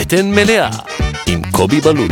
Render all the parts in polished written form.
בטן מלאה עם קובי בלולו.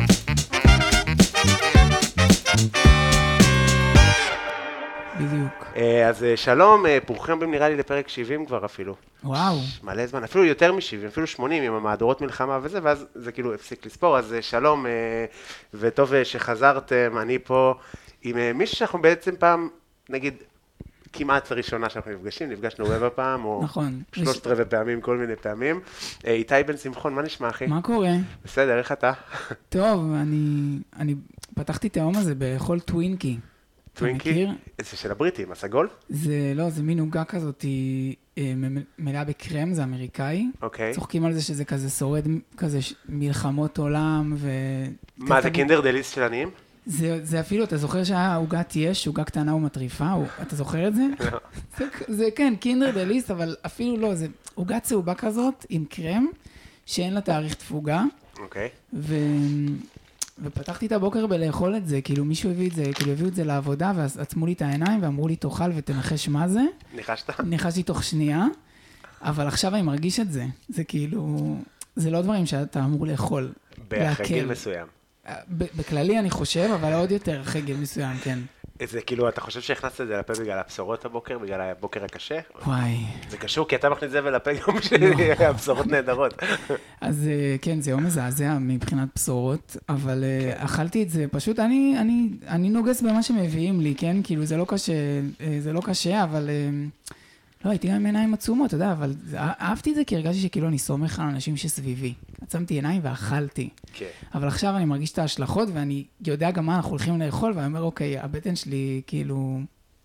בדיוק. אז שלום, פורחם נראה לי לפרק 70 כבר אפילו. וואו. מלא זמן, אפילו יותר מ-70, אפילו 80 עם המהדורות מלחמה וזה, ואז זה כאילו הפסיק לספור, אז שלום, וטוב שחזרתם, אני פה עם מישהו שאנחנו בעצם פעם, נגיד, כמעט הראשונה שאנחנו נפגשנו רבע פעם, או נכון. 3/4 פעמים, כל מיני פעמים. איתי בן שמחון, מה נשמע אחי? מה קורה? בסדר, איך אתה? טוב, אני פתחתי את היום הזה באכול טווינקי. טווינקי? זה של הבריטים, הסגול? זה לא, זה מין עוגה כזאת, היא מלאה בקרם, זה אמריקאי. אוקיי. צוחקים על זה שזה כזה שורד, כזה מלחמות עולם ו... מה, זה קינדר דליס של עניים? זה אפילו, אתה זוכר שהיה עוגת יש, עוגה קטנה ומטריפה, אתה זוכר את זה? זה כן, קינדר דליס, אבל אפילו לא, זה עוגה צהובה כזאת עם קרם, שאין לה תאריך תפוגה. אוקיי. ופתחתי את הבוקר בלאכול את זה, כאילו מישהו הביא את זה, כאילו הביאו את זה לעבודה, ואז עצמו לי את העיניים ואמרו לי תאכל ותנחש מה זה. ניחשת? ניחשתי תוך שנייה, אבל עכשיו אני מרגיש את זה. זה כאילו, זה לא דברים שאתה אמור לאכול. אחרי גיל מסוים. בכללי אני חושב, אבל עוד יותר אחרי גיל מסוים, כן. זה כאילו, אתה חושב שהכנסת את זה לפה בגלל הבשורות הבוקר, בגלל הבוקר הקשה? וואי. זה קשור, כי אתה מכניס זבל לפה יום שהבשורות נהדרות. אז כן, זה יום מזעזע מבחינת בשורות, אבל אכלתי את זה, פשוט אני נוגס במה שמביאים לי, כן? כאילו זה לא קשה, אבל... לא, הייתי גם עם עיניים עצומות, אתה יודע, אבל אהבתי את זה כי הרגשתי שכאילו אני סומך על אנשים שסביבי. עצמתי עיניים ואכלתי. כן. אבל עכשיו אני מרגיש את ההשלכות, ואני יודע גם מה אנחנו הולכים לאכול, ואני אומר, אוקיי, הבטן שלי כאילו...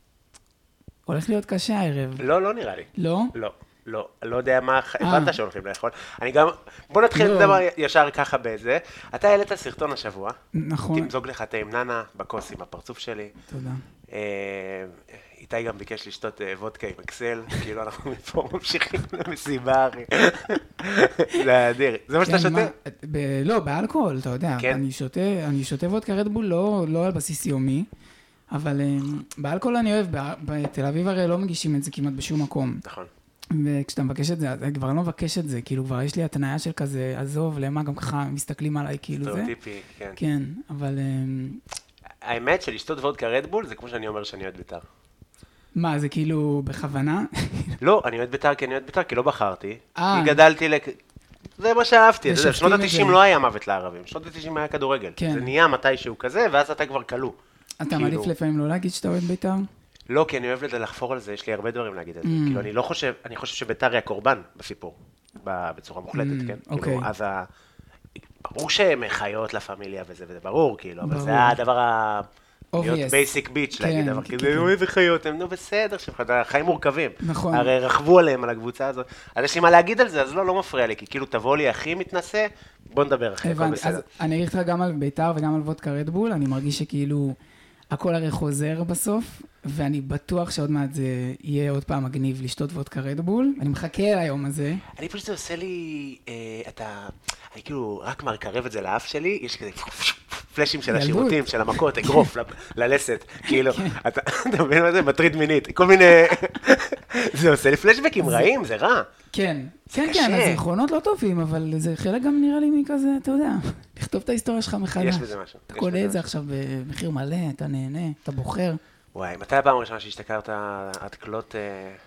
הולך להיות קשה הערב. לא, לא נראה לי. לא? לא, לא. לא יודע מה, הבנת שהולכים לאכול. אני גם... בוא נתחיל לדבר ישר ככה באיזה. אתה העלית סרטון השבוע. נכון. תמזוג לך תה עם ננה בכוס עם הפרצוף שלי. תודה. איתי גם ביקש לשתות וודקה עם אקסל, כאילו אנחנו מפה ממשיכים למסיבה, אחי. זה אדיר. זה מה שאתה שותה? לא, באלכוהול, אתה יודע. אני שותה וודקה רדבול לא על בסיס יומי, אבל באלכוהול אני אוהב, בתל אביב הרי לא מגישים את זה כמעט בשום מקום. נכון. וכשאתה מבקש את זה, אני כבר לא מבקש את זה, כאילו כבר יש לי התניה של כזה, עזוב, למה גם ככה מסתכלים עליי, כאילו זה. סטריאוטיפי, כן. כן, אבל... האמת שלשתות וודקה רדבול זה כמו שאני אומר שאני אוהד בית"ר. מה, זה כאילו בכוונה? לא, אני אוהד בית"ר כי אני אוהד בית"ר, כי לא בחרתי. כי גדלתי זה מה שאהבתי. שנות ה-90 לא היה מוות לערבים, שנות ה-90 היה כדורגל. זה נהיה מתישהו כזה, ואז אתה כבר כלוא. אתה מעדיף לפעמים לא להגיד שאתה אוהד בית"ר? לא, כי אני אוהב לחפור על זה, יש לי הרבה דברים להגיד על זה. כאילו, אני חושב שבית"ר היא הקורבן בסיפור, בצורה מוחלטת, כן? אוקיי. אז ברור שהם חיות לפמיליה וזה ברור, כאילו, אבל זה הדבר להיות בייסיק ביץ' להגיד, אבל כאילו, איזה חיות, הם נו בסדר, חיים מורכבים. נכון. הרי רכבו עליהם על הקבוצה הזאת. אז יש לי מה להגיד על זה, אז לא מפריע לי, כי כאילו תבוא לי הכי מתנסה, בוא נדבר אחרי, הכל בסדר. אז אני אגיד לך גם על בית"ר וגם על וודקה רדבול, אני מרגיש שכאילו הכל הרי חוזר בסוף, ואני בטוח שעוד מעט זה יהיה עוד פעם מגניב לשתות וודקה רדבול, אני מחכה ליום הזה. אני פשוט עושה לי, אני כאילו רק מקרב את זה לאף שלי, יש כזה פלאשים של השירותים, של המכות, אגרוף ללסת, כאילו, אתה מבין מה זה? מטריד מינית, כל מיני, זה עושה לי פלאשבקים רעים, זה רע. כן, כן, כן, הזיכרונות לא טובים, אבל זה חלק גם נראה לי מכזה, אתה יודע, לכתוב את ההיסטוריה שלך מחדש. יש בזה משהו. אתה קונה את זה עכשיו במחיר מלא, אתה נהנה, אתה בוחר. וואי, מתי הפעם הראשונה שהשתכרת עד כלות?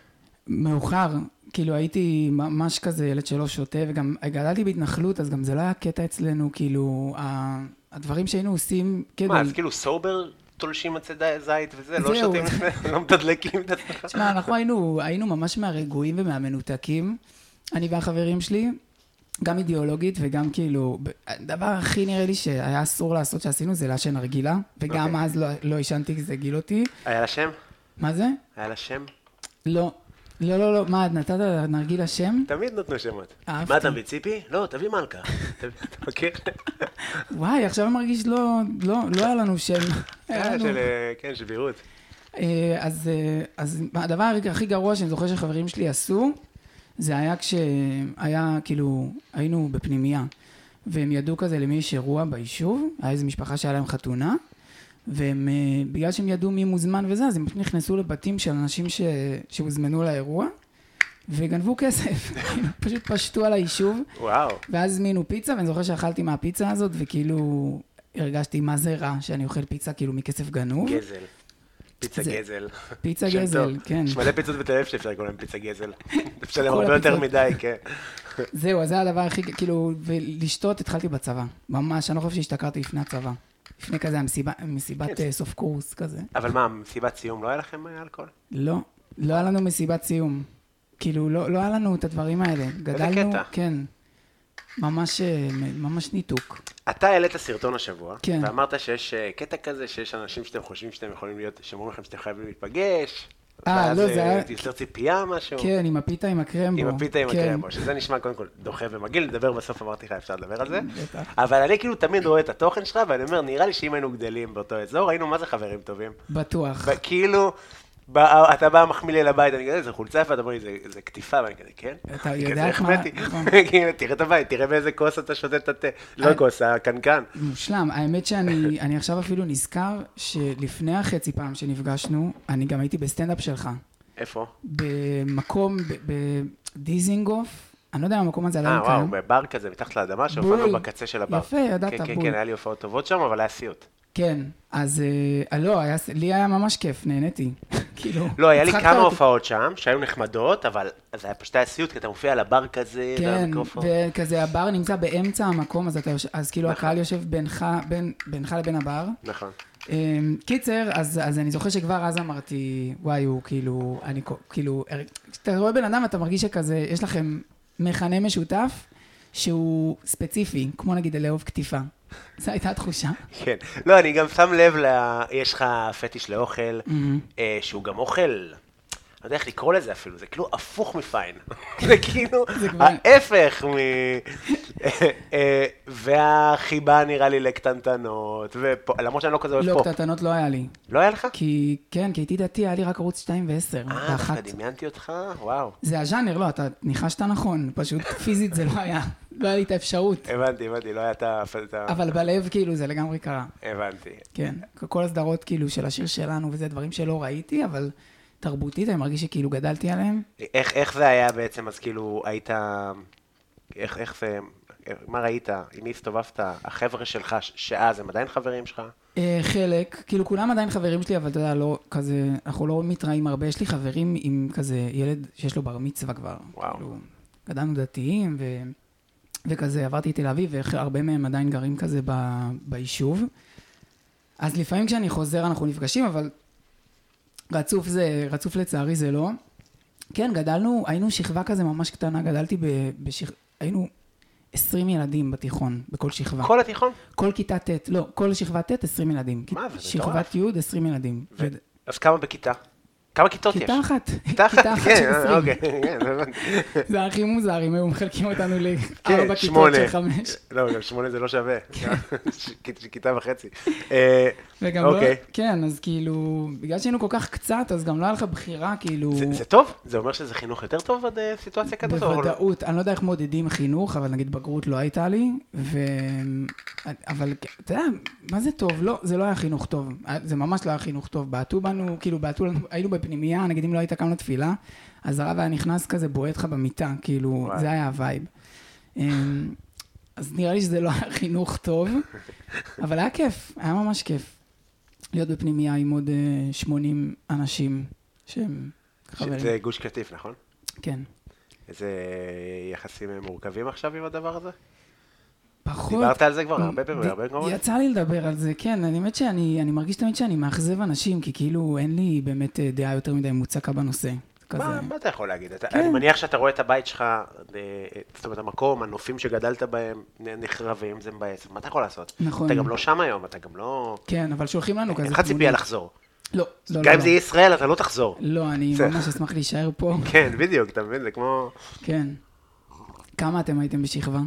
מאוחר, כאילו הייתי ממש כזה ילד שלא שותה, וגם גדלתי בהתנחלות, אז גם זה לא היה קטע אצלנו, כאילו, הדברים שהיינו עושים... מה, אז כאילו סובר תולשים עצי זית וזה, לא שותים לפני, לא מתדלקים את עצמך. תשמע, אנחנו היינו ממש מהרגועים ומהמנותקים, אני והחברים שלי, גם אידיאולוגית וגם כאילו, הדבר הכי נראה לי שהיה אסור לעשות שעשינו זה לעשן הרגילה, וגם אז לא עישנתי כי זה הגיל אותי. היה לה שם? מה זה? היה לה שם? לא. לא, מה, נתת נרגילה שם? תמיד נתנו שמות. אהבתי. מה, אתה מביא ציפי? לא, תביא מלכה. אתה מכיר? וואי, עכשיו אני מרגיש לא היה לנו שם. כן, של בירות. אז הדבר הכי גרוע שאני זוכר שחברים שלי עשו, זה היה כשהיה, כאילו, היינו בפנימייה, והם ידעו כזה למי יש אירוע ביישוב, היה איזו משפחה שהיה להם חתונה, והם, בגלל שהם ידעו מי מוזמן וזה, אז הם נכנסו לבתים של אנשים שהוזמנו לאירוע, וגנבו כסף, פשוט פשטו על היישוב. וואו. ואז הזמינו פיצה, ואני זוכר שאכלתי מהפיצה הזאת, וכאילו הרגשתי מה זה רע שאני אוכל פיצה כאילו מכסף גנוב. גזל. פיצה גזל. פיצה גזל, כן. יש מלא פיצות בתל אביב שאפשר לקרוא להם פיצה גזל. אפשר להם הרבה יותר מדי, כן. זהו, אז זה הדבר הכי, כאילו, ולשתות התחלתי בצבא. ממש, אני לא חושב שהשתכרתי לפני הצבא. לפני כזה, מסיבת סוף קורס כזה. אבל מה, מסיבת סיום לא היה לכם אלכוהול? לא, לא היה לנו מסיבת סיום. כאילו, לא היה לנו את הדברים האלה. גדלנו, קטע. כן. ממש ניתוק. אתה העלית סרטון השבוע, כן. ואמרת שיש קטע כזה, שיש אנשים שאתם חושבים שאתם יכולים להיות, שאומרים לכם שאתם חייבים להיפגש. לא, זה היה... ואז יוצר ציפייה משהו. כן, עם הפיתה עם הקרמבו. עם הפיתה עם כן. הקרמבו, שזה נשמע קודם כל דוחה ומגעיל, לדבר בסוף אמרתי לך, אפשר לדבר על זה. בטח. אבל אני כאילו תמיד רואה את התוכן שלך, ואני אומר, נראה לי שאם היינו גדלים באותו אזור, היינו מה זה חברים טובים. בטוח. כאילו, אתה בא מחמיא לי לבית, אני כזה, זה חולצה יפה, אתה אומר לי, זה קטיפה, ואני כזה, כן? אתה יודע איך מה... תראה את הבית, תראה באיזה כוס אתה שותה את התה. לא כוס, הקנקן. מושלם. האמת שאני עכשיו אפילו נזכר שלפני החצי פעם שנפגשנו, אני גם הייתי בסטנדאפ שלך. איפה? במקום, בדיזינגוף. אני לא יודע אם המקום הזה עדיין קיים. וואו, בבר כזה, מתחת לאדמה, שהופענו בקצה של הבר. יפה, ידעת, כן, בול. כן, היה לי הופעות טובות שם, אבל היה סיוט. כן, אז לא, לי היה ממש כיף, נהניתי. כאילו, לא, היה לי הצחקת כמה אותי. הופעות שם, שהיו נחמדות, אבל זה היה פשוט היה סיוט, כי אתה מופיע על הבר כזה, כן, והמיקרופון. וכזה הבר נמצא באמצע המקום, אז כאילו הקהל יושב בינך לבין הבר. נכון. קיצר, אז אני זוכר שכבר אז אמרתי, וואי, הוא כאילו, כשאתה רואה בן אדם, אתה מרגיש שכזה, יש לכם מכנה משותף, שהוא ספציפי, כמו נגיד לאהוב כתיפה. זו הייתה התחושה. כן. לא, אני גם שם לב, יש לך פטיש לאוכל, שהוא גם אוכל, לא יודע איך לקרוא לזה אפילו, זה כאילו הפוך מפיין. זה כאילו ההפך והחיבה נראה לי לקטנטנות, למרות שאני לא כזה אוהב לא, פופ. קטנטנות לא היה לי. לא היה לך? כי הייתי דתי, היה לי רק ערוץ 2 ו-10. דווקא דמיינתי אותך? וואו. זה הז'אנר, לא, אתה ניחשת נכון, פשוט פיזית זה לא היה. לא היה לי את האפשרות. הבנתי, לא היה את ה... אבל בלב כאילו זה לגמרי קרה. הבנתי. כן, כל הסדרות כאילו של השיר שלנו וזה דברים שלא ראיתי, אבל תרבותית, אני מרגיש שכאילו גדלתי עליהם. איך זה היה בעצם, אז כאילו היית... איך זה... מה ראית? עם מי הסתובבת? החבר'ה שלך שאז הם עדיין חברים שלך? חלק, כאילו כולם עדיין חברים שלי, אבל אתה יודע, לא כזה, אנחנו לא מתראים הרבה. יש לי חברים עם כזה ילד שיש לו בר מצווה כבר. וואו. כאילו, גדלנו דתיים וכזה, עברתי תל אביב, והרבה מהם עדיין גרים כזה ביישוב. אז לפעמים כשאני חוזר אנחנו נפגשים, אבל רצוף לצערי זה לא. כן, גדלנו, היינו שכבה כזה ממש קטנה, גדלתי היינו 20 ילדים בתיכון, בכל שכבה. כל התיכון? כל כיתה ט', לא, כל שכבה ט' 20 ילדים. מה, זה שכבת י' 20 ילדים. אז כמה בכיתה? כמה כיתות יש? כיתה אחת. כיתה אחת? של 20. אוקיי, כן, הבנתי. זה הכי מוזר, אם היו מחלקים אותנו ל4 כיתות של 5. לא, גם 8 זה לא שווה. כיתה וחצי. וגם לא, כן, אז כאילו, בגלל שהיינו כל כך קצת, אז גם לא היה לך בחירה, כאילו... זה טוב? זה אומר שזה חינוך יותר טוב עד סיטואציה כזאת? בוודאות, אני לא יודע איך מודדים חינוך, אבל נגיד בגרות לא הייתה לי, אבל אתה יודע, מה זה טוב? לא, זה לא היה חינוך טוב. זה ממש לא היה חינוך טוב. בעטו בנו, כאילו, היינו בפנימייה, נגיד אם לא היית קם לתפילה, אז הרב היה נכנס כזה, בועט לך במיטה, כאילו, זה היה הווייב. אז נראה לי שזה לא היה חינוך טוב, אבל היה כיף, היה ממש כיף. להיות בפנימייה עם עוד 80 אנשים שהם חברים. זה גוש קטיף, נכון? כן. איזה יחסים מורכבים עכשיו עם הדבר הזה? פחות. דיברת על זה כבר הרבה גמרות? יצא לי לדבר על זה, כן. אני באמת שאני מרגיש תמיד שאני מאכזב אנשים, כי כאילו אין לי באמת דעה יותר מדי מוצקה בנושא. מה אתה יכול להגיד? אני מניח שאתה רואה את הבית שלך, זאת אומרת, המקום, הנופים שגדלת בהם, נחרבים, זה מבאס. מה אתה יכול לעשות? נכון. אתה גם לא שם היום, אתה גם לא... כן, אבל שולחים לנו כזה... אין לך ציפייה לחזור. לא. גם אם זה יהיה ישראל, אתה לא תחזור. לא, אני ממש אשמח להישאר פה. כן, בדיוק, אתה מבין, זה כמו... כן. כמה אתם הייתם בשכבה?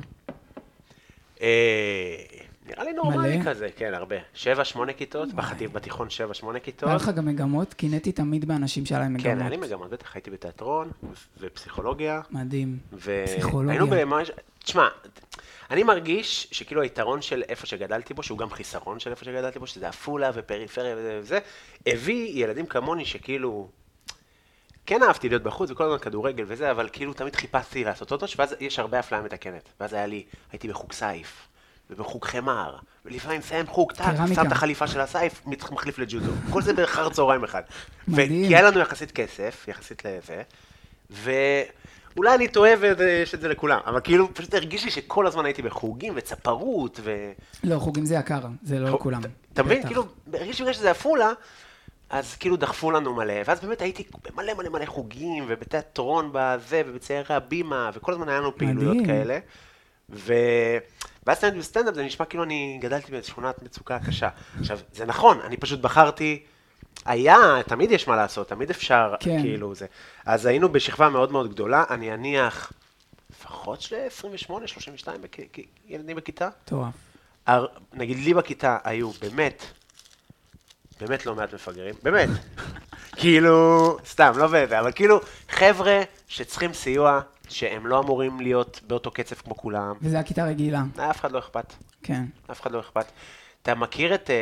נראה לי נורמלי כזה, כן, הרבה. 7-8 כיתות, בתיכון 7-8 כיתות. היה לך גם מגמות? קינאתי תמיד באנשים שהיה להם מגמות. כן, היה לי מגמות, בטח, הייתי בתיאטרון ופסיכולוגיה. מדהים. פסיכולוגיה. תשמע, אני מרגיש שכאילו היתרון של איפה שגדלתי בו, שהוא גם חיסרון של איפה שגדלתי בו, שזה אפולה ופריפריה וזה, הביא ילדים כמוני שכאילו, כן אהבתי להיות בחוץ וכל הזמן כדורגל וזה, אבל כאילו תמיד חיפשתי לעשות אותו, ואז יש הרבה אפליה מתקנת. ואז הייתי בחוג סייף, ובחוג חמר, ולפעמים מסיים חוג, שם את החליפה של הסייף, מחליף לג'ודו. כל זה באחר צהריים אחד. מדהים. כי היה לנו יחסית כסף, יחסית לזה, ואולי אני טועה ויש את זה לכולם, אבל כאילו פשוט הרגיש לי שכל הזמן הייתי בחוגים וצפרות לא, חוגים זה יקר, זה לא לכולם. אתה מבין? כאילו, הרגיש לי שזה עפולה, אז כאילו דחפו לנו מלא, ואז באמת הייתי במלא מלא מלא חוגים, ובתיאטרון בזה, ובציירי הבימה, וכל הזמן היה לנו פעילויות כאלה. ואז בסטנדאפ זה נשמע כאילו אני גדלתי בשכונת מצוקה קשה. עכשיו, זה נכון, אני פשוט בחרתי, תמיד יש מה לעשות, תמיד אפשר, כאילו זה. אז היינו בשכבה מאוד מאוד גדולה, אני אניח לפחות 28, 32 ילדים בכיתה. טוב. נגיד לי בכיתה היו באמת לא מעט מפגרים, באמת. כאילו, סתם, לא בזה, אבל כאילו, חבר'ה שצריכים סיוע, שהם לא אמורים להיות באותו קצב כמו כולם. וזה הכיתה רגילה. אף אחד לא אכפת. כן. אף אחד לא אכפת. אתה מכיר את...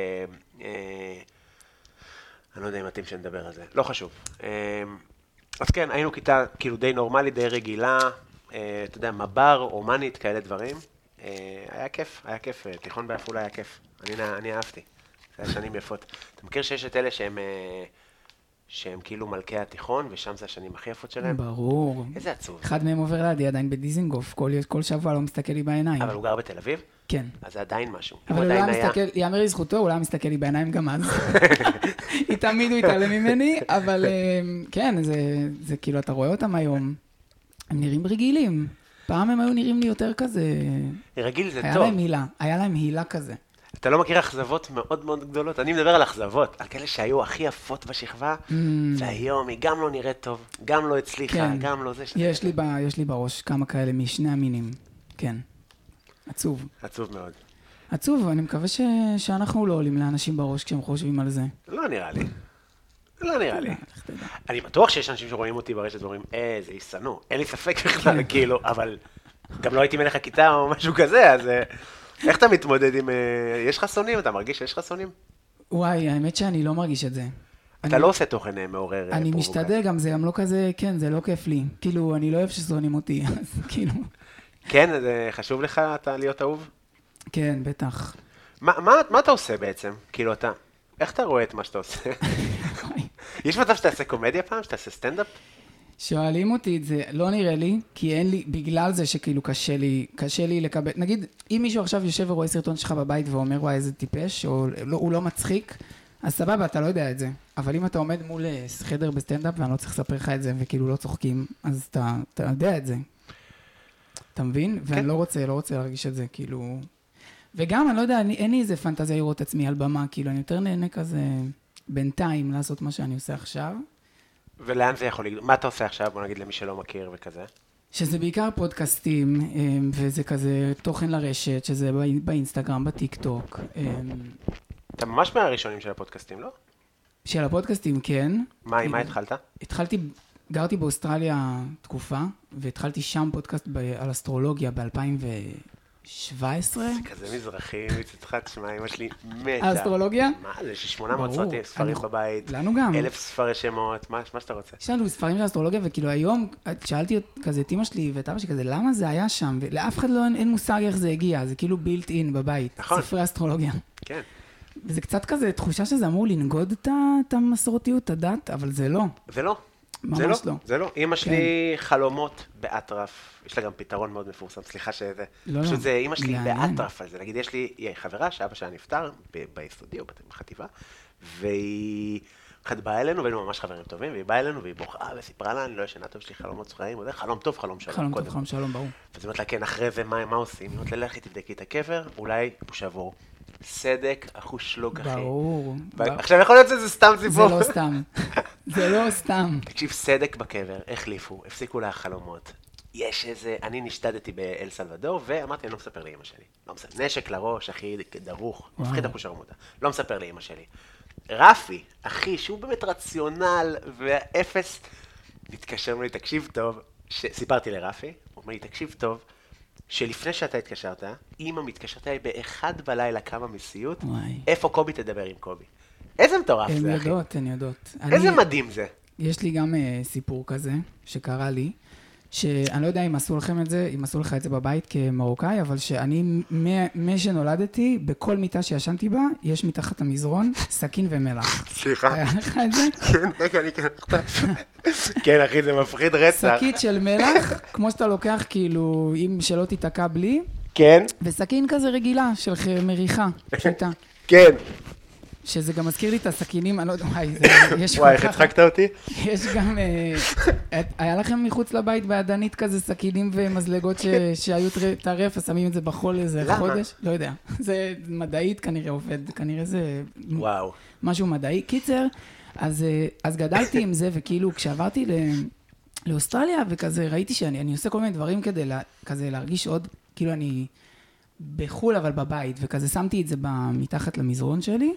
אני לא יודע אם מתאים שנדבר על זה, לא חשוב. אז כן, היינו כיתה כאילו די נורמלית, די רגילה, אתה יודע, מב"ר, אומנית, כאלה דברים. היה כיף, תיכון בעפולה היה כיף. אני אהבתי. זה היה שנים יפות. אתה מכיר שיש את אלה שהם כאילו מלכי התיכון, ושם זה השנים הכי יפות שלהם? ברור. איזה עצוב. אחד מהם עובר לידי עדיין בדיזינגוף, כל שבוע לא מסתכל לי בעיניים. אבל הוא גר בתל אביב? כן. אז זה עדיין משהו. אבל הוא לא מסתכל, יאמר לזכותו, הוא לא מסתכל לי בעיניים גם אז. תמיד הוא יתעלם ממני, אבל כן, זה כאילו, אתה רואה אותם היום, הם נראים רגילים. פעם הם היו נראים לי יותר כזה... רגיל זה טוב. היה להם הילה כזה. אתה לא מכיר אכזבות מאוד מאוד גדולות? אני מדבר על אכזבות, על כאלה שהיו הכי יפות בשכבה, והיום היא גם לא נראית טוב, גם לא הצליחה, גם לא זה. יש לי בראש כמה כאלה משני המינים, כן. עצוב. עצוב מאוד. עצוב, אני מקווה שאנחנו לא עולים לאנשים בראש כשהם חושבים על זה. לא נראה לי. לא נראה לי. אני בטוח שיש אנשים שרואים אותי ברשת ואומרים, זה יסנו. אין לי ספק בכלל, כאילו, אבל גם לא הייתי מלך הכיתה או משהו כזה, אז... איך אתה מתמודד עם... יש לך שונאים? אתה מרגיש שיש לך שונאים? וואי, האמת שאני לא מרגיש את זה. אתה לא עושה תוכן מעורר אני משתדל גם, זה גם לא כזה, כן, זה לא כיף לי. כאילו, אני לא אוהב ששונאים אותי, אז כאילו... כן, זה חשוב לך אתה להיות אהוב? כן, בטח. מה אתה עושה בעצם? כאילו, איך אתה רואה את מה שאתה עושה? יש מצב שאתה עושה קומדיה פעם? שאתה עושה סטנדאפ? שואלים אותי את זה, לא נראה לי, כי אין לי, בגלל זה שכאילו קשה לי לקבל, נגיד, אם מישהו עכשיו יושב ורואה סרטון שלך בבית ואומר, וואי, איזה טיפש, או הוא לא מצחיק, אז סבבה, אתה לא יודע את זה. אבל אם אתה עומד מול חדר בסטנדאפ, ואני לא צריך לספר לך את זה, וכאילו לא צוחקים, אז אתה יודע את זה. אתה מבין? ואני לא רוצה להרגיש את זה, כאילו... וגם, אני לא יודע, אין לי איזה פנטזיה לראות עצמי על במה, כאילו, אני יותר נהנה כזה בינתיים לעשות מה שאני עושה עכשיו. ולאן זה יכול לגדול? מה אתה עושה עכשיו? בוא נגיד למי שלא מכיר וכזה. שזה בעיקר פודקאסטים, וזה כזה תוכן לרשת, שזה באינסטגרם, בטיק טוק. אתה ממש מהראשונים של הפודקאסטים, לא? של הפודקאסטים, כן. מה התחלת? גרתי באוסטרליה תקופה, והתחלתי שם פודקאסט על אסטרולוגיה ב-2017. זה כזה מזרחי, מצדך, תשמע, אמא שלי מתה. האסטרולוגיה? מה זה, 800 ספרים בבית. לנו גם. 1000 ספרי שמות, מה שאתה רוצה. יש לנו ספרים של אסטרולוגיה, וכאילו היום שאלתי כזה את אמא שלי ואת אבא שלי כזה, למה זה היה שם? ולאף אחד אין מושג איך זה הגיע, זה כאילו בילט אין בבית. נכון. ספרי אסטרולוגיה. כן. וזה קצת כזה תחושה שזה אמור לנגוד את המסורתיות, את הדת, אבל זה לא. זה לא. ממש לא. זה לא. אמא שלי חלומות באטרף, יש לה גם פתרון מאוד מפורסם, סליחה שזה, פשוט זה אמא שלי באטרף על זה, נגיד יש לי חברה שאבא שלה נפטר ביסודי או בחטיבה, והיא באה אלינו, והיינו ממש חברים טובים, והיא באה אלינו והיא בוכה וסיפרה לה, אני לא ישנה טוב, יש לי חלומות צבאיים, חלום טוב, חלום שלום. חלום טוב, חלום שלום, ברור. ואז אומרת לה, כן, אחרי זה מה עושים? היא אומרת לה, לכי תבדקי את הקבר, אולי הוא שבור. סדק, אחושלוק, אחי. ברור. עכשיו יכול להיות שזה סתם סיפור. זה לא סתם. זה לא סתם. תקשיב, סדק בקבר, החליפו, הפסיקו לה חלומות. יש איזה, אני נשתדתי באל סלבדור, ואמרתי, אני לא מספר לאמא שלי. לא מספר, נשק לראש, אחי, דרוך, מפחיד אחושרמוטה. לא מספר לאמא שלי. רפי, אחי, שהוא באמת רציונל ואפס, מתקשר לי, תקשיב טוב, סיפרתי לרפי, הוא אומר לי, תקשיב טוב, שלפני שאתה התקשרת, אמא מתקשרת לי באחד בלילה כמה מסיוט, איפה קובי תדבר עם קובי. איזה מטורף זה, אחי. הן יודעות. איזה מדהים זה. יש לי גם סיפור כזה שקרה לי, שאני לא יודע אם עשו לכם את זה, אם עשו לך את זה בבית כמרוקאי, אבל שאני, משנולדתי, בכל מיטה שישנתי בה, יש מתחת המזרון, סכין ומלח. סליחה. היה לך את זה? כן, רגע, אני כן אכפת. כן, אחי, זה מפחיד רצח. שקית של מלח, כמו שאתה לוקח, כאילו, אם שלא תיתקע בלי, כן? וסכין כזה רגילה, של מריחה, פשוטה. כן. שזה גם מזכיר לי את הסכינים, אני לא יודע, וואי, יש... וואי, איך הצחקת אותי? יש גם, היה לכם מחוץ לבית בעדנית כזה סכינים ומזלגות שהיו טרף, ושמים את זה בחול איזה חודש? לא יודע. זה מדעית כנראה עובד, כנראה זה... וואו. משהו מדעי. קיצר, אז גדלתי עם זה, וכאילו כשעברתי לאוסטרליה, וכזה ראיתי שאני עושה כל מיני דברים כדי כזה להרגיש עוד, כאילו אני בחול אבל בבית, וכזה שמתי את זה מתחת למזרון שלי,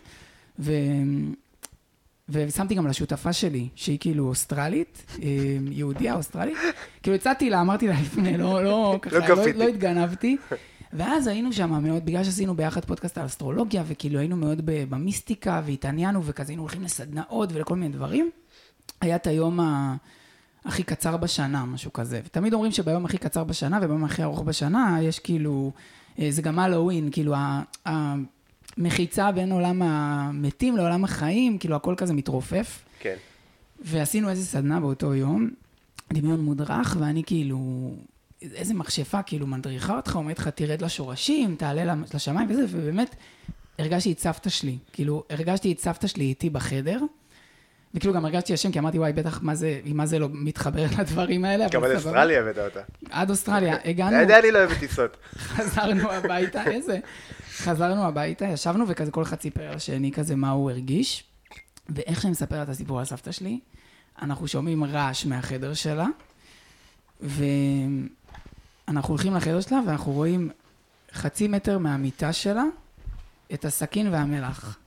ושמתי גם לשותפה שלי, שהיא כאילו אוסטרלית, יהודיה אוסטרלית, כאילו הצעתי לה, אמרתי לה לפני, לא התגנבתי, ואז היינו שם מאוד, בגלל שעשינו ביחד פודקאסט על אסטרולוגיה, וכאילו היינו מאוד במיסטיקה, והתעניינו, וכזה היינו הולכים לסדנאות ולכל מיני דברים, היה את היום הכי קצר בשנה, משהו כזה, ותמיד אומרים שביום הכי קצר בשנה, וביום הכי ארוך בשנה, יש כאילו, זה גם הלואוין, כאילו מחיצה בין עולם המתים לעולם החיים, כאילו הכל כזה מתרופף. כן. ועשינו איזה סדנה באותו יום, דמיון מודרך, ואני כאילו, איזה מכשפה, כאילו מדריכה אותך, אומרת לך, תרד לשורשים, תעלה לשמיים וזה, ובאמת הרגשתי את סבתא שלי, כאילו הרגשתי את סבתא שלי איתי בחדר, וכאילו גם הרגשתי השם, כי אמרתי, וואי, בטח מה זה לא מתחבר לדברים האלה. גם עד אוסטרליה הבאת אותה. עד אוסטרליה, הגענו. אתה יודע, אני לא אוהב טיסות. חזרנו הביתה, חזרנו הביתה, ישבנו וכזה כל אחד סיפר לשני כזה מה הוא הרגיש, ואיך שאני מספר את הסיפור על סבתא שלי, אנחנו שומעים רעש מהחדר שלה, ואנחנו הולכים לחדר שלה, ואנחנו רואים 0.5 מטר מהמיטה שלה, את הסכין והמלח.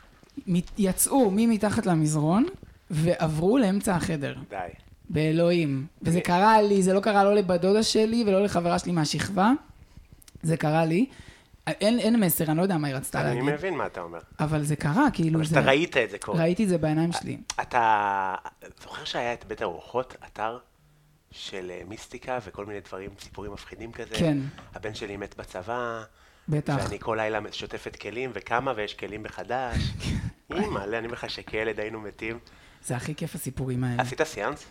יצאו ממתחת למזרון, ועברו לאמצע החדר. די. באלוהים. וזה קרה לי, זה לא קרה לא לבדודה שלי, ולא לחברה שלי מהשכבה, זה קרה לי. אין מסר, אני לא יודע מה היא רצתה להגיד. אני מבין מה אתה אומר. אבל זה קרה, כאילו אבל שאתה ראית את זה קורה. ראיתי את זה בעיניים שלי. אתה זוכר שהיה את בית הרוחות, אתר של מיסטיקה וכל מיני דברים, סיפורים מפחידים כזה? כן. הבן שלי מת בצבא. בטח. שאני כל לילה שוטפת כלים וקמה ויש כלים בחדש. אימא'לה, אני אומר לך שכילד היינו מתים. זה הכי כיף הסיפורים האלה. עשית סיאנס?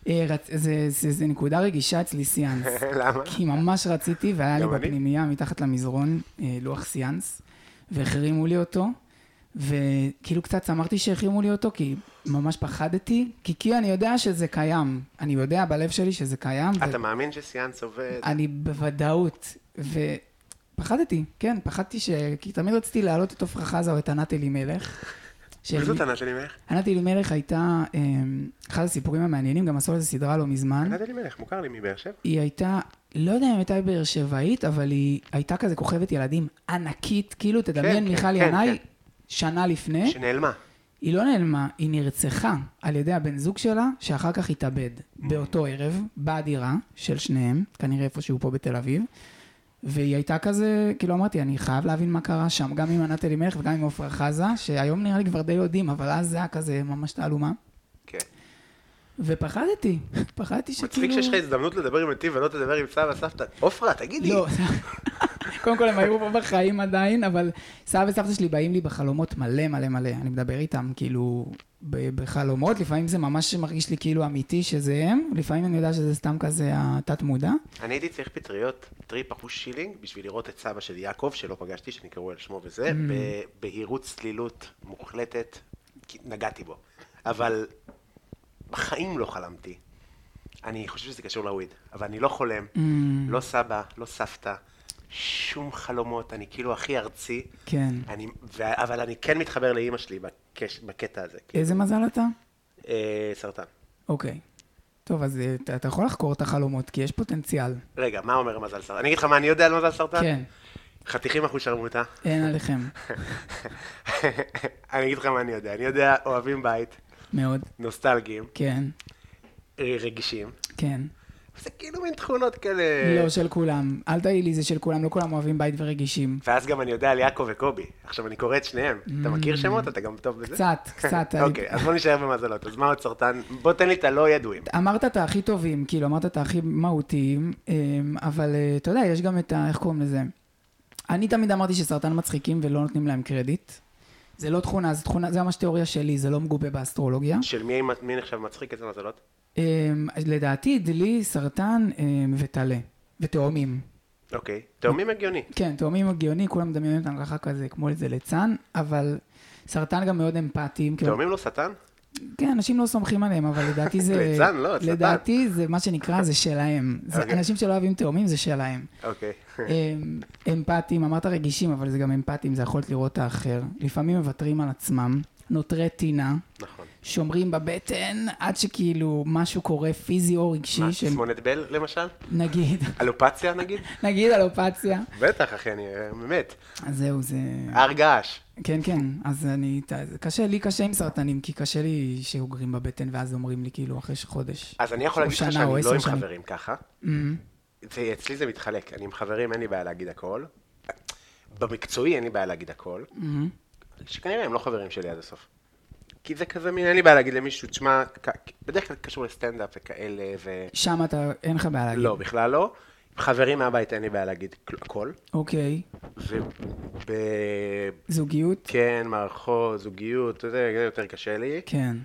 זה נקודה רגישה אצלי סיאנס. למה? כי ממש רציתי, והיה לי בפנימייה מתחת למזרון לוח סיאנס, והחרימו לי אותו, וכאילו קצת אמרתי שהחרימו לי אותו, כי ממש פחדתי, כי אני יודע שזה קיים. אני יודע בלב שלי שזה קיים. אתה מאמין שסיאנס עובד? אני בוודאות, ופחדתי, כן, פחדתי כי תמיד רציתי להעלות את עופרה חזה או את ענת אלימלך. וזאת ענת אלימלך? ענת אלימלך הייתה אחד הסיפורים המעניינים, גם עשו לזה סדרה לא מזמן. ענת אלימלך, מוכר לי מבאר שבע. היא הייתה, לא יודע אם הייתה באר שבעית, אבל היא הייתה כזה כוכבת ילדים ענקית, כאילו תדמיין מיכל ינאי שנה לפני. שנעלמה. היא לא נעלמה, היא נרצחה על ידי הבן זוג שלה, שאחר כך התאבד באותו ערב, בדירה של שניהם, כנראה איפשהו פה בתל אביב. והיא הייתה כזה, כאילו אמרתי, אני חייב להבין מה קרה שם, גם עם ענת אלימלך וגם עם עופרה חזה, שהיום נראה לי כבר די יודעים, אבל אז זה היה כזה ממש תעלומה. כן. ופחדתי שכאילו... מצחיק שיש לך הזדמנות לדבר עם נתיב ולא תדבר עם סבא סבתא. עופרה, תגידי. לא, קודם כל הם היו פה בחיים עדיין, אבל סבא וסבתא שלי באים לי בחלומות מלא מלא מלא, אני מדבר איתם כאילו בחלומות, לפעמים זה ממש מרגיש לי כאילו אמיתי שזה הם, לפעמים אני יודע שזה סתם כזה התת מודע. אני הייתי צריך פטריות, טריפ אחוש שילינג, בשביל לראות את סבא של יעקב, שלא פגשתי, שנקראו על שמו וזה, בהירות צלילות מוחלטת, נגעתי בו. אבל בחיים לא חלמתי. אני חושב שזה קשור לוויד, אבל אני לא חולם, לא סבא, לא סבתא, שום חלומות, אני כאילו הכי ארצי. כן. אבל אני כן מתחבר לאמא שלי בקטע הזה. איזה מזל אתה? סרטן. אוקיי. טוב, אז אתה יכול לחקור את החלומות, כי יש פוטנציאל. רגע, מה אומר מזל סרטן? אני אגיד לך מה אני יודע על מזל סרטן? כן. חתיכים אחוז שרמוטה. אין עליכם. אני אגיד לך מה אני יודע. אני יודע, אוהבים בית. מאוד. נוסטלגיים. כן. רגישים. כן. זה כאילו מין תכונות כאלה... לא, של כולם. אל תהי לי, זה של כולם, לא כולם אוהבים בית ורגישים. ואז גם אני יודע על יעקב וקובי. עכשיו אני קורא את שניהם. אתה מכיר שמות? אתה גם טוב בזה? קצת. אוקיי, אז בוא נשאר במזלות. אז מה עוד סרטן? בוא תן לי את הלא ידועים. אמרת את הכי טובים, כאילו, אמרת את הכי מהותיים, אבל אתה יודע, יש גם את ה... איך קוראים לזה? אני תמיד אמרתי שסרטן מצחיקים ולא נותנים להם קרדיט. זה לא תכונה, זה ממש תיאוריה שלי, זה לא מגובה באסטרולוגיה. של מי נחשב מצחיק איזה מזלות? לדעתי, דלי, סרטן וטלה, ותאומים. אוקיי, תאומים הגיוני. כן, תאומים הגיוני, כולם מדמיינים אותם ככה כזה, כמו איזה ליצן, אבל סרטן גם מאוד אמפתיים. תאומים לא שטן? כן, אנשים לא סומכים עליהם, אבל לדעתי זה... ליצן, לא, שטן. לדעתי זה מה שנקרא, זה שלהם. אנשים שלא אוהבים תאומים, זה שלהם. אוקיי. אמפתיים, אמרת רגישים, אבל זה גם אמפתיים, זה יכולת לראות את האחר. לפעמים מוותרים על עצמם, נותרי טינה. נכון. שומרים בבטן, עד שכאילו משהו קורה פיזי או רגשי. מה, תסמונת בל למשל? נגיד. אלופציה נגיד? נגיד אלופציה. בטח אחי, אני באמת. אז זהו, זה... הר געש. כן, אז אני... לי קשה עם סרטנים, כי קשה לי שאוגרים בבטן, ואז אומרים לי כאילו אחרי חודש. אז אני יכול להגיד לך שאני לא עם חברים ככה. אצלי זה מתחלק. אני עם חברים, אין לי בעיה להגיד הכל. במקצועי אין לי בעיה להגיד הכל. שכנראה הם לא חברים שלי עד הסוף. כי זה כזה מין, אין לי בעיה להגיד למישהו, תשמע, בדרך כלל קשור לסטנדאפ וכאלה ו... שם אין לך בעיה להגיד. לא, בכלל לא. חברים מהבית אין לי בעיה להגיד הכל. אוקיי. זוגיות? כן, מערכות, זוגיות, זה יותר קשה לי. כן.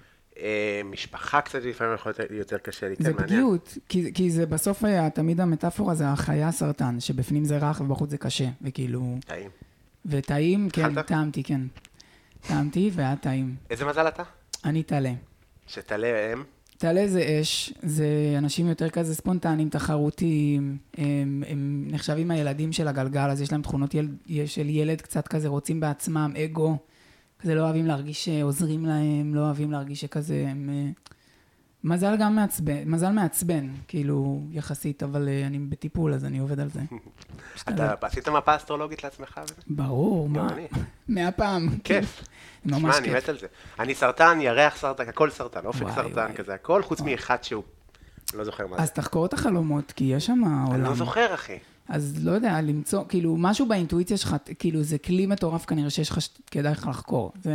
משפחה קצת לפעמים יכול להיות יותר קשה לי, כן זה מעניין. פגיעות, כי זה בסוף תמיד המטאפורה זה החיה סרטן, שבפנים זה רך ובחוץ זה קשה, וכאילו... טעים. וטעים, כן, טעמתי, כן. טעמתי והיה טעים. איזה מזל אתה? אני טלה. שטלה הם? טלה זה אש, זה אנשים יותר כזה ספונטניים, תחרותיים, הם נחשבים הילדים של הגלגל, אז יש להם תכונות של ילד קצת כזה, רוצים בעצמם, אגו, כזה לא אוהבים להרגיש שעוזרים להם, לא אוהבים להרגיש שכזה, הם... מזל גם מעצבן, מזל מעצבן, כאילו, יחסית, אבל אני בטיפול, אז אני עובד על זה. אתה עשית מפה אסטרולוגית לעצמך? ברור, מה? 100 פעם. כיף. ממש שמע, כיף. אני מת על זה. אני סרטן, ירח סרטן, הכל סרטן, אופק סרטן כזה, הכל חוץ מאחד שהוא, לא זוכר מה זה. אז תחקור את החלומות, כי יש שם עולם. אני לא זוכר, אחי. אז לא יודע, למצוא, כאילו, משהו באינטואיציה שלך, כאילו, זה כלי מטורף כנראה שיש לך, כדאי לך לחקור. זה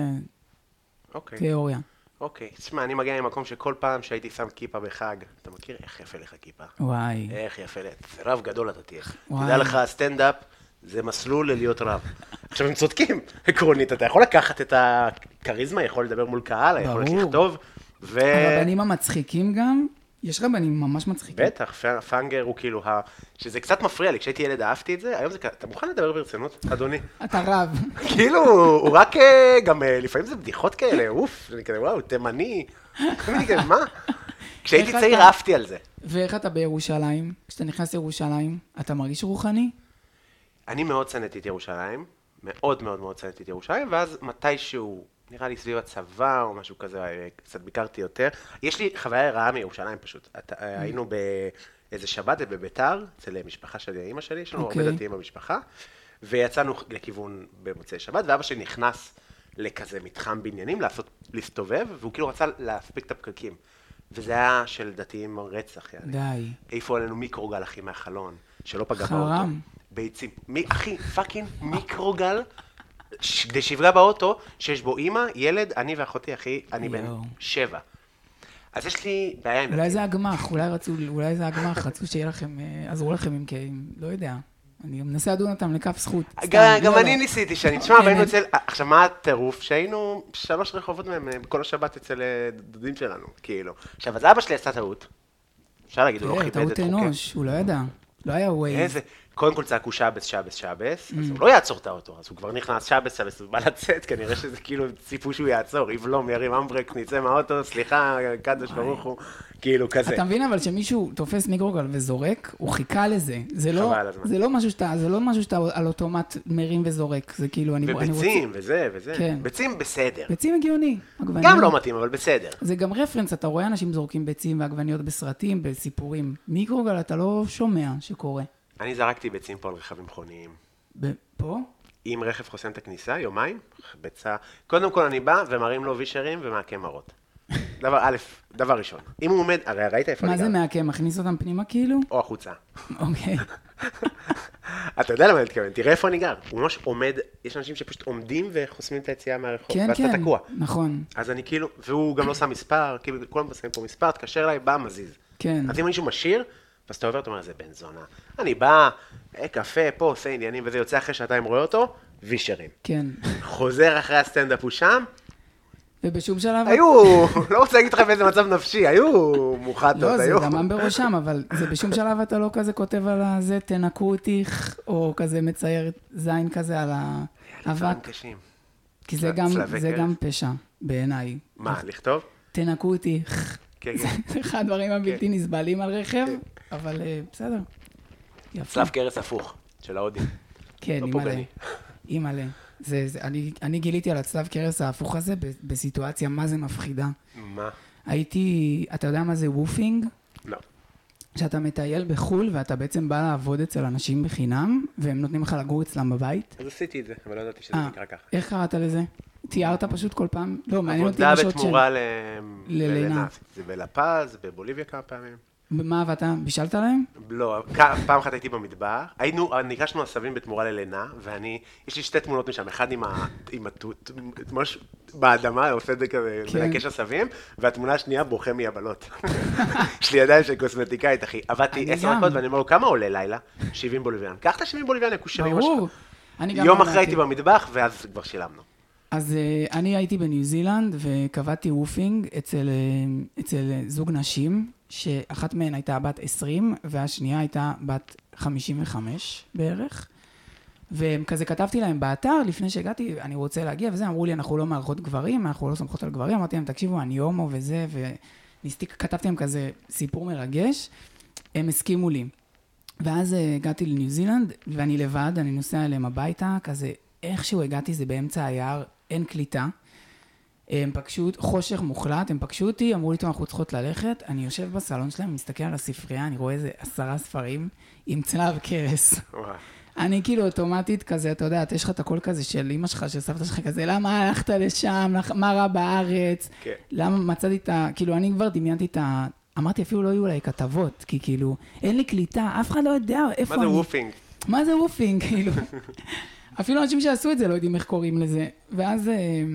תיאוריה. אוקיי, תשמע, אני מגיע ממקום שכל פעם שהייתי שם כיפה בחג, אתה מכיר איך יפה לך כיפה? וואי. איך יפה לך, זה רב גדול אתה תהיה. תדע לך, הסטנדאפ זה מסלול ללהיות רב. עכשיו הם צודקים, עקרונית, אתה יכול לקחת את הקריזמה, יכול לדבר מול קהל, יכול לכתוב, הרבנים המצחיקים גם, יש רבנים ממש מצחיקים. בטח, פאנגר הוא כאילו, שזה קצת מפריע לי, כשהייתי ילד אהבתי את זה, היום זה כזה, אתה מוכן לדבר ברצינות, אדוני? אתה רב. כאילו, הוא רק, גם לפעמים זה בדיחות כאלה, אוף, אני כזה, וואו, תימני, מה? כשהייתי צעיר אהבתי על זה. ואיך אתה בירושלים? כשאתה נכנס לירושלים, אתה מרגיש רוחני? אני מאוד צנתי את ירושלים, מאוד מאוד מאוד צנתי את ירושלים, ואז מתישהו, נראה לי סביב הצבא או משהו כזה, קצת ביקרתי יותר. יש לי חוויה רעה מירושלים פשוט. היינו באיזה שבת בביתר, אצל משפחה של אמא שלי, יש לנו הרבה דתיים במשפחה, ויצאנו לכיוון במוצאי שבת, ואבא שלי נכנס לכזה מתחם בניינים, להסתובב, והוא כאילו רצה להספיק את הפקקים. וזה היה של דתיים רצח, יעני. די. העיפו עלינו מיקרוגל, אחי, מהחלון, שלא פגע באוטו. חרם. ביצים. אחי, פאקינג מיקרוגל, כדי שיפגע באוטו, שיש בו אמא, ילד, אני ואחותי, אחי, אני בן 7. אז יש לי בעיה עם... אולי זה הגמח, אולי זה הגמח, רצו שיהיה לכם, עזרו לכם עם לא יודע. אני מנסה לדון אותם לכף זכות. גם אני ניסיתי שאני, תשמע, והיינו אצל... עכשיו, מה הטירוף? שהיינו 3 רחובות מהם, כל השבת אצל דודים שלנו, כאילו. עכשיו, אז אבא שלי עשה טעות. אפשר להגיד, הוא לא חיפד את חוקי. טעות אנוש, הוא לא ידע. לא היה ווייז. איזה... קודם כל צעקו שבס, אז הוא לא יעצור את האוטו, אז הוא כבר נכנס שבס, הוא בא לצאת, כנראה שזה כאילו ציפו שהוא יעצור, יבלום, ירים אמברק, נצא מהאוטו, סליחה, קדוש ברוך הוא, כאילו כזה. אתה מבין אבל שמישהו תופס מיקרוגל וזורק, הוא חיכה לזה. זה לא משהו שאתה על אוטומט מרים וזורק, זה כאילו אני רוצה... וביצים וזה. ביצים בסדר. ביצים הגיוני. גם לא מתאים, אבל בסדר. זה גם רפרנס, אתה רואה אנשים זורקים ביצים ועגבניות בסרטים, בסיפורים. מיקרוגל אתה לא שומע שקורה. אני זרקתי ביצים פה על רכבים מכוניים. פה? אם רכב חוסם את הכניסה, יומיים, ביצה. קודם כל אני בא ומראים לו וישרים ומעקה מרות. דבר ראשון. אם הוא עומד, הרי ראית איפה אני מה גר? זה מעקם? מכניס אותם פנימה כאילו? או החוצה. אוקיי. אתה יודע למה אני מתכוון, תראה איפה אני גר. הוא ממש עומד, יש אנשים שפשוט עומדים וחוסמים את היציאה מהרחוב. כן, ואז כן, אתה תקוע. נכון. אז אני כאילו, והוא גם לא שם מספר, כאילו כולם שמים פה מספר, תקשר אליי, בא, מזיז. כן. אז אם מישהו משאיר, אז אתה עובר, אתה אומר, זה בן זונה. אני בא, קפה, פה, עושה עניינים, וזה יוצא אחרי שעתיים רואה אותו, וישרים. כן. חוזר אחרי הסטנדאפ הוא שם, ובשום שלב... היו, לא רוצה להגיד לך באיזה מצב נפשי, היו מוחטות, לא, זה היו. דמם בראשם, אבל זה בשום שלב אתה לא כזה כותב על הזה, תנקו אותי, או כזה מצייר זין כזה על האבק. קשים. כי זה גם פשע, בעיניי. מה, לכתוב? תנקו אותי. כן, זה כן. אחד הדברים הבלתי נסבלים על רכב, אבל בסדר. יפה. צלב קרס הפוך, של ההודים. כן, לא אימא'לה. פוגעני. אימא'לה. אני גיליתי על הצלב קרס ההפוך הזה בסיטואציה מה זה מפחידה. מה? אתה יודע מה זה וופינג? לא. שאתה מטייל בחול ואתה בעצם בא לעבוד אצל אנשים בחינם, והם נותנים לך לגור אצלם בבית. אז עשיתי את זה, אבל לא ידעתי שזה נקרא ככה. איך קראת לזה? תיארת פשוט כל פעם? לא, מעניין אותי עבודה לשעות בתמורה ללינה. זה בלפז, בבוליביה כמה פעמים. מה, ואתה בישלת להם? לא, פעם אחת הייתי במטבח, ניגשנו עשבים בתמורה ללינה, יש לי שתי תמונות משם, אחד עם התות, ממש באדמה, עושה את זה כזה, מנקש עשבים, והתמונה השנייה בוכה מיבלות. יש לי ידיים של קוסמטיקאית, אחי. עבדתי 10 דקות ואני אומר לו, כמה עולה לילה? 70 בוליביאן. קח את ה-70 בוליביאן, מקושרים. ברור. יום אחרי הייתי במטבח, ואז כבר שילמנו. אז אני הייתי בניו זילנד וקבעתי וופינג אצל זוג נשים, שאחת מהן הייתה בת 20 והשנייה הייתה בת 55 בערך. וכזה כתבתי להם באתר, לפני שהגעתי, אני רוצה להגיע וזה, אמרו לי, אנחנו לא מערכות גברים, אנחנו לא סומכות על גברים, אמרתי להם, תקשיבו, אני הומו וזה, כתבתי להם כזה סיפור מרגש, הם הסכימו לי. ואז הגעתי לניו זילנד, ואני לבד, אני נוסע אליהם הביתה, כזה, איכשהו הגעתי, זה באמצע היער, אין קליטה. הם פגשו, חושך מוחלט, הם פגשו אותי, אמרו לי, אנחנו צריכות ללכת, אני יושב בסלון שלהם, מסתכל על הספרייה, אני רואה איזה 10 ספרים עם צלב קרס. אני כאילו אוטומטית כזה, אתה יודע, יש לך את הכל כזה של אמא שלך, של סבתא שלך כזה, למה הלכת לשם, מה רע בארץ, למה מצאתי את ה... כאילו, אני כבר דמיינתי את ה... אמרתי, אפילו לא יהיו לי כתבות, כי כאילו, אין לי קליטה, אף אחד לא יודע איפה אני... מה זה וופינג? מה זה וופינג, כאילו? אפילו אנשים שעשו את זה לא יודעים איך קוראים לזה. ואז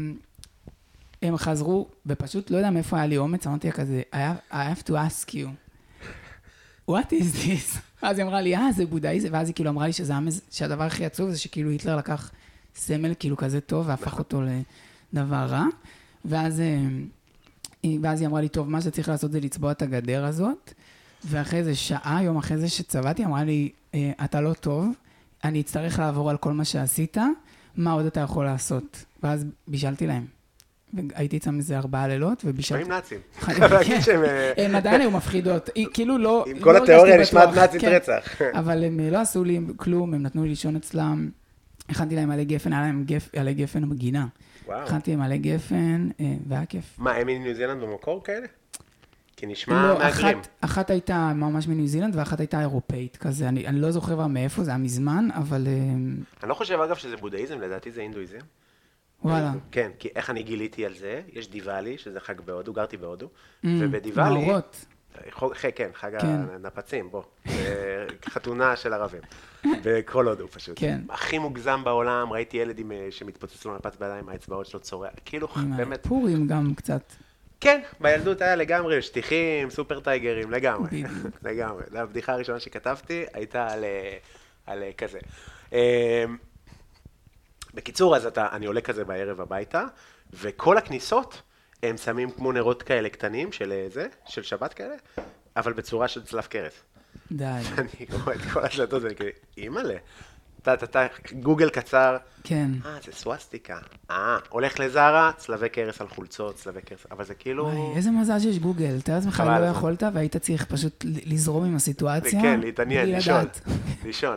הם חזרו, ופשוט לא יודע מאיפה היה לי אומץ, אמרתי כזה, I have to ask you, what is this? אז היא אמרה לי, זה בודהיזם, ואז היא כאילו אמרה לי שהדבר הכי עצוב זה שכאילו היטלר לקח סמל כאילו כזה טוב, והפך אותו לדבר רע, ואז היא אמרה לי, טוב, מה שצריך לעשות זה לצבוע את הגדר הזאת, ואחרי איזה שעה, יום אחרי זה שצבעתי, אמרה לי, אתה לא טוב, אני אצטרך לעבור על כל מה שעשית, מה עוד אתה יכול לעשות? ואז בישלתי להם. והייתי אצלם איזה 4 לילות, ובישלתי... שמים נאצים. הם עדיין היו מפחידות. כאילו לא... עם כל התיאוריה נשמעת נאצית רצח. אבל הם לא עשו לי כלום, הם נתנו לי לישון אצלם. הכנתי להם עלי גפן, היה להם עלי גפן בגינה. הכנתי להם עלי גפן, והיה כיף. מה, הם מניו זילנד במקור כאלה? כי נשמע מהגרים. אחת הייתה ממש מניו זילנד, ואחת הייתה אירופאית כזה. אני לא זוכר מאיפה, זה היה מזמן, אבל... אני לא חושב, אגב, שזה בודהיזם, לדעתי זה הינדואיזם. וואלה. כן, כי איך אני גיליתי על זה, יש דיוואלי, שזה חג בהודו, גרתי בהודו, ובדיוואלי... מאורות. כן, חג הנפצים, בוא. חתונה של ערבים. בכל הודו פשוט. כן. הכי מוגזם בעולם, ראיתי ילד שמתפוצץ לו נפץ בידיים, האצבעות שלו צורע. כאילו, באמת... פורים גם קצת. כן, בילדות היה לגמרי, שטיחים, סופר טייגרים, לגמרי. לגמרי. הבדיחה הראשונה שכתבתי הייתה על כזה. בקיצור, אז אני עולה כזה בערב הביתה, וכל הכניסות הם שמים כמו נרות כאלה קטנים של שבת כאלה, אבל בצורה של צלב קרס. די. אני רואה את כל השלטות, ואני כאילו, אימא'לה. גוגל קצר. כן. זה סוואסטיקה. הולך לזרה, צלבי קרס על חולצות, צלבי קרס, אבל זה כאילו... וואי, איזה מזל שיש גוגל. תראה לעצמך, לא יכולת, והיית צריך פשוט לזרום עם הסיטואציה. כן, להתעניין, לשאול.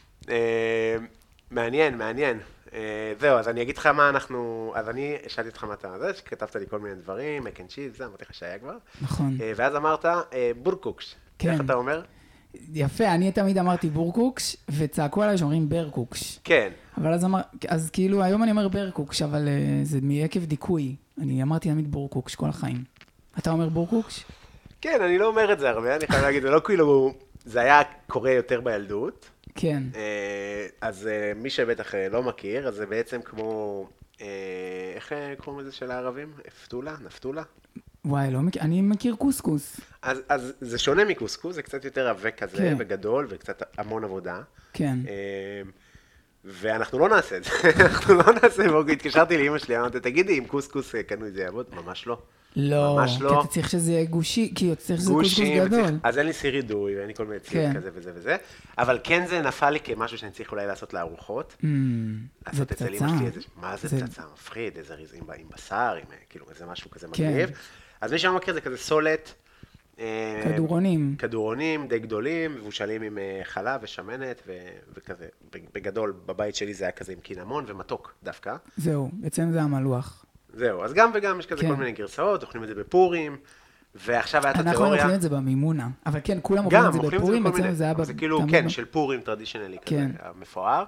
מעניין. זהו, אז אני אגיד לך מה אנחנו... אז אני שאלתי אותך מה אתה זה, שכתבת לי כל מיני דברים, מק אנד צ'יז, זה אמרתי לך שהיה כבר. נכון. ואז אמרת בורקוקש. כן. איך אתה אומר? יפה, אני תמיד אמרתי בורקוקש, וצעקו עליי שאומרים ברקוקש. כן. אבל אז כאילו, היום אני אומר ברקוקש, אבל זה מעקב דיכוי. אני אמרתי תמיד בורקוקש כל החיים. אתה אומר בורקוקש? כן, אני לא אומר את זה הרבה, אני חייב להגיד, זה לא כאילו, זה היה קורה יותר בילדות. כן. אז מי שבטח לא מכיר, אז זה בעצם כמו, איך קוראים לזה של הערבים? אפתולה? נפתולה? וואי, לא מכיר, אני מכיר קוסקוס. אז זה שונה מקוסקוס, זה קצת יותר עבה כזה, כן. וגדול, וקצת המון עבודה. כן. ואנחנו לא נעשה את זה, אנחנו לא נעשה, התקשרתי לאמא שלי, אמרתי, תגידי, אם קוסקוס קנו את זה יעבוד? ממש לא. לא, ממש לא. כי אתה צריך שזה יהיה גושי, כי אתה צריך שזה קוסקוס גדול. אז אין לי סיר רידוי, ואין לי כל מיני ציוד כזה וזה וזה, אבל כן זה נפל לי כמשהו שאני צריך אולי לעשות לארוחות. זה לעשות אצל אמא שלי, מה זה פצצה מפחיד, איזה ריזים עם בשר, כאילו איזה משהו כזה מגניב. אז מי שלא מכיר זה כזה סולת. כדורונים. כדורונים די גדולים, מבושלים עם חלב ושמנת וכזה. בגדול, בבית שלי זה היה כזה עם קינמון ומתוק דווקא. זהו, אצלנו זה המלוח. זהו, אז גם וגם יש כזה כל מיני גרסאות, אוכלים את זה בפורים, ועכשיו היה את התיאוריה. אנחנו אוכלים את זה במימונה, אבל כן, כולם אוכלים את זה בפורים, אצלנו זה היה זה כאילו, כן, של פורים טרדישנלי כזה, מפואר.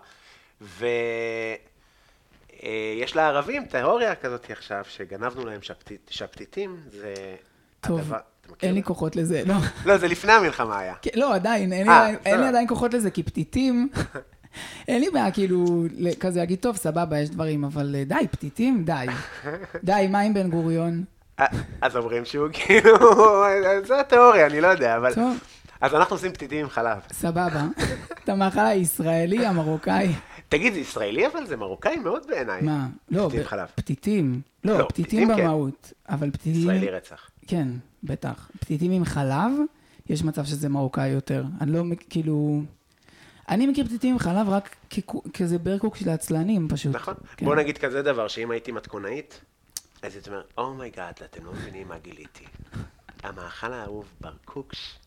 ויש לערבים תיאוריה כזאת עכשיו, שגנבנו להם שהפתיתים, זה טוב, אין לי כוחות לזה, לא. לא, זה לפני המלחמה היה. לא, עדיין, אין לי עדיין כוחות לזה, כי פתיתים, אין לי בעיה כאילו כזה להגיד, טוב, סבבה, יש דברים, אבל די, פתיתים, די. די, מה עם בן גוריון? אז אומרים שהוא כאילו, זה התיאוריה, אני לא יודע, אבל... טוב. אז אנחנו עושים פתיתים עם חלב. סבבה. את המאכל הישראלי, המרוקאי. תגיד, זה ישראלי, אבל זה מרוקאי מאוד בעיניי. מה? לא, פתיתים חלב. פתיתים. לא, פתיתים במהות. אבל פתיתים... ישראלי רצח. כן, בטח. פתיתים עם חלב, יש מצב שזה מרוקאי יותר. אני לא, כאילו... אני מכיר פתיתים עם חלב רק כזה ברקוק של העצלנים, פשוט. נכון. בוא נגיד כזה דבר, שאם הייתי מתכונאית, אז הייתי אומר, אומייגאד, אתם לא מבינים מה גיליתי. המאכל האהוב ברקוקש.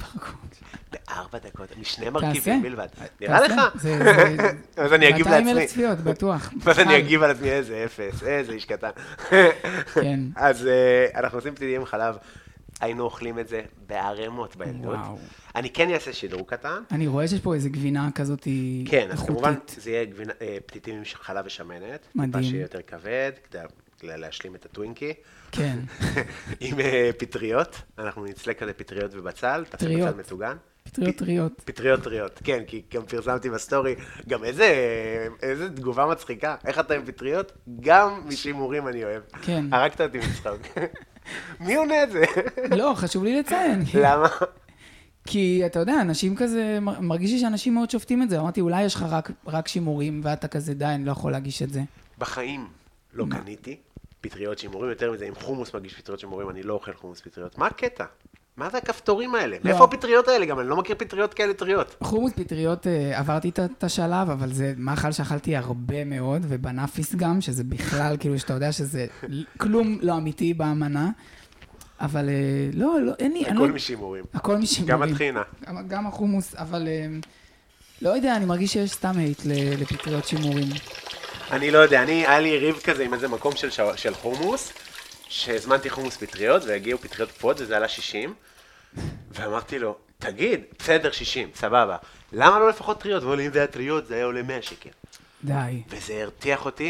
ב4 דקות, משני מרכיבים בלבד. נראה לך? אז אני אגיב לעצמי. 200,000 צפיות, בטוח. אז אני אגיב על עצמי, איזה אפס, איזה איש קטן. כן. אז אנחנו עושים פתיתים עם חלב. היינו אוכלים את זה בערימות בילדות. אני כן אעשה שידור קטן. אני רואה שיש פה איזה גבינה כזאת איכותית. כן, אז כמובן זה יהיה פתיתים עם חלב ושמנת. מדהים. טיפה שיהיה יותר כבד, כדי להשלים את הטווינקי. כן. עם פטריות, אנחנו נצלה כזה פטריות ובצל, תעשה בצל מטוגן. פטריות טריות. פטריות טריות, כן, כי גם פרסמתי בסטורי, גם איזה תגובה מצחיקה, איך אתה עם פטריות? גם משימורים אני אוהב. כן. הרגת אותי מצחוק. מי עונה את זה? לא, חשוב לי לציין. למה? כי אתה יודע, אנשים כזה, מרגיש לי שאנשים מאוד שופטים את זה. אמרתי, אולי יש לך רק שימורים, ואתה כזה די, אני לא יכול להגיש את זה. בחיים לא קניתי פטריות שימורים, יותר מזה, אם חומוס מגיש פטריות שימורים, אני לא אוכל חומוס פטריות. מה הקטע? מה זה הכפתורים האלה? מאיפה הפטריות האלה? גם אני לא מכיר פטריות כאלה טריות. חומוס פטריות, עברתי את השלב, אבל זה מאכל שאכלתי הרבה מאוד, ובנאפיס גם, שזה בכלל, כאילו, שאתה יודע שזה כלום לא אמיתי באמנה. אבל לא, אין לי... הכל משימורים. הכל משימורים. גם הטחינה. גם החומוס, אבל לא יודע, אני מרגיש שיש סתם הייט לפטריות שימורים. אני לא יודע, היה לי ריב כזה עם איזה מקום של חומוס, שהזמנתי חומוס פטריות, והגיעו פטריות פוד, וזה עלה 60, ואמרתי לו, תגיד, בסדר 60, סבבה, למה לא לפחות טריות? ואומרים לי, אם זה היה טריות, זה היה עולה 100 שקל. די. וזה הרתיח אותי,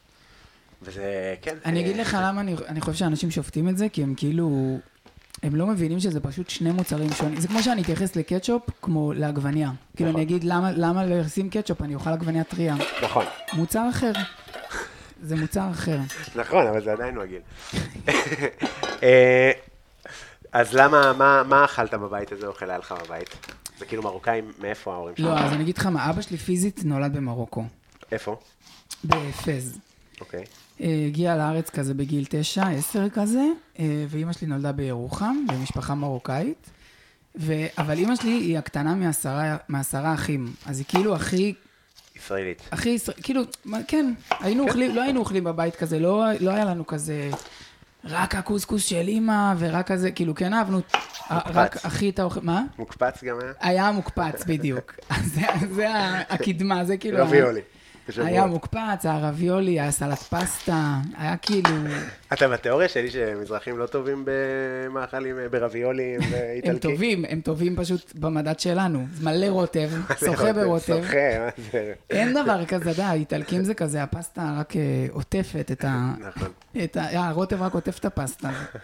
וזה, כן. אני אגיד לך למה אני חושב שאנשים שופטים את זה, כי הם כאילו, הם לא מבינים שזה פשוט שני מוצרים שונים. זה כמו שאני אתייחס לקטשופ, כמו לעגבניה. כאילו אני אגיד, למה לשים קטשופ? אני אוכל עגבניה טריה. נכון. מוצר אחר. זה מוצר אחר. נכון, אבל זה עדיין לא הגיל. אז למה, מה אכלת בבית הזה, אוכל היה לך בבית? זה כאילו מרוקאים, מאיפה ההורים שלך? לא, אז אני אגיד לך מה, אבא שלי פיזית נולד במרוקו. איפה? בפז. אוקיי. הגיע לארץ כזה בגיל 9, 10 כזה, ואימא שלי נולדה בירוחם, במשפחה מרוקאית, אבל אימא שלי היא הקטנה מ10 אחים, אז היא כאילו הכי... ישראלית. הכי, כאילו, כן, לא היינו אוכלים בבית כזה, לא היה לנו כזה, רק הקוסקוס של אימא, ורק כזה, כאילו, כן אהבנו, רק הכי את האוכל, מה? מוקפץ גם היה? היה מוקפץ, בדיוק. זה הקדמה, זה כאילו... רביולי. היה מוקפץ, היה רביולי, היה סלט פסטה, היה כאילו... אתה בתיאוריה שלי שמזרחים לא טובים במאכלים, ברביולי ואיטלקי? הם טובים פשוט במדד שלנו. זה מלא רוטב, שוחה ברוטב. שוחה, מה זה? אין דבר כזה, די, איטלקים זה כזה, הפסטה רק עוטפת את ה... נכון. הרוטב רק עוטף את הפסטה.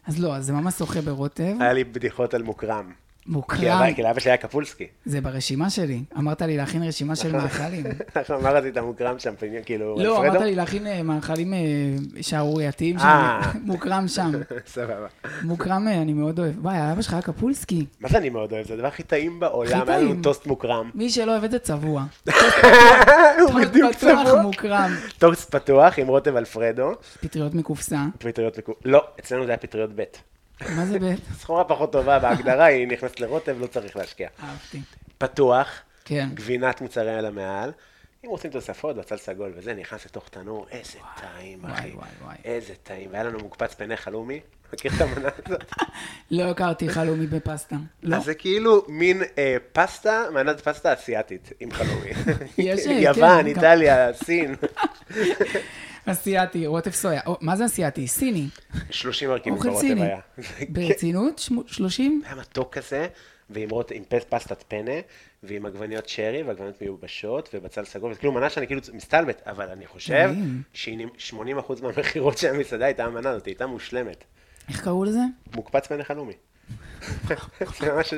אז לא, אז זה ממש שוחה ברוטב. היה לי בדיחות על מוקרם. מוקרם, כי לאבא שלי היה קפולסקי. זה ברשימה שלי. אמרת לי להכין רשימה של מאכלים. עכשיו, מה רצית המוקרם שם, כאילו, לא, אלפרדו? אמרת לי להכין מאכלים שערורייתיים שם, מוקרם שם. סבבה. מוקרם אני מאוד אוהב. וואי, אבא שלך היה קפולסקי. מה זה אני מאוד אוהב? זה הדבר הכי טעים בעולם, הכי היה לנו טעים. טוסט מוקרם. מי שלא אוהב את זה צבוע. הוא בדיוק פתוח צבוע. מוקרם. טוסט פתוח עם רוטב אלפרדו. פטריות מקופסה. פטריות לא, אצלנו זה היה פטריות ב'. מה זה בית? סחורה פחות טובה בהגדרה, היא נכנסת לרוטב, לא צריך להשקיע. אהבתי. פתוח, כן. גבינת מוצרלה מעל. אם רוצים תוספות, בצל סגול וזה, נכנס לתוך תנור, איזה טעים, אחי. וואי. איזה טעים. והיה לנו מוקפץ פני חלומי. מכיר את המנה הזאת? לא הכרתי חלומי בפסטה. לא? אז זה כאילו מין פסטה, מנת פסטה אסיאתית עם חלומי. יש, יוון, כן, איטליה, סין. אסיאתי, רוטב סויה. מה זה אסיאתי? סיני. 30 מרכיבים אוכל ברוטב סיני. היה. ברצינות? 30? היה מתוק כזה, ועם פסטת פנה, ועם עגבניות שרי, ועגבניות מיובשות, ובצל סגול, וזה כאילו מנה שאני כאילו מסתלבט, אבל אני חושב טעים. שהיא 80% מהמחירות של המסעדה הייתה המנה הזאת, הייתה מושלמת. איך קראו לזה? מוקפץ פני חלומי. זה ממש...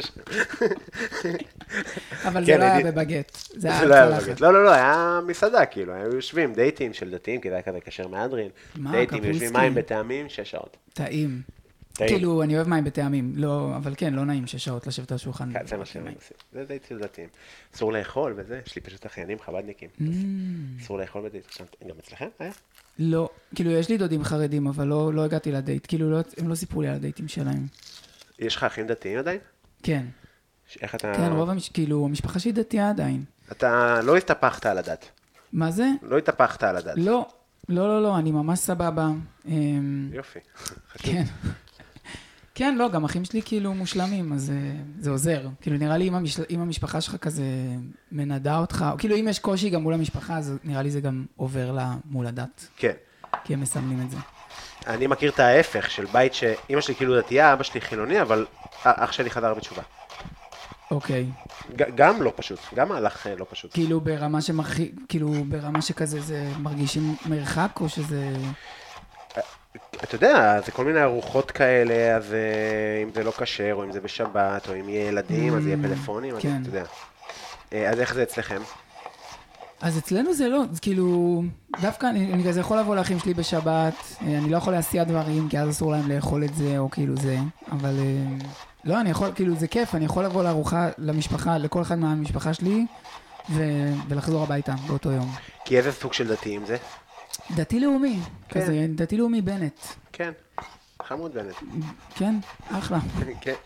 אבל זה לא היה בבגט. זה היה לא היה צלחת. בבגט. לא, היה מסעדה, כאילו, היו יושבים דייטים של דתיים, כי זה היה כזה קשר מהדרין. מה, דייטים, יושבים קפולסקי? מים בטעמים, 6 שעות. טעים. טעים. כאילו, אני אוהב מים בטעמים. לא, אבל כן, לא נעים 6 שעות לשבת על השולחן. כן, זה מה שהם עושים. זה דייט של דתיים. אסור לאכול וזה, יש לי פשוט אחיינים חבדניקים. אסור לאכול בדייט. עכשיו, גם אצלכם היה? לא, כאילו, יש לי דודים חרדים, אבל לא הגעתי לדייט. כאילו, הם לא סיפרו לי על הדייטים שלהם. יש לך אחים דתיים עדיין? כן. איך אתה... כן, כאילו, המשפחה שלי דתייה עדיין. אתה לא הסתפחת על הדת. מה זה? לא התהפכת על הדת. לא, אני ממש סבבה. יופי. כן. כן, לא, גם אחים שלי כאילו מושלמים, אז זה עוזר. כאילו, נראה לי אם המשפחה שלך כזה מנדה אותך, או כאילו, אם יש קושי גם מול המשפחה, אז נראה לי זה גם עובר לה מול הדת. כן. כי הם מסמנים את זה. אני מכיר את ההפך של בית שאמא שלי כאילו דתייה, אבא שלי חילוני, אבל אח שלי חזר בתשובה. אוקיי. גם לא פשוט, גם מהלך לא פשוט. כאילו, ברמה שכזה זה מרגישים מרחק, או שזה... אתה יודע, זה כל מיני ארוחות כאלה, אז אם זה לא כשר, או אם זה בשבת, או אם יהיה ילדים, אז יהיה פלאפונים, אז כן. אתה יודע. אז איך זה אצלכם? אז אצלנו זה לא, זה כאילו, דווקא אני כזה יכול לבוא לאחים שלי בשבת, אני לא יכול להסיע דברים, כי אז אסור להם לאכול את זה, או כאילו זה, אבל לא, אני יכול, כאילו זה כיף, אני יכול לבוא לארוחה, למשפחה, לכל אחד מהמשפחה שלי, ולחזור הביתה באותו יום. כי איזה סוג של דתיים זה? דתי-לאומי, כן. כזה, דתי-לאומי בנט. כן, חמוד בנט. כן, אחלה. כן.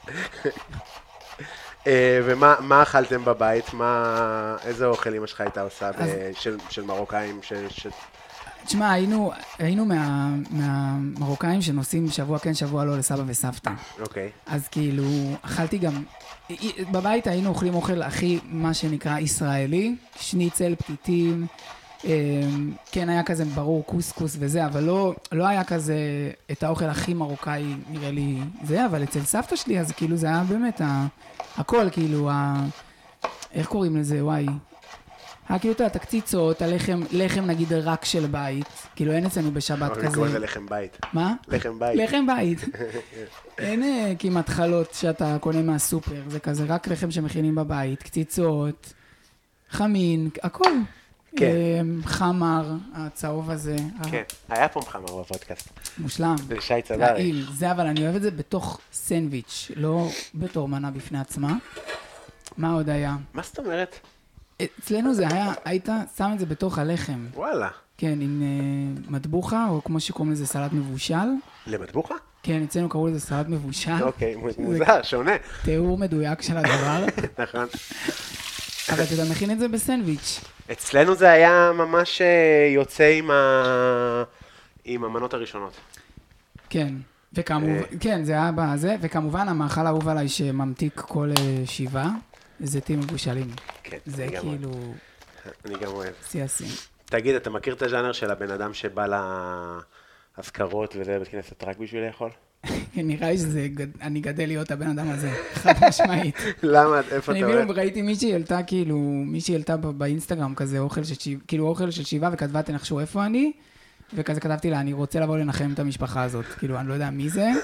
ומה אכלתם בבית? איזה אוכל אמא שלך הייתה עושה של מרוקאים? תשמע, היינו מהמרוקאים שנוסעים שבוע כן, שבוע לא לסבא וסבתא. אוקיי. אז כאילו, אכלתי גם, בבית היינו אוכלים אוכל הכי, מה שנקרא, ישראלי, שניצל, פתיתים, כן היה כזה ברור קוסקוס וזה, אבל לא היה כזה את האוכל הכי מרוקאי, נראה לי זה, אבל אצל סבתא שלי, אז כאילו זה היה באמת הכל, כאילו, איך קוראים לזה, וואי? כאילו, אתה הקציצות, לחם נגיד רק של בית, כאילו אין אצלנו בשבת כזה. אני קורא לזה לחם בית. מה? לחם בית. לחם בית. אין כמעט חלות שאתה קונה מהסופר, זה כזה רק לחם שמכינים בבית, קציצות, חמין, הכל. כן. חמר, הצהוב הזה. כן, היה פה חמר בפודקאסט. מושלם. לשי צדרי. זה, אבל אני אוהב את זה בתוך סנדוויץ', לא בתור מנה בפני עצמה. מה עוד היה? מה זאת אומרת? אצלנו זה היה, היית שם את זה בתוך הלחם. וואלה. כן, עם מטבוחה, או כמו שקוראים לזה סלט מבושל. למטבוחה? כן, אצלנו קראו לזה סלט מבושל. אוקיי, מוזר, שונה. תיאור מדויק של הדבר. נכון. אבל אתה מכין את זה בסנדוויץ'. אצלנו זה היה ממש יוצא עם המנות הראשונות. כן, וכמובן, כן, זה היה בזה, וכמובן המאכל האהוב עליי שממתיק כל שבעה, זיתים מבושלים. כן, זה כאילו... אני גם אוהב. סייסים. תגיד, אתה מכיר את הז'אנר של הבן אדם שבא להזכרות וזה בית כנסת רק בשביל לאכול? נראה לי שאני גדל להיות הבן אדם הזה, חד משמעית. למה? איפה אתה אני אוהב? ראיתי מישהי העלתה באינסטגרם כזה אוכל של שבעה, וכתבה תנחשו איפה אני, וכזה כתבתי לה, אני רוצה לבוא לנחם את המשפחה הזאת. כאילו, אני לא יודע מי זה,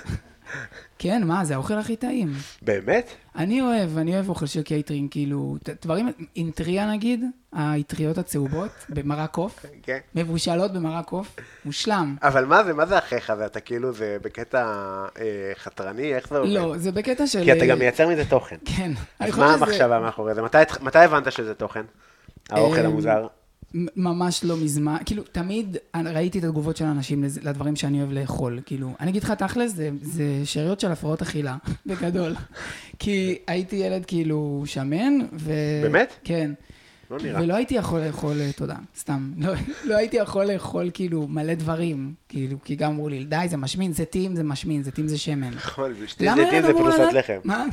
כן, מה, זה האוכל הכי טעים. באמת? אני אוהב אוכל של קייטרינג, כאילו, דברים, אינטריה נגיד, האטריות הצהובות, במרק קוף, כן. מבושלות במרק קוף, מושלם. אבל מה זה אחיך? ואתה כאילו, זה בקטע חתרני? איך זה עובד? לא, זה בקטע של... כי אתה גם מייצר מזה תוכן. כן. אז מה המחשבה מאחורי זה? מתי הבנת שזה תוכן? האוכל המוזר? ממש לא מזמן, כאילו, תמיד ראיתי את התגובות של האנשים לדברים שאני אוהב לאכול, כאילו, אני אגיד לך תכלס, זה שאריות של הפרעות אכילה, בגדול. כי הייתי ילד כאילו שמן, באמת? כן. לא נראה. ולא הייתי יכול לאכול, תודה, סתם, לא הייתי יכול לאכול כאילו מלא דברים, כאילו, כי גם אמרו לי, די, זה משמין, זיתים זה משמין, זיתים זה שמן. נכון, שתי זיתים זה פרוסת לחם. מה?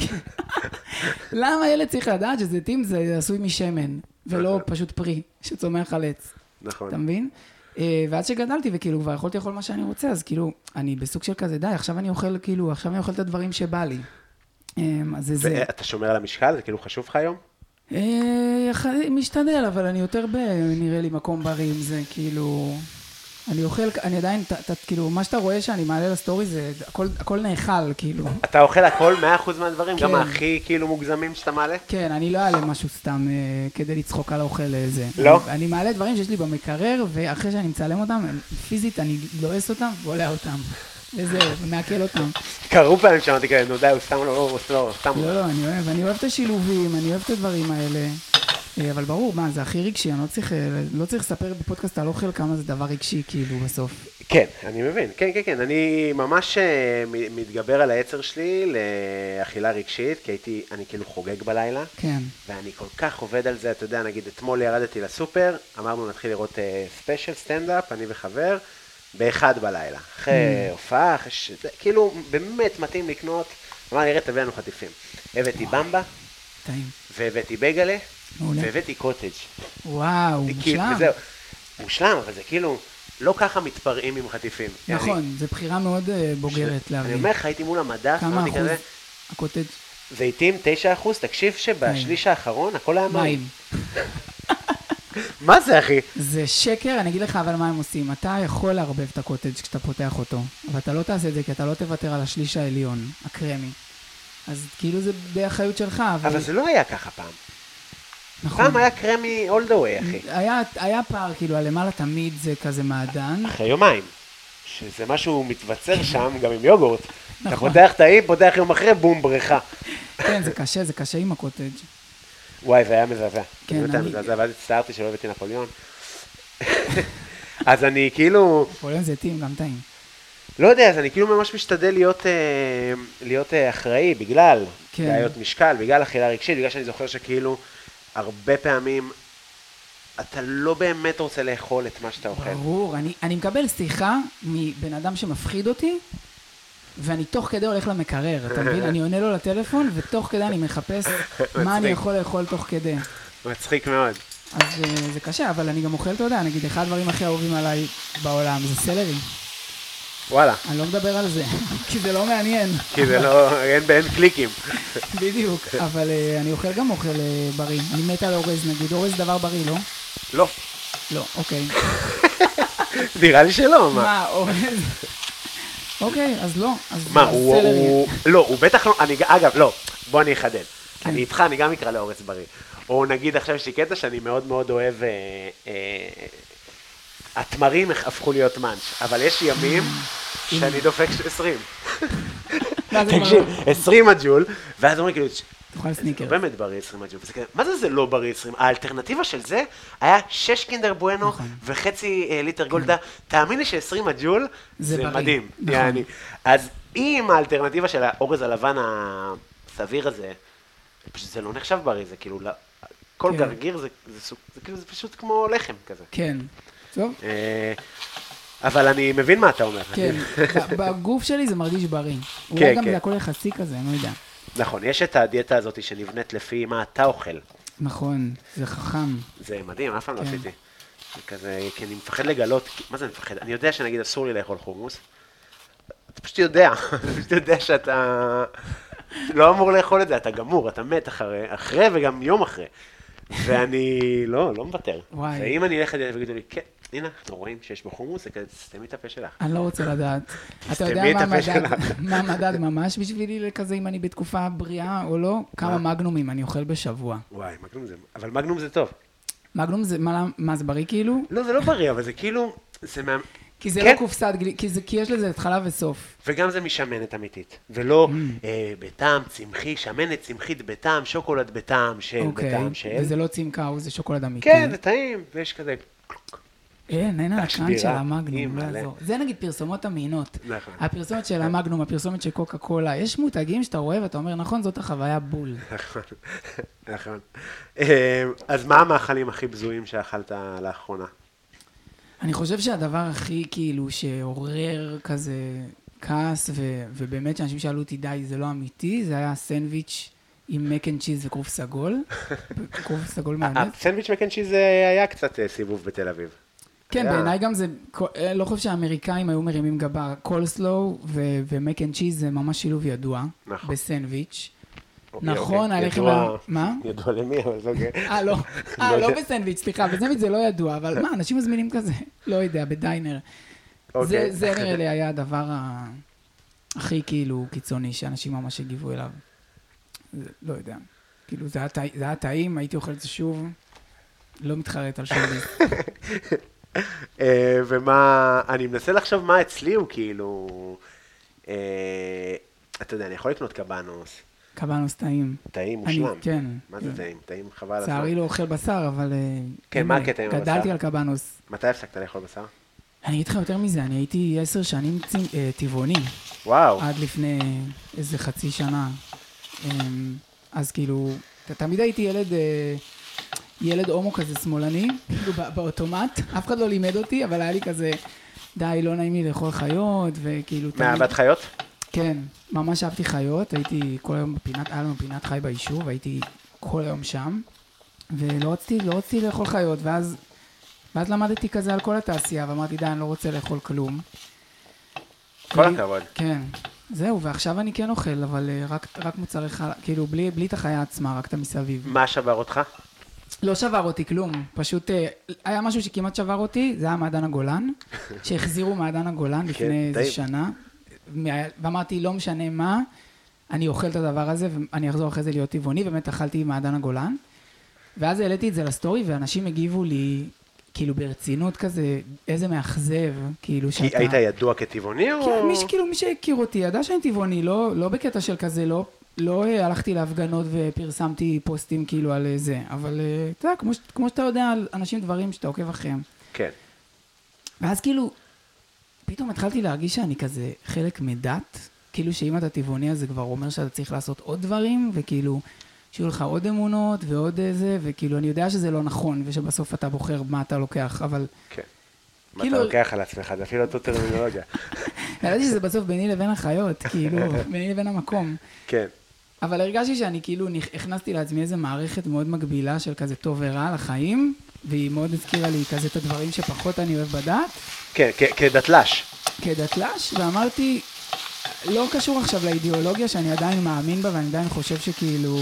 למה ילד צריך לדעת שזיתים זה עשוי משמן, ולא פשוט פרי שצומח על עץ. נכון. אתה מבין? ואז שגדלתי וכאילו כבר יכולתי לאכול מה שאני רוצה, אז כאילו, אני בסוג של כזה, די, עכשיו אני אוכל את הדברים שבא לי. אז זה... ואתה שומר על המשקל? זה כאילו חשוב לך היום? משתדל, אבל אני יותר נראה לי מקום בריא עם זה, כאילו... אני אוכל, אני עדיין, כאילו, מה שאתה רואה שאני מעלה לסטורי זה, הכל נאכל, כאילו. אתה אוכל הכל 100% מהדברים? גם הכי כאילו מוגזמים שאתה מעלה? כן, אני לא אעלה משהו סתם כדי לצחוק על האוכל זה. לא? אני מעלה דברים שיש לי במקרר, ואחרי שאני מצלם אותם, פיזית אני לועס אותם ועולה אותם. וזהו, ומעכל אותם. קרו פעמים שאמרתי כאלה, נו די, הוא סתם לא, סתם. לא, אני אוהב את השילובים, אני אוהב את הדברים האלה. אבל ברור, מה, זה הכי רגשי, אני לא צריך לספר בפודקאסט על אוכל כמה זה דבר רגשי, כאילו, בסוף. כן, אני מבין, כן, אני ממש מתגבר על היצר שלי לאכילה רגשית, כי אני כאילו חוגג בלילה, כן. ואני כל כך עובד על זה, אתה יודע, נגיד, אתמול ירדתי לסופר, אמרנו נתחיל לראות ספיישל סטנדאפ, אני וחבר, באחד בלילה, אחרי הופעה, כאילו, באמת מתאים לקנות, אמר, נראה, תביא לנו חטיפים. הבאתי במבה, טעים. והבאתי בגלה, מעולה. והבאתי קוטג'. וואו, מושלם. וזהו, מושלם, אבל זה כאילו, לא ככה מתפרעים עם חטיפים. נכון, זו בחירה מאוד בוגרת להביא. אני אומר לך, הייתי מול המדף, כמה אמרתי אחוז כזה, הקוטג'? זיתים 9%, תקשיב שבשליש האחרון הכל היה מים. מים. מה זה, אחי? זה שקר, אני אגיד לך אבל מה הם עושים. אתה יכול לערבב את הקוטג' כשאתה פותח אותו, אבל אתה לא תעשה את זה, כי אתה לא תוותר על השליש העליון, הקרמי. אז כאילו זה די אחריות שלך, אבל זה לא היה ככה פעם. נכון. פעם היה קרמי all the way, אחי. היה פער, כאילו, הלמעלה תמיד זה כזה מעדן. אחרי יומיים. שזה משהו מתווצר שם, גם עם יוגורט. אתה נכון. פותח טעים, פותח יום אחרי, בום, בריכה. כן, זה קשה עם הקוטג'. וואי, זה היה מזעזע. כן, באמת היה מזעזע, ואז הצטערתי שלא הבאתי נפוליאון. אז אני כאילו... פוליון זיתים, גם טעים. לא יודע, אז אני כאילו ממש משתדל להיות אחראי, בגלל בעיות משקל, בגלל אכילה רגשית, בגלל שאני זוכר שכאילו הרבה פעמים אתה לא באמת רוצה לאכול את מה שאתה אוכל. ברור, אני מקבל שיחה מבן אדם שמפחיד אותי, ואני תוך כדי הולך למקרר, אתה מבין? אני עונה לו לטלפון, ותוך כדי אני מחפש מה אני יכול לאכול תוך כדי. מצחיק מאוד. אז זה קשה, אבל אני גם אוכל, אתה יודע, נגיד, אחד הדברים הכי אהובים עליי בעולם זה סלרי. וואלה. אני לא מדבר על זה, כי זה לא מעניין. כי זה לא, אין קליקים. בדיוק, אבל אני אוכל גם אוכל בריא. אני מת על אורז, נגיד, אורז דבר בריא, לא? לא. לא, אוקיי. נראה לי שלא, מה? מה, אורז? אוקיי, אז לא. מה, הוא בטח לא, אגב, לא, בוא אני אחדד. אני איתך, אני גם אקרא לאורז בריא. או נגיד עכשיו יש לי קטע שאני מאוד מאוד אוהב, התמרים הפכו להיות מאנץ', אבל יש ימים שאני דופק 20. תקשיב, 20 מג'ול, ואז אומרים כאילו, תאכל סניקר. באמת בריא 20 מג'ול. מה זה לא בריא 20? האלטרנטיבה של זה היה 6 קינדר בואנו וחצי ליטר גולדה. תאמין לי ש20 מג'ול זה מדהים. אז אם האלטרנטיבה של האורז הלבן הסביר הזה, זה לא נחשב בריא, זה כאילו, כל גרגיר זה פשוט כמו לחם כזה. כן. טוב. אבל אני מבין מה אתה אומר. כן, בגוף שלי זה מרגיש בריא. אולי גם זה הכל יחסי כזה, אני לא יודע. נכון, יש את הדיאטה הזאת שנבנית לפי מה אתה אוכל. נכון, זה חכם. זה מדהים, אף פעם לא עשיתי. כזה, כי אני מפחד לגלות, מה זה מפחד? אני יודע שנגיד אסור לי לאכול חומוס. אתה פשוט יודע, שאתה לא אמור לאכול את זה, אתה גמור, אתה מת אחרי וגם יום אחרי. ואני לא מוותר. ואם אני אלך לדיאטה ויגידו לי, כן, הנה, אנחנו רואים שיש בו חומוס, זה כזה, סתמי את הפה שלך. אני לא רוצה לדעת. אתה יודע מה המדד ממש בשבילי לכזה, אם אני בתקופה בריאה או לא? כמה מגנומים אני אוכל בשבוע. וואי, מגנום זה, אבל מגנום זה טוב. מגנום זה, מה זה בריא כאילו? לא, זה לא בריא, אבל זה כאילו, זה כי זה לא קופסת, כי יש לזה התחלה וסוף. וגם זה משמנת אמיתית, ולא בטעם צמחי, שמנת צמחית בטעם, שוקולד בטעם של, בטעם של. וזה לא צמקאו, זה שוקולד אמיתי. כן, זה טעים, ויש כזה... אין על הקרן של המגנום, לא יעזור. זה נגיד פרסומות אמינות. נכון. הפרסומת של המגנום, הפרסומת של קוקה קולה, יש מותגים שאתה רואה ואתה אומר, נכון, זאת החוויה בול. נכון, נכון. אז מה המאכלים הכי בזויים שאכלת לאחרונה? אני חושב שהדבר הכי כאילו שעורר כזה כעס, ובאמת שאנשים שאלו אותי די, זה לא אמיתי, זה היה סנדוויץ' עם מק אנד צ'יז וכרוב סגול. כרוב סגול מהנס. הסנדוויץ' מק אנד צ'יז היה קצת סיבוב בתל אביב. כן, בעיניי גם זה, לא חושב שהאמריקאים היו מרימים גבה, קולסלואו ומק אנד צ'יז זה ממש שילוב ידוע בסנדוויץ'. נכון, הלחם... מה? ידוע למי, אבל זה אוקיי. לא בסנדוויץ', סליחה, בסנדוויץ' זה לא ידוע, אבל מה, אנשים מזמינים כזה? לא יודע, בדיינר. זה נראה לי היה הדבר הכי כאילו קיצוני, שאנשים ממש הגיבו אליו. לא יודע. כאילו, זה היה טעים, הייתי אוכל את זה שוב, לא מתחרט על שובי. ומה, אני מנסה לחשוב מה אצלי הוא כאילו, אתה יודע, אני יכול לקנות קבנוס. קבנוס טעים. טעים מושלם. כן. מה זה טעים? טעים חבל הזמן. צערי לא אוכל בשר, אבל... כן, מה הקטע עם הבשר? גדלתי על קבנוס. מתי הפסקת לאכול בשר? אני אגיד לך יותר מזה, אני הייתי 10 שנים טבעוני. וואו. עד לפני איזה חצי שנה. אז כאילו, תמיד הייתי ילד הומו כזה שמאלני, כאילו באוטומט. אף אחד לא לימד אותי, אבל היה לי כזה, די, לא נעים לי לאכול חיות, וכאילו... מאהבת חיות? כן, ממש אהבתי חיות, הייתי כל היום בפינת, היה לנו פינת חי ביישוב, הייתי כל היום שם, ולא רציתי לאכול חיות, ואז למדתי כזה על כל התעשייה, ואמרתי, די, אני לא רוצה לאכול כלום. כל הכבוד. כן, זהו, ועכשיו אני כן אוכל, אבל רק מוצרי חלב, כאילו, בלי את החיה עצמה, רק את המסביב. מה שבר אותך? לא שבר אותי כלום, פשוט היה משהו שכמעט שבר אותי, זה היה מעדן הגולן, שהחזירו מעדן הגולן לפני איזה שנה, ואמרתי, לא משנה מה, אני אוכל את הדבר הזה, ואני אחזור אחרי זה להיות טבעוני, באמת אכלתי מעדן הגולן, ואז העליתי את זה לסטורי, ואנשים הגיבו לי, כאילו ברצינות כזה, איזה מאכזב, כאילו שאתה... כי היית ידוע כטבעוני או... כן, מי שהכיר אותי, ידע שאני טבעוני, לא בקטע של כזה, לא הלכתי להפגנות ופרסמתי פוסטים כאילו על זה, אבל אתה יודע, כמו שאתה יודע על אנשים דברים שאתה עוקב אחריהם. כן. ואז כאילו, פתאום התחלתי להרגיש שאני כזה חלק מדת, כאילו שאם אתה טבעוני אז זה כבר אומר שאתה צריך לעשות עוד דברים, וכאילו שיהיו לך עוד אמונות ועוד זה, וכאילו אני יודע שזה לא נכון, ושבסוף אתה בוחר מה אתה לוקח, אבל... כן. מה אתה לוקח על עצמך, זה אפילו אותו טרמינולוגיה. ידעתי שזה בסוף ביני לבין החיות, כאילו, ביני לבין המקום. כן. אבל הרגשתי שאני כאילו הכנסתי לעצמי איזו מערכת מאוד מגבילה של כזה טוב ורע לחיים, והיא מאוד הזכירה לי כזה את הדברים שפחות אני אוהב בדת. כן, כדתל"ש. כדתל"ש, ואמרתי, לא קשור עכשיו לאידיאולוגיה שאני עדיין מאמין בה, ואני עדיין חושב שכאילו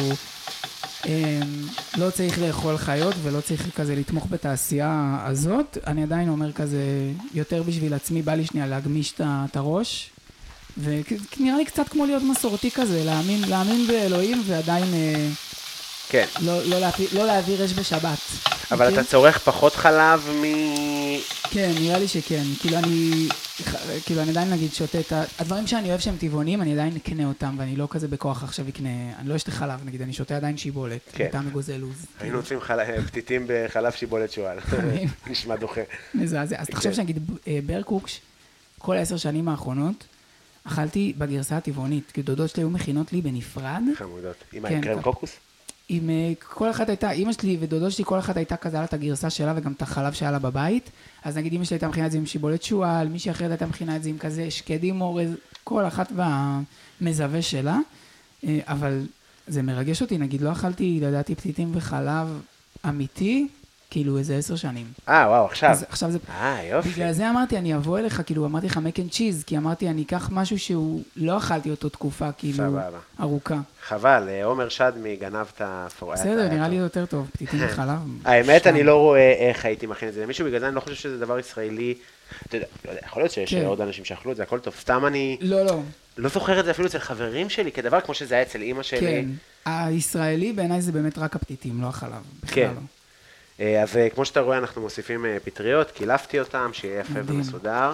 לא צריך לאכול חיות ולא צריך כזה לתמוך בתעשייה הזאת. אני עדיין אומר כזה, יותר בשביל עצמי, בא לי שנייה להגמיש את הראש, ונראה לי קצת כמו להיות מסורתי כזה, להאמין באלוהים ועדיין כן. לא להעביר אש בשבת. אבל אתה צורך פחות חלב כן, נראה לי שכן. כאילו אני עדיין נגיד שותה את הדברים שאני אוהב שהם טבעונים, אני עדיין אקנה אותם, ואני לא כזה בכוח עכשיו אקנה, אני לא אשתה חלב, נגיד, אני שותה עדיין שיבולת, בטעם מגוזל לוז. היינו עושים פתיתים בחלב שיבולת שואל. נשמע דוחה. מזעזע. אז תחשוב שנגיד ברקוקש, כל 10 שנים האחרונות, אכלתי בגרסה הטבעונית, כי דודות שלי היו מכינות לי בנפרד. חמודות. עם קרם קוקוס? עם כל אחת הייתה, אמא שלי ודודות שלי, כל אחת הייתה כזה על את הגרסה שלה וגם את החלב שהיה לה בבית. אז נגיד אמא שלי הייתה מכינה את זה עם שיבולת שועל, מישהי אחרת הייתה מכינה את זה עם כזה שקדים אורז, כל אחת והמזווה שלה. אבל זה מרגש אותי, נגיד לא אכלתי, לדעתי פתיתים וחלב אמיתי, כאילו איזה 10 שנים. וואו, עכשיו. אז עכשיו זה... יופי. בגלל זה אמרתי, אני אבוא אליך, כאילו, אמרתי לך מק אנד צ'יז, כי אמרתי, אני אקח משהו שהוא לא אכלתי אותו תקופה, כאילו, ארוכה. חבל, עומר שדמי גנב את הפורט. בסדר, נראה לי יותר טוב, פתיתים בחלב. האמת, אני לא רואה איך הייתי מכין את זה. למישהו בגלל זה אני לא חושב שזה דבר ישראלי. אתה יודע, יכול להיות שיש עוד אנשים שאכלו את זה, הכל טוב. סתם אני... לא זוכר את זה אפילו אצל חברים שלי, כדבר כמו שזה היה אצל אמא שלי. כן, הישראלי בעיניי זה באמת רק הפתיתים, לא החלב, בכלל לא. אז כמו שאתה רואה, אנחנו מוסיפים פטריות, קילפתי אותם, שיהיה יפה ומסודר.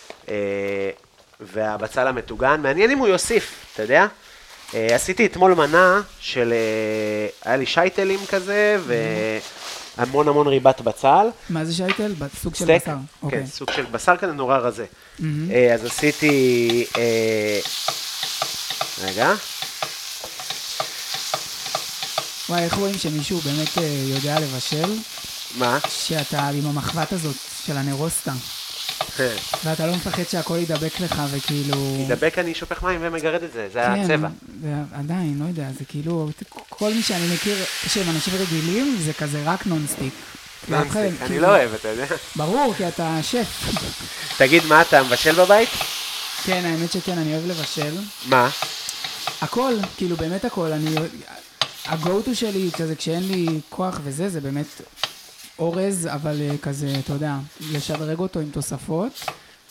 והבצל המטוגן, מעניין אם הוא יוסיף, אתה יודע? עשיתי אתמול מנה של, היה לי שייטלים כזה, והמון המון ריבת בצל. מה זה שייטל? סוג של בשר. כן, סוג של בשר כזה נורא רזה. אז עשיתי, רגע. וואי, איך רואים שמישהו באמת יודע לבשל? מה? שאתה עם המחבת הזאת של הנרוסטה. ואתה לא מפחד שהכל ידבק לך וכאילו... ידבק, אני שופך מים ומגרד את זה, זה הצבע. כן, עדיין, לא יודע, זה כאילו... כל מי שאני מכיר שהם אנשים רגילים, זה כזה רק נונסטיק. נונסטיק, אני לא אוהב, אתה יודע. ברור, כי אתה שף. תגיד, מה, אתה מבשל בבית? כן, האמת שכן, אני אוהב לבשל. מה? הכל, כאילו באמת הכל. ה-go-to שלי, כזה כשאין לי כוח וזה, זה באמת אורז, אבל כזה, אתה יודע, לשדרג אותו עם תוספות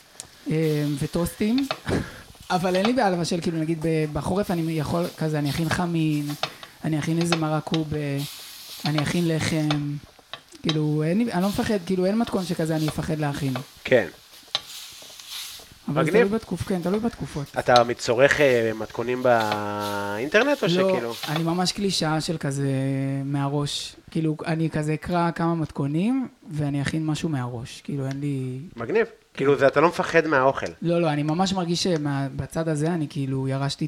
וטוסטים. אבל אין לי בעיה לבשל, כאילו נגיד בחורף אני יכול, כזה, אני אכין חמין, אני אכין איזה מרק קובה, אני אכין לחם. כאילו, אני לא מפחד, כאילו אין מתכון שכזה אני אפחד להכין. כן. אבל זה תלוי בתקופות. אתה מצורך מתכונים באינטרנט או שכאילו? לא, אני ממש קלישה של כזה מהראש. כאילו, אני כזה אקרא כמה מתכונים, ואני אכין משהו מהראש. כאילו, אין לי... מגניב. כאילו, אתה לא מפחד מהאוכל. לא, אני ממש מרגיש שבצד הזה אני כאילו ירשתי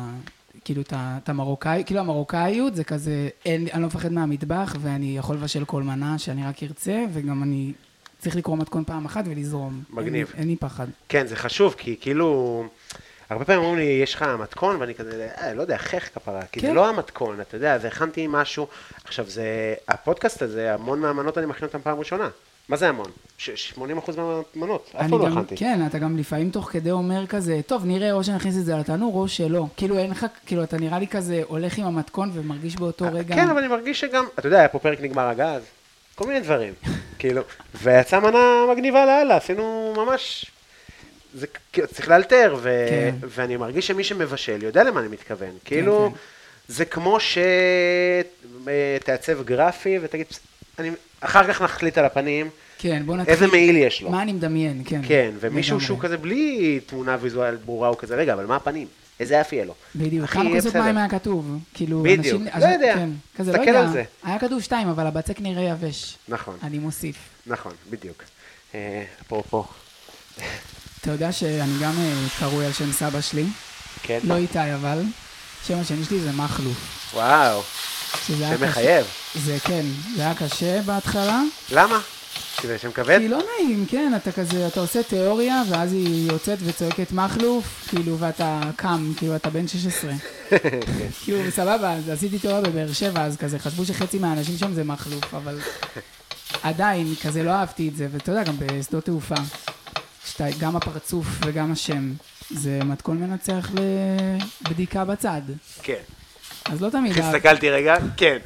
את המרוקאי, כאילו המרוקאיות זה כזה, אני לא מפחד מהמטבח, ואני יכול לבשל כל מנה שאני רק ארצה, וגם אני... צריך לקרוא מתכון פעם אחת ולזרום. מגניב. אין לי פחד. כן, זה חשוב, כי כאילו, הרבה פעמים אומרים לי, יש לך מתכון, ואני כזה, לא יודע, חך כפרה, כי זה לא המתכון, אתה יודע, אז הכנתי משהו, עכשיו זה, הפודקאסט הזה, המון מהמנות אני מכין אותם פעם ראשונה. מה זה המון? 80% מהמנות, אף לא הכנתי. כן, אתה גם לפעמים תוך כדי אומר כזה, טוב, נראה, או שנכניס את זה על התנור, או שלא. כאילו אין לך, כאילו אתה נראה לי כזה, הולך עם המתכון ומרגיש באותו רגע. כן, אבל אני מרגיש שגם, אתה יודע, היה פה פרק נגמר הגז. כל מיני דברים, כאילו, ויצא מנה מגניבה לאללה, עשינו ממש, זה צריך לאלתר, ואני מרגיש שמי שמבשל יודע למה אני מתכוון, כאילו, זה כמו שתעצב גרפי ותגיד, אחר כך נחליט על הפנים, איזה מעיל יש לו. מה אני מדמיין, כן. כן, ומישהו שהוא כזה בלי תמונה ויזואלית ברורה, הוא כזה, רגע, אבל מה הפנים? איזה יפי יהיה לו. בדיוק, כמה כוסות מים היה כתוב. בדיוק, לא יודע, תסתכל על זה. היה כתוב 2, אבל הבצק נראה יבש. נכון. אני מוסיף. נכון, בדיוק. אפרופו. אתה יודע שאני גם קרוי על שם סבא שלי. כן. לא איתי, אבל. שם השני שלי זה מחלוף. וואו. זה מחייב. זה כן, זה היה קשה בהתחלה. למה? כי זה שם כבד? כי לא נעים, כן, אתה כזה, אתה עושה תיאוריה, ואז היא יוצאת וצועקת מחלוף, כאילו, ואתה קם, כאילו, אתה בן 16. כאילו, סבבה, אז עשיתי תיאוריה בבאר שבע, אז כזה, חשבו שחצי מהאנשים שם זה מחלוף, אבל עדיין, כזה לא אהבתי את זה, ואתה יודע, גם בשדות תעופה, גם הפרצוף וגם השם, זה מתכון מנצח לבדיקה בצד. כן. אז לא תמיד... הסתכלתי רגע, כן.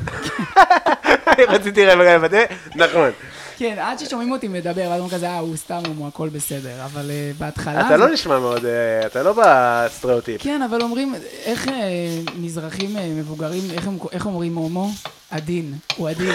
רציתי רגע לוודא, נכון. כן, עד ששומעים אותי מדבר, אז הוא כזה, הוא סתם, הוא הכל בסדר, אבל בהתחלה... אתה לא נשמע מאוד, אתה לא בסטריאוטיפ. כן, אבל אומרים, איך מזרחים מבוגרים, איך אומרים הומו? עדין, הוא עדין.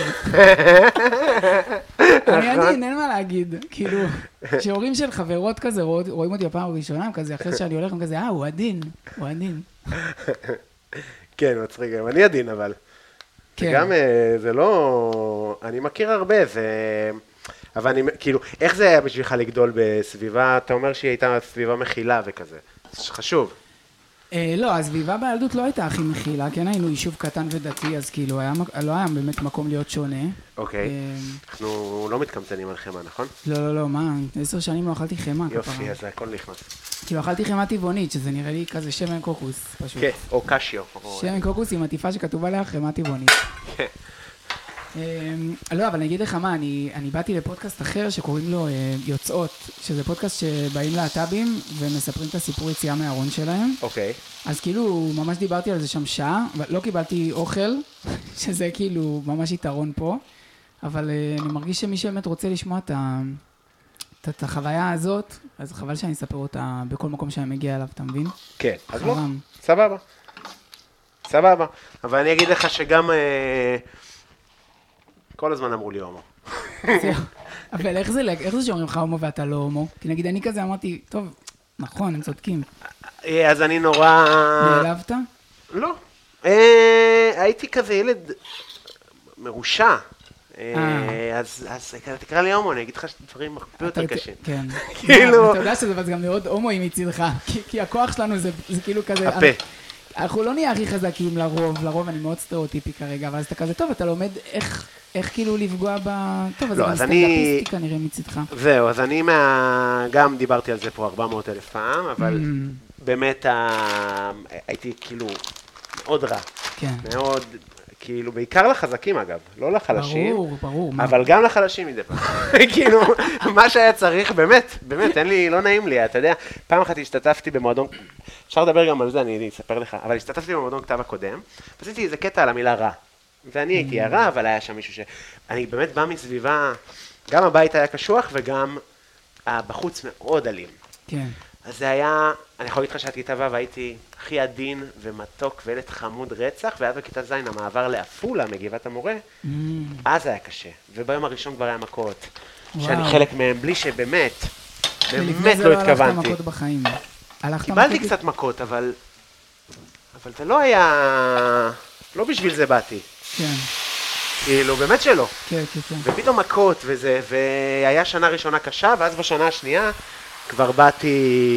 אני עדין, אין מה להגיד. כאילו, כשהורים של חברות כזה רואים אותי הפעם הראשונה, כזה, אחרי שאני הולך, הם כזה, הוא עדין, הוא עדין. כן, מצחיק, אני עדין, אבל. גם זה לא, אני מכיר הרבה, אבל אני, כאילו, איך זה היה בשבילך לגדול בסביבה, אתה אומר שהיא הייתה סביבה מכילה וכזה, זה חשוב. לא, הסביבה בילדות לא הייתה הכי מכילה, כן, היינו יישוב קטן ודתי, אז כאילו, לא היה באמת מקום להיות שונה. אוקיי, אנחנו לא מתקמצנים על חמה, נכון? לא, מה, 10 שנים לא אכלתי חמה. יופי, אז הכל נכנס. כאילו, אכלתי חמה טבעונית, שזה נראה לי כזה שמן קוקוס, פשוט. כן, או קשיו. שמן קוקוס עם עטיפה שכתוב עליה חמה טבעונית. לא, אבל אני אגיד לך מה, אני באתי לפודקאסט אחר שקוראים לו יוצאות, שזה פודקאסט שבאים להט"בים ומספרים את הסיפור יציאה מהארון שלהם. אוקיי. אז כאילו, ממש דיברתי על זה שם שעה, לא קיבלתי אוכל, שזה כאילו ממש יתרון פה, אבל אני מרגיש שמי שבאמת רוצה לשמוע את החוויה הזאת, אז חבל שאני אספר אותה בכל מקום שאני מגיע אליו, אתה מבין? כן, אז לא, סבבה. סבבה. אבל אני אגיד לך שגם כל הזמן אמרו לי הומו. אבל איך זה שאומרים לך הומו ואתה לא הומו? כי נגיד אני כזה אמרתי, טוב, נכון, הם צודקים. אז אני נורא... נעלבת? לא. הייתי כזה ילד מרושע. אז תקרא לי הומו, אני אגיד לך דברים הרבה יותר קשים. כן. כאילו... אתה יודע שזה גם מאוד הומואים מצדך, כי הכוח שלנו זה כאילו כזה... הפה. אנחנו לא נהיה הכי חזקים לרוב אני מאוד סטריאוטיפי כרגע, אבל אז אתה כזה טוב, אתה לומד איך כאילו לפגוע ב... טוב, אז זה גם סטנדאפיסטי כנראה מצדך. זהו, אז אני גם דיברתי על זה פה 400,000 פעם, אבל באמת הייתי כאילו מאוד רע. כן. מאוד, כאילו, בעיקר לחזקים אגב, לא לחלשים. ברור. אבל גם לחלשים מדי פעם. כאילו, מה שהיה צריך, באמת, לא נעים לי, אתה יודע, פעם אחת השתתפתי במועדון, אפשר לדבר גם על זה, אני אספר לך, אבל השתתפתי במועדון כתב הקודם, ועשיתי איזה קטע על המילה רע. ואני הייתי הרע, אבל היה שם מישהו אני באמת בא מסביבה, גם הבית היה קשוח וגם בחוץ מאוד אלים. כן. אז זה היה, אני יכול להגיד לך שעד כיתה ו' הייתי הכי עדין ומתוק וילד חמוד רצח, ואז בכיתה ז' המעבר לעפולה מגבעת המורה, אז היה קשה. וביום הראשון כבר היה מכות, שאני חלק מהם בלי שבאמת, באמת לא התכוונתי. הלכת מכות בחיים. קיבלתי קצת מכות, אבל זה לא היה, לא בשביל זה באתי. כן. כאילו, באמת שלא. כן. ופתאום מכות וזה, והיה שנה ראשונה קשה, ואז בשנה השנייה כבר באתי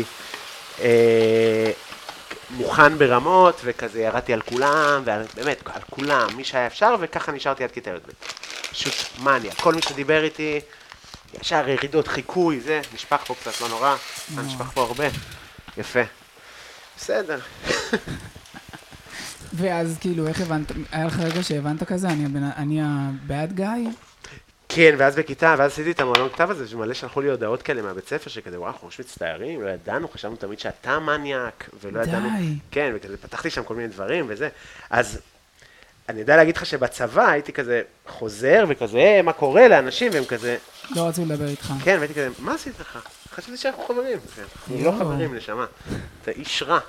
מוכן ברמות, וכזה ירדתי על כולם, ובאמת, על כולם, מי שהיה אפשר, וככה נשארתי עד כיתה י"ב. פשוט מניה. כל מי שדיבר איתי, ישר ירידות חיקוי, זה, נשפך פה קצת, לא נורא, נשפך פה הרבה. יפה. בסדר. ואז כאילו, איך הבנת, היה לך רגע שהבנת כזה, אני הבעד גיא? כן, ואז בכיתה, ואז עשיתי את המועדון כתב הזה, שמלא שלחו לי הודעות כאלה מהבית ספר, שכזה, וואו, אנחנו ממש מצטערים, לא ידענו, חשבנו תמיד שאתה מניאק, ולא ידענו... די. כן, וכזה, פתחתי שם כל מיני דברים וזה. אז אני יודע להגיד לך שבצבא הייתי כזה חוזר, וכזה, מה קורה לאנשים, והם כזה... לא רצו לדבר איתך. כן, והייתי כזה, מה עשית לך? חשבתי שאנחנו חברים. אנחנו לא חברים, נשמה. אתה איש רע.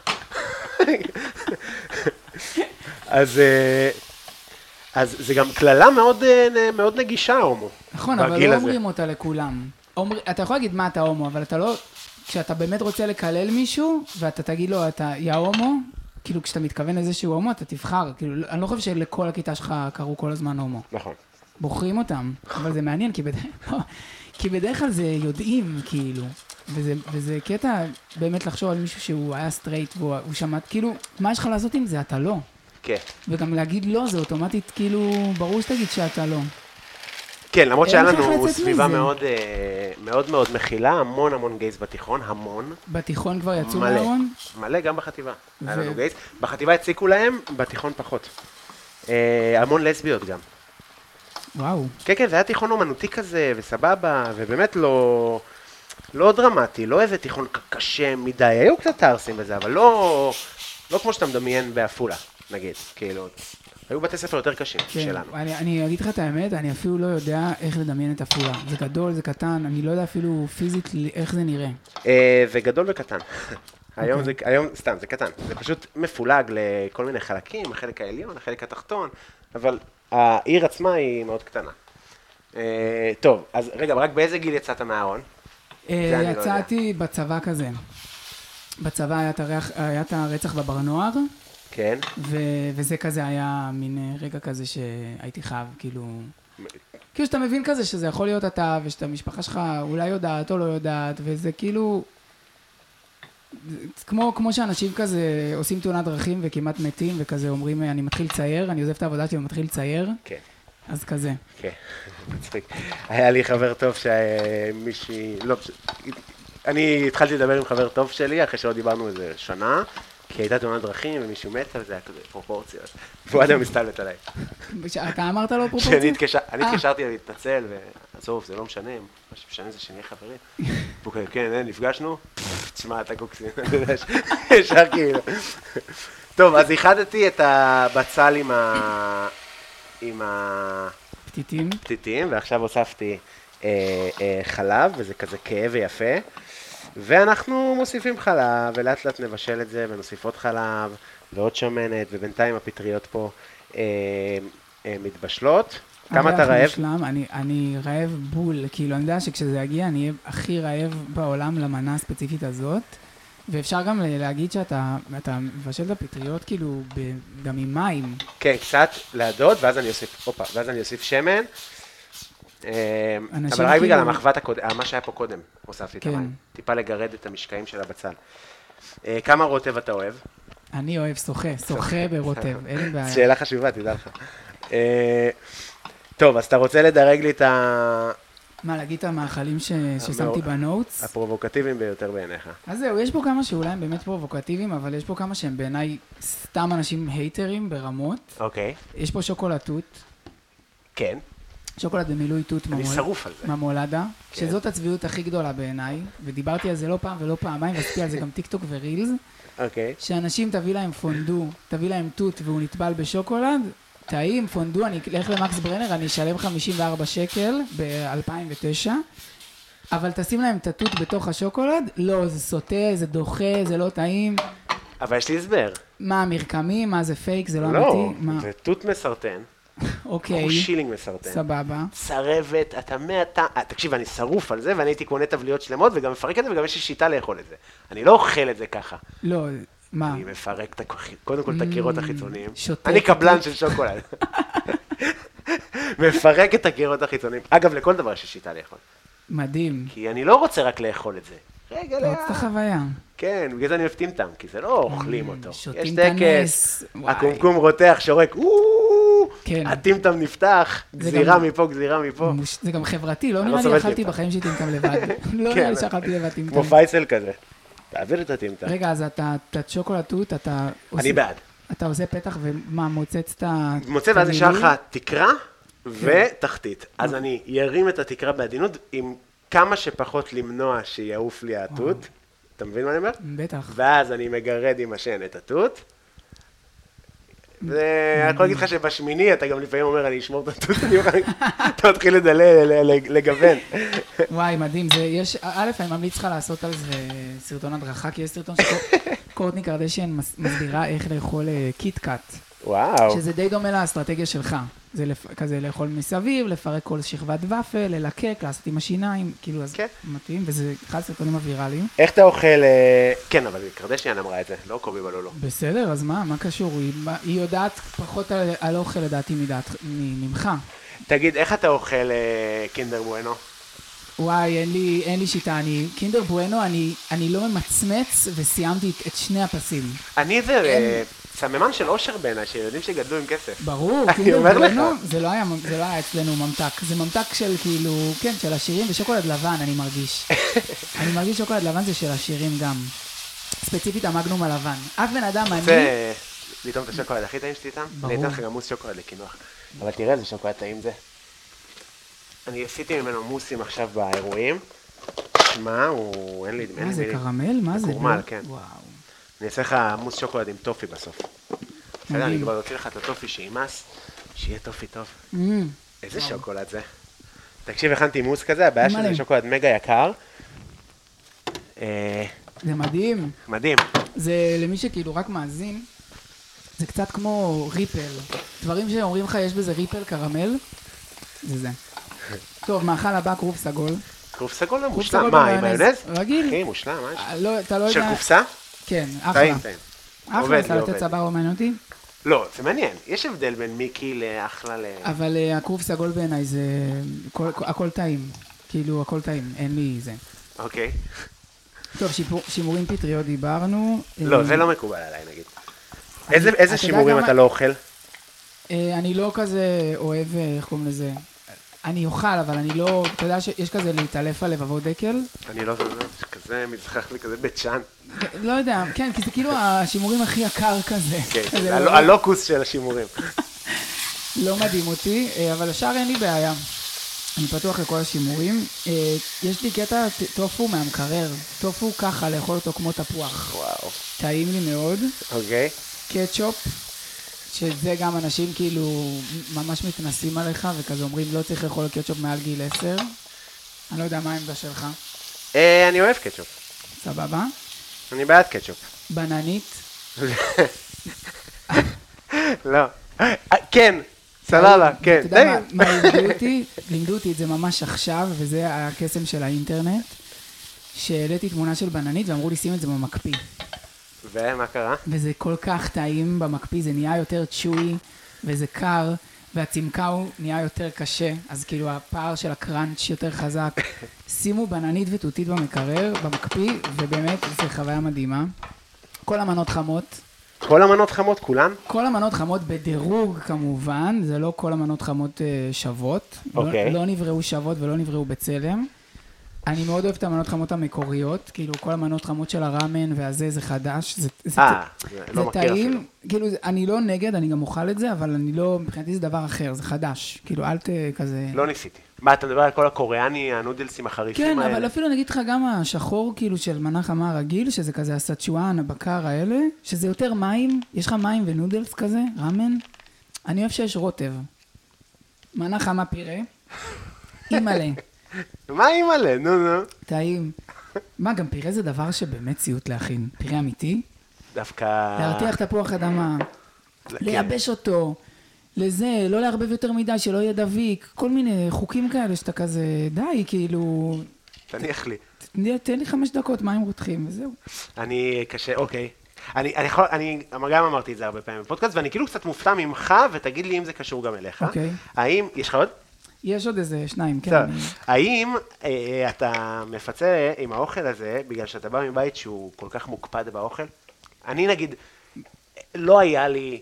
אז זה גם כללה מאוד נגישה, הומו. נכון, אבל לא אומרים אותה לכולם. אתה יכול להגיד מה אתה הומו, אבל אתה לא... כשאתה באמת רוצה לקלל מישהו, ואתה תגיד לו, אתה יא הומו, כאילו כשאתה מתכוון לזה שהוא הומו, אתה תבחר. כאילו, אני לא חושב שלכל הכיתה שלך קראו כל הזמן הומו. נכון. בוחרים אותם, אבל זה מעניין, כי בדרך כלל זה יודעים, כאילו. וזה קטע באמת לחשוב על מישהו שהוא היה סטרייט, והוא שמע, כאילו, מה יש לך לעשות עם זה? אתה לא. כן. וגם להגיד לא, זה אוטומטית, כאילו, ברור שתגיד שאתה לא. כן, למרות שהיה לנו סביבה מאוד מאוד מכילה, המון גייז בתיכון, המון. בתיכון כבר יצאו מהארון? מלא, גם בחטיבה. היה לנו גייז. בחטיבה הציקו להם, בתיכון פחות. המון לסביות גם. וואו. כן, זה היה תיכון אומנותי כזה, וסבבה, ובאמת לא דרמטי, לא איזה תיכון קשה מדי, היו קצת תרסים בזה, אבל לא כמו שאתה מדמיין בעפולה, נגיד, כאילו, היו בתי ספר יותר קשים שלנו. אני אגיד לך את האמת, אני אפילו לא יודע איך לדמיין את עפולה. זה גדול, זה קטן, אני לא יודע אפילו פיזית איך זה נראה. זה גדול וקטן. היום סתם, זה קטן. זה פשוט מפולג לכל מיני חלקים, החלק העליון, החלק התחתון, אבל העיר עצמה היא מאוד קטנה. טוב, אז רגע, רק באיזה גיל יצאת מהארון? יצאתי בצבא כזה. בצבא היה את הרצח בבר נוער. כן. וזה כזה היה מין רגע כזה שהייתי חייב, כאילו שאתה מבין כזה שזה יכול להיות אתה, ושאתה המשפחה שלך אולי יודעת או לא יודעת, וזה כאילו, כמו שאנשים כזה עושים תאונת דרכים וכמעט מתים, וכזה אומרים, אני מתחיל לצייר, אני עוזב את העבודה שלי ומתחיל לצייר. כן. אז כזה. כן, מצחיק. היה לי חבר טוב שמישהי, לא, אני התחלתי לדבר עם חבר טוב שלי, אחרי שלא דיברנו איזה שנה, כי הייתה תאונת דרכים ומישהו מת, וזה היה כזה פרופורציות. והוא עד היום מסתלבט עליי. אתה אמרת לו פרופורציות? אני התקשרתי להתנצל, ועזוב, זה לא משנה, מה שמשנה זה שנהיה חברים. והוא כזה, כן, נפגשנו, תשמע, אתה קוקסין, ישר כאילו. טוב, אז איחדתי את הבצל עם הפתיתים, ועכשיו הוספתי חלב, וזה כזה כהה ויפה. ואנחנו מוסיפים חלב, ולאט לאט נבשל את זה, ונוסיף עוד חלב, ועוד שמנת, ובינתיים הפטריות פה מתבשלות. כמה אתה רעב? אני רעב בול, כאילו אני יודע שכשזה יגיע אני אהיה הכי רעב בעולם למנה הספציפית הזאת, ואפשר גם להגיד שאתה מבשל את הפטריות כאילו גם עם מים. כן, קצת להדוד, ואז אני אוסיף שמן. אבל רק בגלל המחוות מה שהיה פה קודם, הוספתי את המים. טיפה לגרד את המשקעים של הבצל. כמה רוטב אתה אוהב? אני אוהב שוחה ברוטב, אין לי בעיה. שאלה חשובה, תדע לך. טוב, אז אתה רוצה לדרג לי את מה, להגיד את המאכלים ששמתי בנוטס? הפרובוקטיביים ביותר בעיניך. אז זהו, יש פה כמה שאולי הם באמת פרובוקטיביים, אבל יש פה כמה שהם בעיניי סתם אנשים הייטרים ברמות. אוקיי. יש פה שוקולד תות. כן. שוקולד במילוי תות מהמולדה, שזאת הצביעות הכי גדולה בעיניי, ודיברתי על זה לא פעם ולא פעמיים, ועשיתי על זה גם טיק טוק ורילס, שאנשים תביא להם פונדו, תביא להם תות והוא נטבל בשוקולד, טעים, פונדו, אני אלך למקס ברנר, אני אשלם 54 שקל ב-2009, אבל תשים להם את התות בתוך השוקולד, לא, זה סוטה, זה דוחה, זה לא טעים. אבל יש לי הסבר. מה, מרקמים, מה זה פייק, זה לא אמיתי? לא, זה תות מסרטן. אוקיי. הוא שילינג מסרטן. סבבה. צרבת, תקשיב, אני שרוף על זה, ואני הייתי קונה תבליות שלמות, וגם מפרק את זה, וגם יש לי שיטה לאכול את זה. אני לא אוכל את זה ככה. לא, מה? אני מפרק קודם כל את הקירות החיצוניים. שוטה. אני קבלן של שוקולד. מפרק את הקירות החיצוניים. אגב, לכל דבר יש לי שיטה לאכול. מדהים. כי אני לא רוצה רק לאכול את זה. רגע, אתה רוצה את החוויה. כן, בגלל זה אני אוהב טמטם, כי זה לא אוכלים אותו. שותים את הנס. הקומקום רותח, שורק, הטמטם נפתח, גזירה מפה, גזירה מפה. זה גם חברתי, לא נראה לי אכלתי בחיים שטמטם לבד. לא נראה לי שאכלתי לבד טמטם. כמו פייסל כזה. תעביר את הטמטם. רגע, אז אתה שוקולד תות, אתה... אני בעד. אתה עושה פתח ומה, מוצץ את ה... מוצץ, ואז נשאר לך תקרה ותחתית. אז אני ירים את התקרה בעדינות עם כמה שפחות למנוע שיעוף לי התות. אתה מבין מה אני אומר? בטח. ואז אני מגרד עם השן את התות. ואני יכול להגיד לך שבשמיני אתה גם לפעמים אומר, אני אשמור את התות, אתה מתחיל לגוון. וואי, מדהים. א', אני ממליץ לך לעשות על זה סרטון הדרכה, כי יש סרטון שקורטני קרדשיאן מסבירה איך לאכול קיט-קאט. וואו. שזה די דומה לאסטרטגיה שלך. זה כזה לאכול מסביב, לפרק כל שכבת ופל, ללקק, לעשות עם השיניים, כאילו, אז מתאים, וזה אחד הסרטונים הוויראליים. איך אתה אוכל... כן, אבל קרדשיאן אמרה את זה, לא קובי בלולו. בסדר, אז מה קשור? היא יודעת פחות על אוכל לדעתי ממך. תגיד, איך אתה אוכל קינדר בואנו? וואי, אין לי שיטה, קינדר בואנו, אני לא ממצמץ וסיימתי את שני הפסים. אני זה... סממן של אושר בעיניי, שילדים שגדלו עם כסף. ברור, קינדר בואנו, זה לא היה אצלנו ממתק. זה ממתק של כאילו, כן, של עשירים ושוקולד לבן, אני מרגיש. אני מרגיש שוקולד לבן זה של עשירים גם. ספציפית המגנום הלבן. אף בן אדם, אני... זה לטעום את השוקולד הכי טעים שתיתם? אני אתן לך גם מוס שוקולד לקינוח. אבל תראה איזה שוקולד טעים זה. אני עשיתי ממנו מוסים עכשיו באירועים. שמע, אין לי... מה זה, קרמל? מה זה? קורמל, כן. וואו. אני אעשה לך מוס שוקולד עם טופי בסוף. בסדר, אני כבר אוציא לך את הטופי שימאס, שיהיה טופי טוב. איזה שוקולד זה. תקשיב, הכנתי מוס כזה, הבעיה שזה שוקולד מגה יקר. זה מדהים. מדהים. זה למי שכאילו רק מאזין, זה קצת כמו ריפל. דברים שאומרים לך יש בזה ריפל קרמל, זה זה. טוב, מאכל הבא, כרוב סגול. כרוב סגול זה מושלם. מה, עם מיונז? רגיל. אחי, מושלם, מה יש? לא, אתה לא יודע... של קופסה? כן, אחלה. טעים. אחלה, אתה לתת צבר או מעניין אותי? לא, זה מעניין. יש הבדל בין מיקי לאחלה ל... אבל הכרוב סגול בעיניי זה... הכל טעים. כאילו, הכל טעים. אין לי זה. אוקיי. טוב, שימורים פטריות דיברנו. לא, זה לא מקובל עליי, נגיד. איזה שימורים אתה לא אוכל? אני לא כזה אוהב, איך קוראים לזה? אני אוכל, אבל אני לא... אתה יודע שיש כזה להתעלף על לבבות דקל? אני לא... כזה מזרח לי, כזה בית שאן. לא יודע, כן, כי זה כאילו השימורים הכי יקר כזה. כן, הלוקוס של השימורים. לא מדהים אותי, אבל השאר אין לי בעיה. אני פתוח לכל השימורים. יש לי קטע טופו מהמקרר. טופו ככה, לאכול אותו כמו תפוח. וואו. טעים לי מאוד. אוקיי. קטשופ, שזה גם אנשים כאילו ממש מתנסים עליך, וכזה אומרים לא צריך לאכול קטשופ מעל גיל 10. אני לא יודע מה העמדה שלך. אני אוהב קטשופ. סבבה. אני בעד קטשופ. בננית. לא. כן. סבבה, כן. אתה יודע מה לימדו אותי? לימדו אותי את זה ממש עכשיו, וזה הקסם של האינטרנט, שהעליתי תמונה של בננית ואמרו לי שים את זה במקפיא. ומה קרה? וזה כל כך טעים במקפיא, זה נהיה יותר צ'וי, וזה קר, והצמקאו נהיה יותר קשה, אז כאילו הפער של הקראנץ' יותר חזק. שימו בננית ותותית במקרר, במקפיא, ובאמת זה חוויה מדהימה. כל המנות חמות. כל המנות חמות, כולן? כל המנות חמות בדירוג כמובן, זה לא כל המנות חמות שוות. אוקיי. לא נבראו שוות ולא נבראו בצלם. אני מאוד אוהב את המנות חמות המקוריות, כאילו כל המנות חמות של הראמן והזה זה חדש. זה לא מכיר אפילו. כאילו אני לא נגד, אני גם אוכל את זה, אבל אני לא, מבחינתי זה דבר אחר, זה חדש. כאילו אל כזה... לא ניסיתי. מה, אתה מדבר על כל הקוריאני, הנודלסים החריפים האלה? כן, אבל אפילו נגיד לך גם השחור כאילו של מנה חמה רגיל, שזה כזה הסצ'ואן, הבקר האלה, שזה יותר מים, יש לך מים ונודלס כזה, ראמן. אני אוהב שיש רוטב. מנה חמה פירה, אימאלה. מה אימאלה? נו. טעים. מה, גם פירה זה דבר שבאמת סיוט להכין. פירה אמיתי? דווקא... להרתיח תפוח אדמה, לייבש אותו. לזה, לא להרבב יותר מדי, שלא יהיה דביק, כל מיני חוקים כאלה שאתה כזה, די, כאילו... תניח לי. תן לי 5 דקות, מים רותחים, וזהו. אני קשה, אוקיי. אני גם אמרתי את זה הרבה פעמים בפודקאסט, ואני כאילו קצת מופתע ממך, ותגיד לי אם זה קשור גם אליך. אוקיי. האם, יש לך עוד? יש עוד איזה 2, כן. האם אתה מפצה עם האוכל הזה, בגלל שאתה בא מבית שהוא כל כך מוקפד באוכל? אני נגיד, לא היה לי...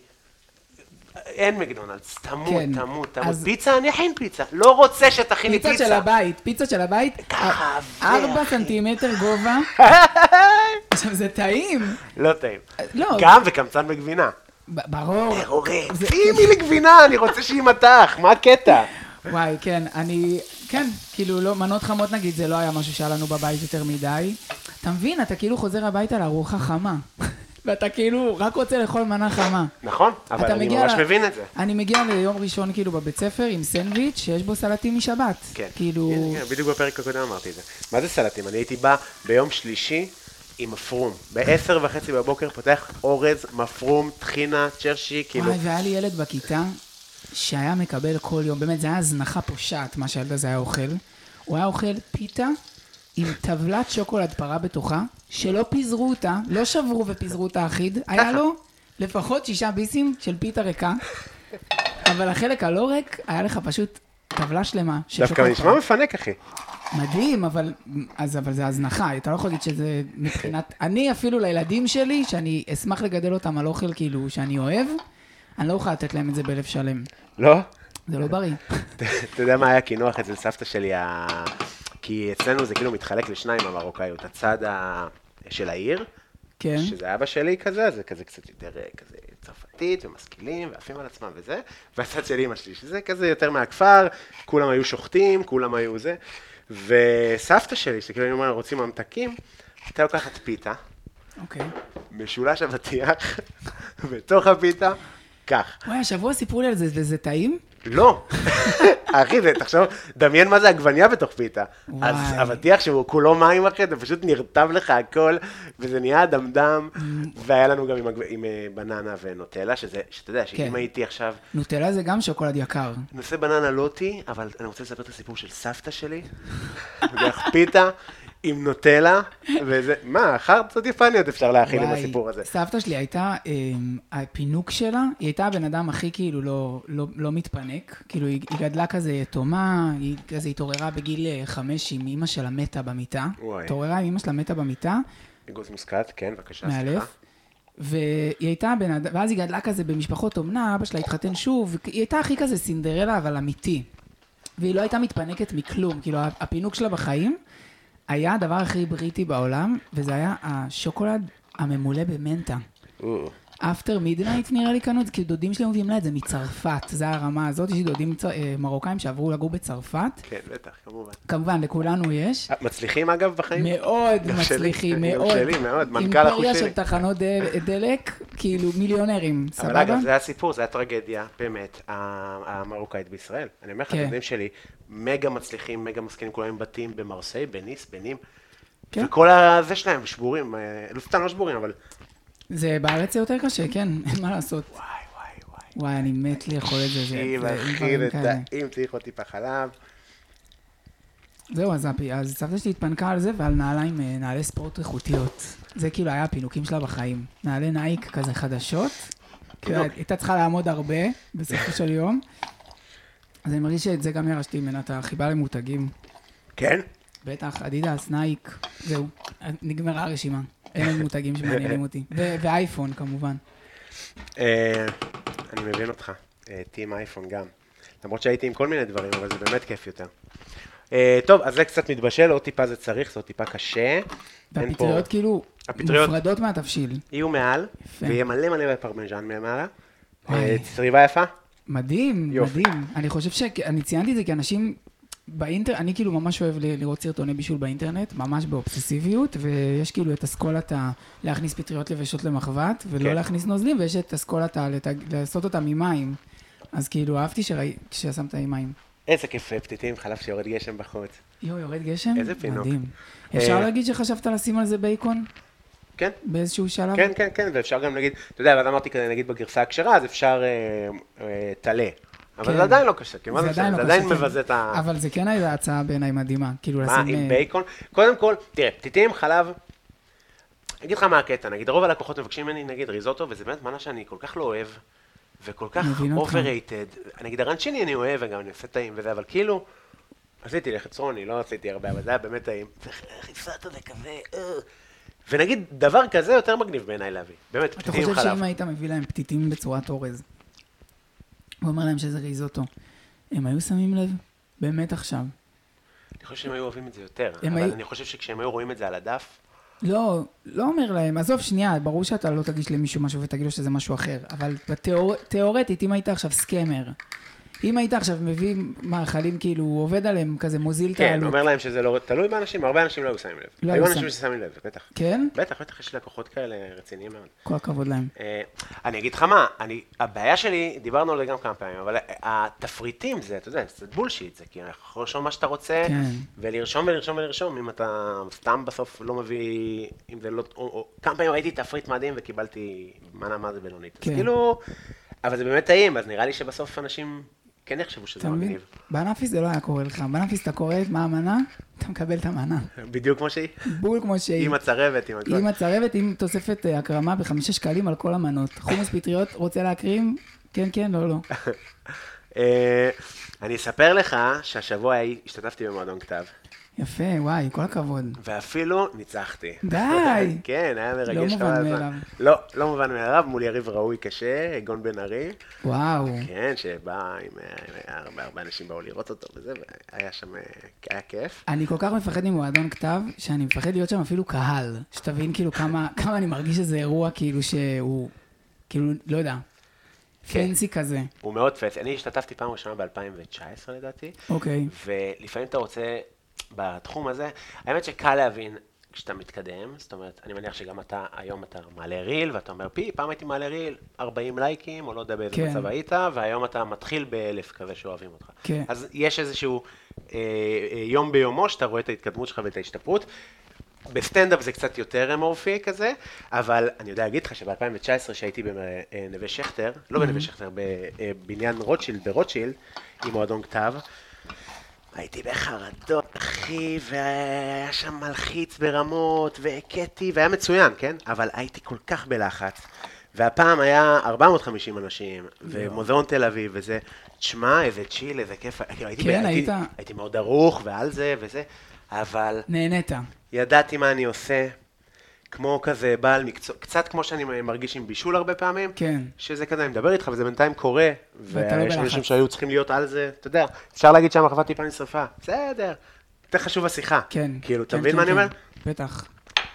אין מקדונלדס, תמות. פיצה, אני אכין פיצה. לא רוצה שתכין לי פיצה. פיצה של הבית. ככה, 4 סנטימטר גובה. עכשיו, זה טעים. לא טעים. לא. גם וקמצן בגבינה. ברור. שימי לי גבינה, אני רוצה שהיא מתח. מה הקטע? וואי, כן, כן, כאילו, לא, מנות חמות נגיד, זה לא היה משהו שהיה לנו בבית יותר מדי. אתה מבין, אתה כאילו חוזר הביתה לארוחה חמה. ואתה כאילו רק רוצה לאכול מנה חמה. נכון, אבל אני ממש מבין את זה. אני מגיע ליום ראשון כאילו בבית ספר עם סנדוויץ' שיש בו סלטים משבת. כן, כאילו... בדיוק בפרק הקודם אמרתי את זה. מה זה סלטים? אני הייתי בא ביום שלישי עם מפרום. ב-10:30 בבוקר פותח אורז, מפרום, טחינה, צ'רשי, כאילו... וואי, והיה לי ילד בכיתה שהיה מקבל כל יום, באמת זה היה הזנחה פושעת מה שהילד הזה היה אוכל. הוא היה אוכל פיתה עם טבלת שוקולד פרה בתוכה, שלא פיזרו אותה, לא שברו ופיזרו אותה אחיד, היה לו לפחות 6 ביסים של פיתה ריקה, אבל החלק הלא ריק היה לך פשוט טבלה שלמה של שוקולד פרה. דווקא נשמע מפנק, אחי. מדהים, אבל זה הזנחה, אתה לא יכול להגיד שזה מבחינת... אני אפילו לילדים שלי, שאני אשמח לגדל אותם על אוכל כאילו שאני אוהב, אני לא אוכל לתת להם את זה בלב שלם. לא? זה לא בריא. אתה יודע מה היה קינוח אצל סבתא שלי, כי אצלנו זה כאילו מתחלק לשניים המרוקאיות, הצד של העיר, כן. שזה אבא שלי כזה, זה כזה קצת יותר כזה צרפתית ומשכילים ועפים על עצמם וזה, והצד של אמא שלי, שזה כזה יותר מהכפר, כולם היו שוחטים, כולם היו זה, וסבתא שלי, שכאילו אני אומר, רוצים ממתקים, הייתה לוקחת פיתה, אוקיי. משולש אבטיח, בתוך הפיתה, כך. וואי, השבוע סיפרו לי על זה, וזה טעים? לא. אחי, תחשוב, דמיין מה זה עגבניה בתוך פיתה. אז אבטיח שהוא כולו מים אחרי, זה פשוט נרטב לך הכל, וזה נהיה דמדם, והיה לנו גם עם בננה ונוטלה, שאתה יודע, שאם הייתי עכשיו... נוטלה זה גם שוקולד יקר. נושא בננה לא אותי, אבל אני רוצה לספר את הסיפור של סבתא שלי, ודרך פיתה, עם נוטלה, וזה, מה, חרצות יפניות אפשר להכין עם הסיפור הזה. סבתא שלי הייתה, הפינוק שלה, היא הייתה הבן אדם הכי כאילו לא מתפנק, כאילו היא גדלה כזה יתומה, היא כזה התעוררה בגיל 5 עם אמא שלה מתה במיטה, התעוררה עם אמא שלה מתה במיטה. אגוז מוסקת, כן, בבקשה, סליחה. מאלף. והיא הייתה בן אדם, ואז היא גדלה כזה במשפחות אומנה, אבא שלה התחתן שוב, היא הייתה הכי כזה סינדרלה, אבל אמיתי. והיא לא הייתה מתפנקת מכלום, כאילו הפינוק שלה בחיים, היה הדבר הכי בריטי בעולם, וזה היה השוקולד הממולא במנטה. After Midnight נראה לי קנו, כי דודים שלי מביאים לה את זה מצרפת, זה הרמה הזאת, יש דודים מרוקאים שעברו לגור בצרפת. כן, בטח, כמובן. כמובן, לכולנו יש. מצליחים אגב בחיים? מאוד מצליחים, מאוד. גם שלי, מאוד, מנכ"ל החוץ שלי. אימפריה של תחנות דלק, כאילו מיליונרים, סבבה? אבל אגב, זה הסיפור, זה הטרגדיה, באמת, המרוקאית בישראל. אני אומר לך, הדודים שלי, מגה מצליחים, מגה מסכנים, כולם עם בתים במרסיי, בניס, בנים, וכל הזה שלהם שבורים, לא סתם לא שבורים, אבל... זה בארץ זה יותר קשה, כן, אין מה לעשות. וואי, אני מת לאכול את זה, זה טעים, צריך עוד טיפה חלב. זהו, אז סבתא שלי התפנקה על זה, ועל נעלי ספורט איכותיות. זה כאילו היה הפינוקים שלה בחיים. נעלי נייק כזה חדשות, הייתה צריכה לעמוד הרבה בסופו של יום. אז אני מרגיש שאת זה גם ירשתי ממנה, את החיבה למותגים. כן? בטח, אדידס, נייק, זהו, נגמרה הרשימה. אין מותגים שמעניינים אותי. ואייפון, כמובן. אני מבין אותך. טים אייפון גם. למרות שהייתי עם כל מיני דברים, אבל זה באמת כיף יותר. טוב, אז זה קצת מתבשל, עוד טיפה זה צריך, זה עוד טיפה קשה. והפטריות כאילו מופרדות מהתבשיל. יהיו מעל, ויהיה מלא מלא פרמז'ן מעלה. צריבה יפה? מדהים, מדהים. אני חושב אני ציינתי את זה כי אנשים... אני כאילו ממש אוהב לראות סרטוני בישול באינטרנט, ממש באובססיביות, ויש כאילו את אסכולת להכניס פטריות לבשות למחבת, ולא להכניס נוזלים, ויש את אסכולת לעשות אותה ממים. אז כאילו אהבתי ששמת עם מים. איזה כיף פתיתים, חלב שיורד גשם בחוץ. יורד גשם? איזה פינוק. מדהים. אפשר להגיד שחשבת לשים על זה בייקון? כן. באיזשהו שלב? כן, כן, כן, ואפשר גם להגיד, אתה יודע, אבל אמרתי כזה, נגיד בגרסה הכשרה, אז אפשר תלה. אבל זה עדיין לא קשה, כי מה זה משנה, זה עדיין מבזה את ה... אבל זה כן הייתה הצעה בעיניי מדהימה, כאילו לשים... מה, עם בייקון? קודם כל, תראה, פתיתים, חלב, אני אגיד לך מה הקטע, נגיד, רוב הלקוחות מבקשים ממני, נגיד, ריזוטו, וזה באמת מנה שאני כל כך לא אוהב, וכל כך overrated. נגיד, הרנצ'יני אני אוהב, וגם אני עושה טעים וזה, אבל כאילו, עשיתי לחצרוני, לא עשיתי הרבה, אבל זה היה באמת טעים. ריזוטו זה כזה, ונגיד, דבר כזה יותר מגניב בעיניי להביא. באמת, פתיתים, חלב. אתה חושב שאם היית מביא להם פתיתים בצורת אורז, הוא אומר להם שזה ריזוטו. הם היו שמים לב? באמת עכשיו. אני חושב שהם היו אוהבים את זה יותר, אבל אני חושב שכשהם היו רואים את זה על הדף... לא אומר להם, עזוב שנייה, ברור שאתה לא תגיש למישהו משהו ותגיד לו שזה משהו אחר, אבל תיאורטית, אם היית עכשיו סקמר, אם היית עכשיו מביא מאכלים כאילו, הוא עובד עליהם כזה, מוזיל את העלות. כן, אומר להם שזה לא תלוי באנשים, הרבה אנשים לא היו שמים לב. היו אנשים ששמים לב, בטח. כן? בטח, יש לקוחות כאלה רציניים מאוד. כל הכבוד להם. אני אגיד לך מה, הבעיה שלי, דיברנו על זה גם כמה פעמים, אבל התפריטים זה, אתה יודע, זה בולשיט, זה כי אתה יכול לרשום מה שאתה רוצה, ולרשום, אם אתה סתם בסוף לא מביא, אם זה לא, כמה פעמים ראיתי תפריט מדהים וקיבלתי מנה מה זה בינונית. אז כאילו, אבל זה באמת טעים, אז נראה לי שבסוף אנשים כן יחשבו שזה מגניב. באנפיס זה לא היה קורה לך. באנפיס אתה קורא את מה המנה, אתה מקבל את המנה. בדיוק כמו שהיא? בול כמו שהיא. עם הצרבת, עם הכל. עם הצרבת, עם תוספת הקרמה ב5 שקלים על כל המנות. חומוס פטריות, רוצה להקרים? כן, כן, לא, לא. אני אספר לך שהשבוע השתתפתי במועדון כתב. יפה, וואי, כל הכבוד. ואפילו ניצחתי. די! כן, היה מרגש. לא מובן מאליו. לא מובן מאליו, מול יריב ראוי קשה, גון בן ארי. וואו. כן, שבא עם הרבה אנשים באו לראות אותו וזה, והיה שם, היה כיף. אני כל כך מפחד ממועדון כתב, שאני מפחד להיות שם אפילו קהל. שתבין כאילו כמה אני מרגיש שזה אירוע כאילו שהוא, כאילו, לא יודע. פנסי כזה. הוא מאוד פנסי. אני השתתפתי פעם ראשונה ב-2019 לדעתי. אוקיי. ולפעמים אתה רוצה, בתחום הזה, האמת שקל להבין כשאתה מתקדם, זאת אומרת, אני מניח שגם אתה, היום אתה מעלה ריל, ואתה אומר, פעם הייתי מעלה ריל, 40 לייקים, או לא יודע באיזה מצב היית, והיום אתה מתחיל ב-1000 כזה שאוהבים אותך. כן. אז יש איזשהו יום ביומו, שאתה רואה את ההתקדמות שלך ואת ההשתפרות, בסטנדאפ זה קצת יותר אמורפי כזה, אבל אני יודע להגיד לך שב-2019 שהייתי בנווה שכתר, לא בנווה שכתר, בבניין רוטשילד, ברוטשילד, עם מועדון כתב, הייתי בחרדות, אחי, והיה שם מלחיץ ברמות, והקטי, והיה מצוין, כן? אבל הייתי כל כך בלחץ, והפעם היה 450 אנשים, ומוזיאון תל אביב, וזה, תשמע, איזה צ'יל, איזה כיף, הייתי מאוד ערוך ועל זה וזה, אבל... נהנית. ידעתי מה אני עושה, כמו כזה בעל מקצוע, קצת כמו שאני מרגיש עם בישול הרבה פעמים, כן. שזה כזה, אני מדבר איתך, וזה בינתיים קורה, ויש אנשים שהיו צריכים להיות על זה, אתה יודע, אפשר להגיד שהמחווה טיפה נשרפה, בסדר, יותר חשוב השיחה. כן. כאילו, אתה מבין מה אני אומר? בטח.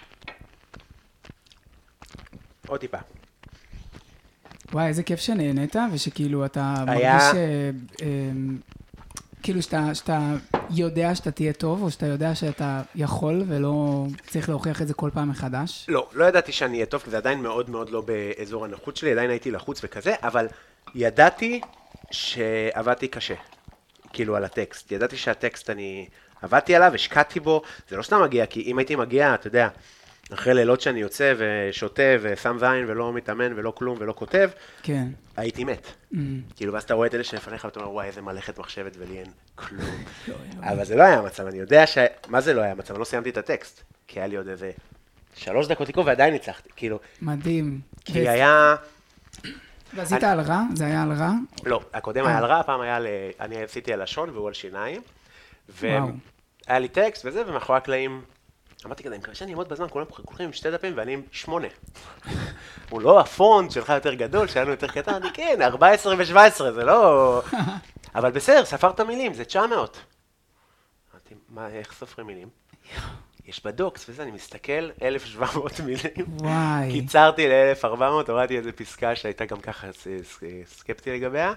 עוד טיפה. וואי, איזה כיף שנהנית, ושכאילו אתה היה... מרגיש כאילו שאתה יודע שאתה תהיה טוב, או שאתה יודע שאתה יכול, ולא צריך להוכיח את זה כל פעם מחדש? לא ידעתי שאני אהיה טוב, כי זה עדיין מאוד מאוד לא באזור הנוחות שלי, עדיין הייתי לחוץ וכזה, אבל ידעתי שעבדתי קשה, כאילו על הטקסט. ידעתי שהטקסט אני עבדתי עליו, השקעתי בו, זה לא סתם מגיע, כי אם הייתי מגיע, אתה יודע, אחרי לילות שאני יוצא ושותה ושם זין ולא מתאמן ולא כלום ולא כותב, כן. הייתי מת. כאילו, ואז אתה רואה את אלה שלפניך ואתה אומר, וואי, איזה מלאכת מחשבת ולי אין כלום. אבל זה לא היה המצב, אני יודע מה זה לא היה המצב, אני לא סיימתי את הטקסט, כי היה לי עוד איזה 3 דקות לקרוא ועדיין ניצחתי, כאילו. מדהים. כי היה... ועשית על רע? זה היה על רע? לא, הקודם היה על רע, הפעם היה אני עשיתי על לשון והוא על שיניים, והיה לי טקסט וזה, ומאחורי הקלעים, אמרתי כזה, אני מקווה שאני אעמוד בזמן, כולכם עם 2 דפים ואני עם 8. הוא לא הפונט שלך יותר גדול, שלנו יותר קטן, אני כן, 14 ו-17, זה לא... אבל בסדר, ספרת מילים, זה 900. אמרתי, מה, איך סופרים מילים? יש בדוקס וזה, אני מסתכל, 1,700 מילים. וואי. קיצרתי ל-1,400, הורדתי איזו פסקה שהייתה גם ככה סקפטי לגביה,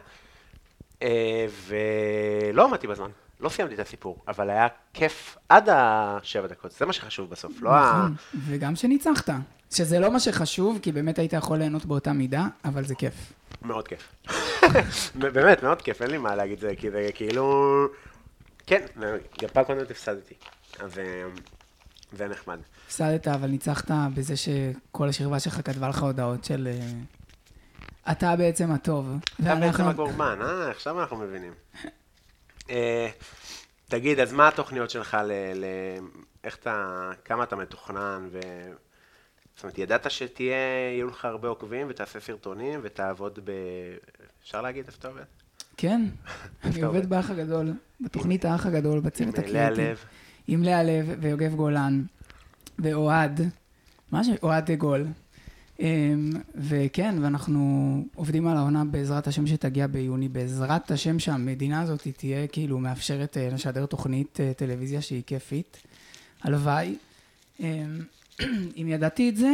ולא עמדתי בזמן. לא סיימתי את הסיפור, אבל היה כיף עד 7 דקות, זה מה שחשוב בסוף, לא נכון, וגם שניצחת, שזה לא מה שחשוב, כי באמת היית יכול ליהנות באותה מידה, אבל זה כיף. מאוד כיף. באמת, מאוד כיף, אין לי מה להגיד זה, כי זה כאילו... כן, גם פעם קודם הפסדתי, אז זה נחמד. הפסדת, אבל ניצחת בזה שכל השכבה שלך כתבה לך הודעות של... אתה בעצם הטוב. אתה בעצם הקורבן, עכשיו אנחנו מבינים. תגיד, אז מה התוכניות שלך איך אתה, כמה אתה מתוכנן זאת אומרת, ידעת יהיו לך הרבה עוקבים ותעשה סרטונים ותעבוד אפשר להגיד איפה אתה עובד? כן, אני עובד באח הגדול, בתוכנית האח הגדול, בצוות הקריאיטיב. עם לאה לב. עם לאה לב ויוגב גולן ואוהד, אוהד גול. וכן, ואנחנו עובדים על העונה בעזרת השם שתגיע ביוני, בעזרת השם שהמדינה הזאת תהיה כאילו מאפשרת לשדר תוכנית טלוויזיה שהיא כיפית. הלוואי. אם ידעתי את זה,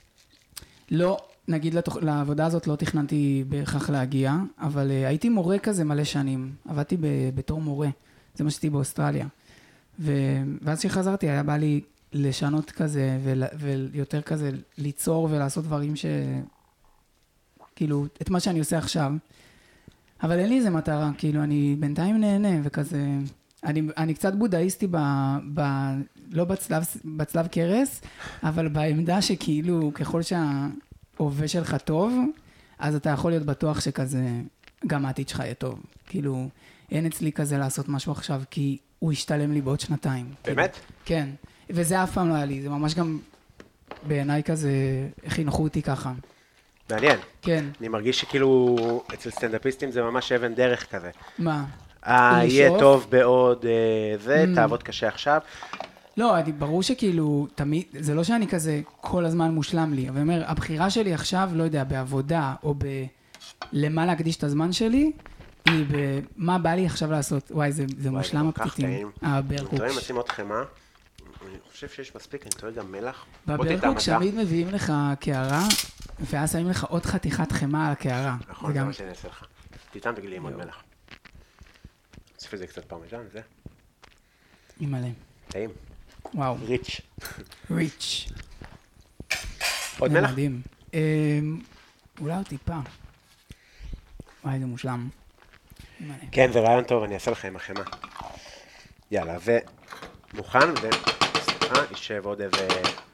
לא, נגיד לעבודה הזאת לא תכננתי בהכרח להגיע, אבל הייתי מורה כזה מלא שנים, עבדתי בתור מורה, זה מה שעשיתי באוסטרליה. ואז שחזרתי היה בא לי לשנות כזה, ויותר כזה ליצור ולעשות דברים כאילו, את מה שאני עושה עכשיו. אבל אין לי איזה מטרה, כאילו, אני בינתיים נהנה וכזה, אני קצת בודהיסטי לא בצלב קרס, אבל בעמדה שכאילו, ככל שההווה שלך טוב, אז אתה יכול להיות בטוח שכזה, גם העתיד שלך יהיה טוב. כאילו, אין אצלי כזה לעשות משהו עכשיו, כי הוא ישתלם לי בעוד 2. באמת? כן. וזה אף פעם לא היה לי, זה ממש גם בעיניי כזה, חינכו אותי ככה. מעניין. כן. אני מרגיש שכאילו, אצל סטנדאפיסטים זה ממש אבן דרך כזה. מה? יהיה טוב בעוד זה, תעבוד קשה עכשיו. לא, ברור שכאילו, תמיד, זה לא שאני כזה כל הזמן מושלם לי, אבל אני אומר, הבחירה שלי עכשיו, לא יודע, בעבודה, או למה להקדיש את הזמן שלי, היא במה בא לי עכשיו לעשות. וואי, זה מושלם הפתיתים. הברקוק. אני נשים עוד חמה. אני חושב שיש מספיק, אני טועה גם מלח. בברקוק שמיד מביאים לך קערה, ואז שמים לך עוד חתיכת חמה על הקערה. נכון, זה מה שאני אעשה לך. תיתן בגלי עם עוד מלח. נוסיף לזה קצת פרמיז'ן, זה. אימא'לה. טעים. וואו. ריץ'. ריץ'. עוד מלח? מדהים. אולי עוד טיפה. וואי, זה מושלם. כן, זה רעיון טוב, אני אעשה לך עם החמה. יאללה, ומוכן, יישב עוד איזה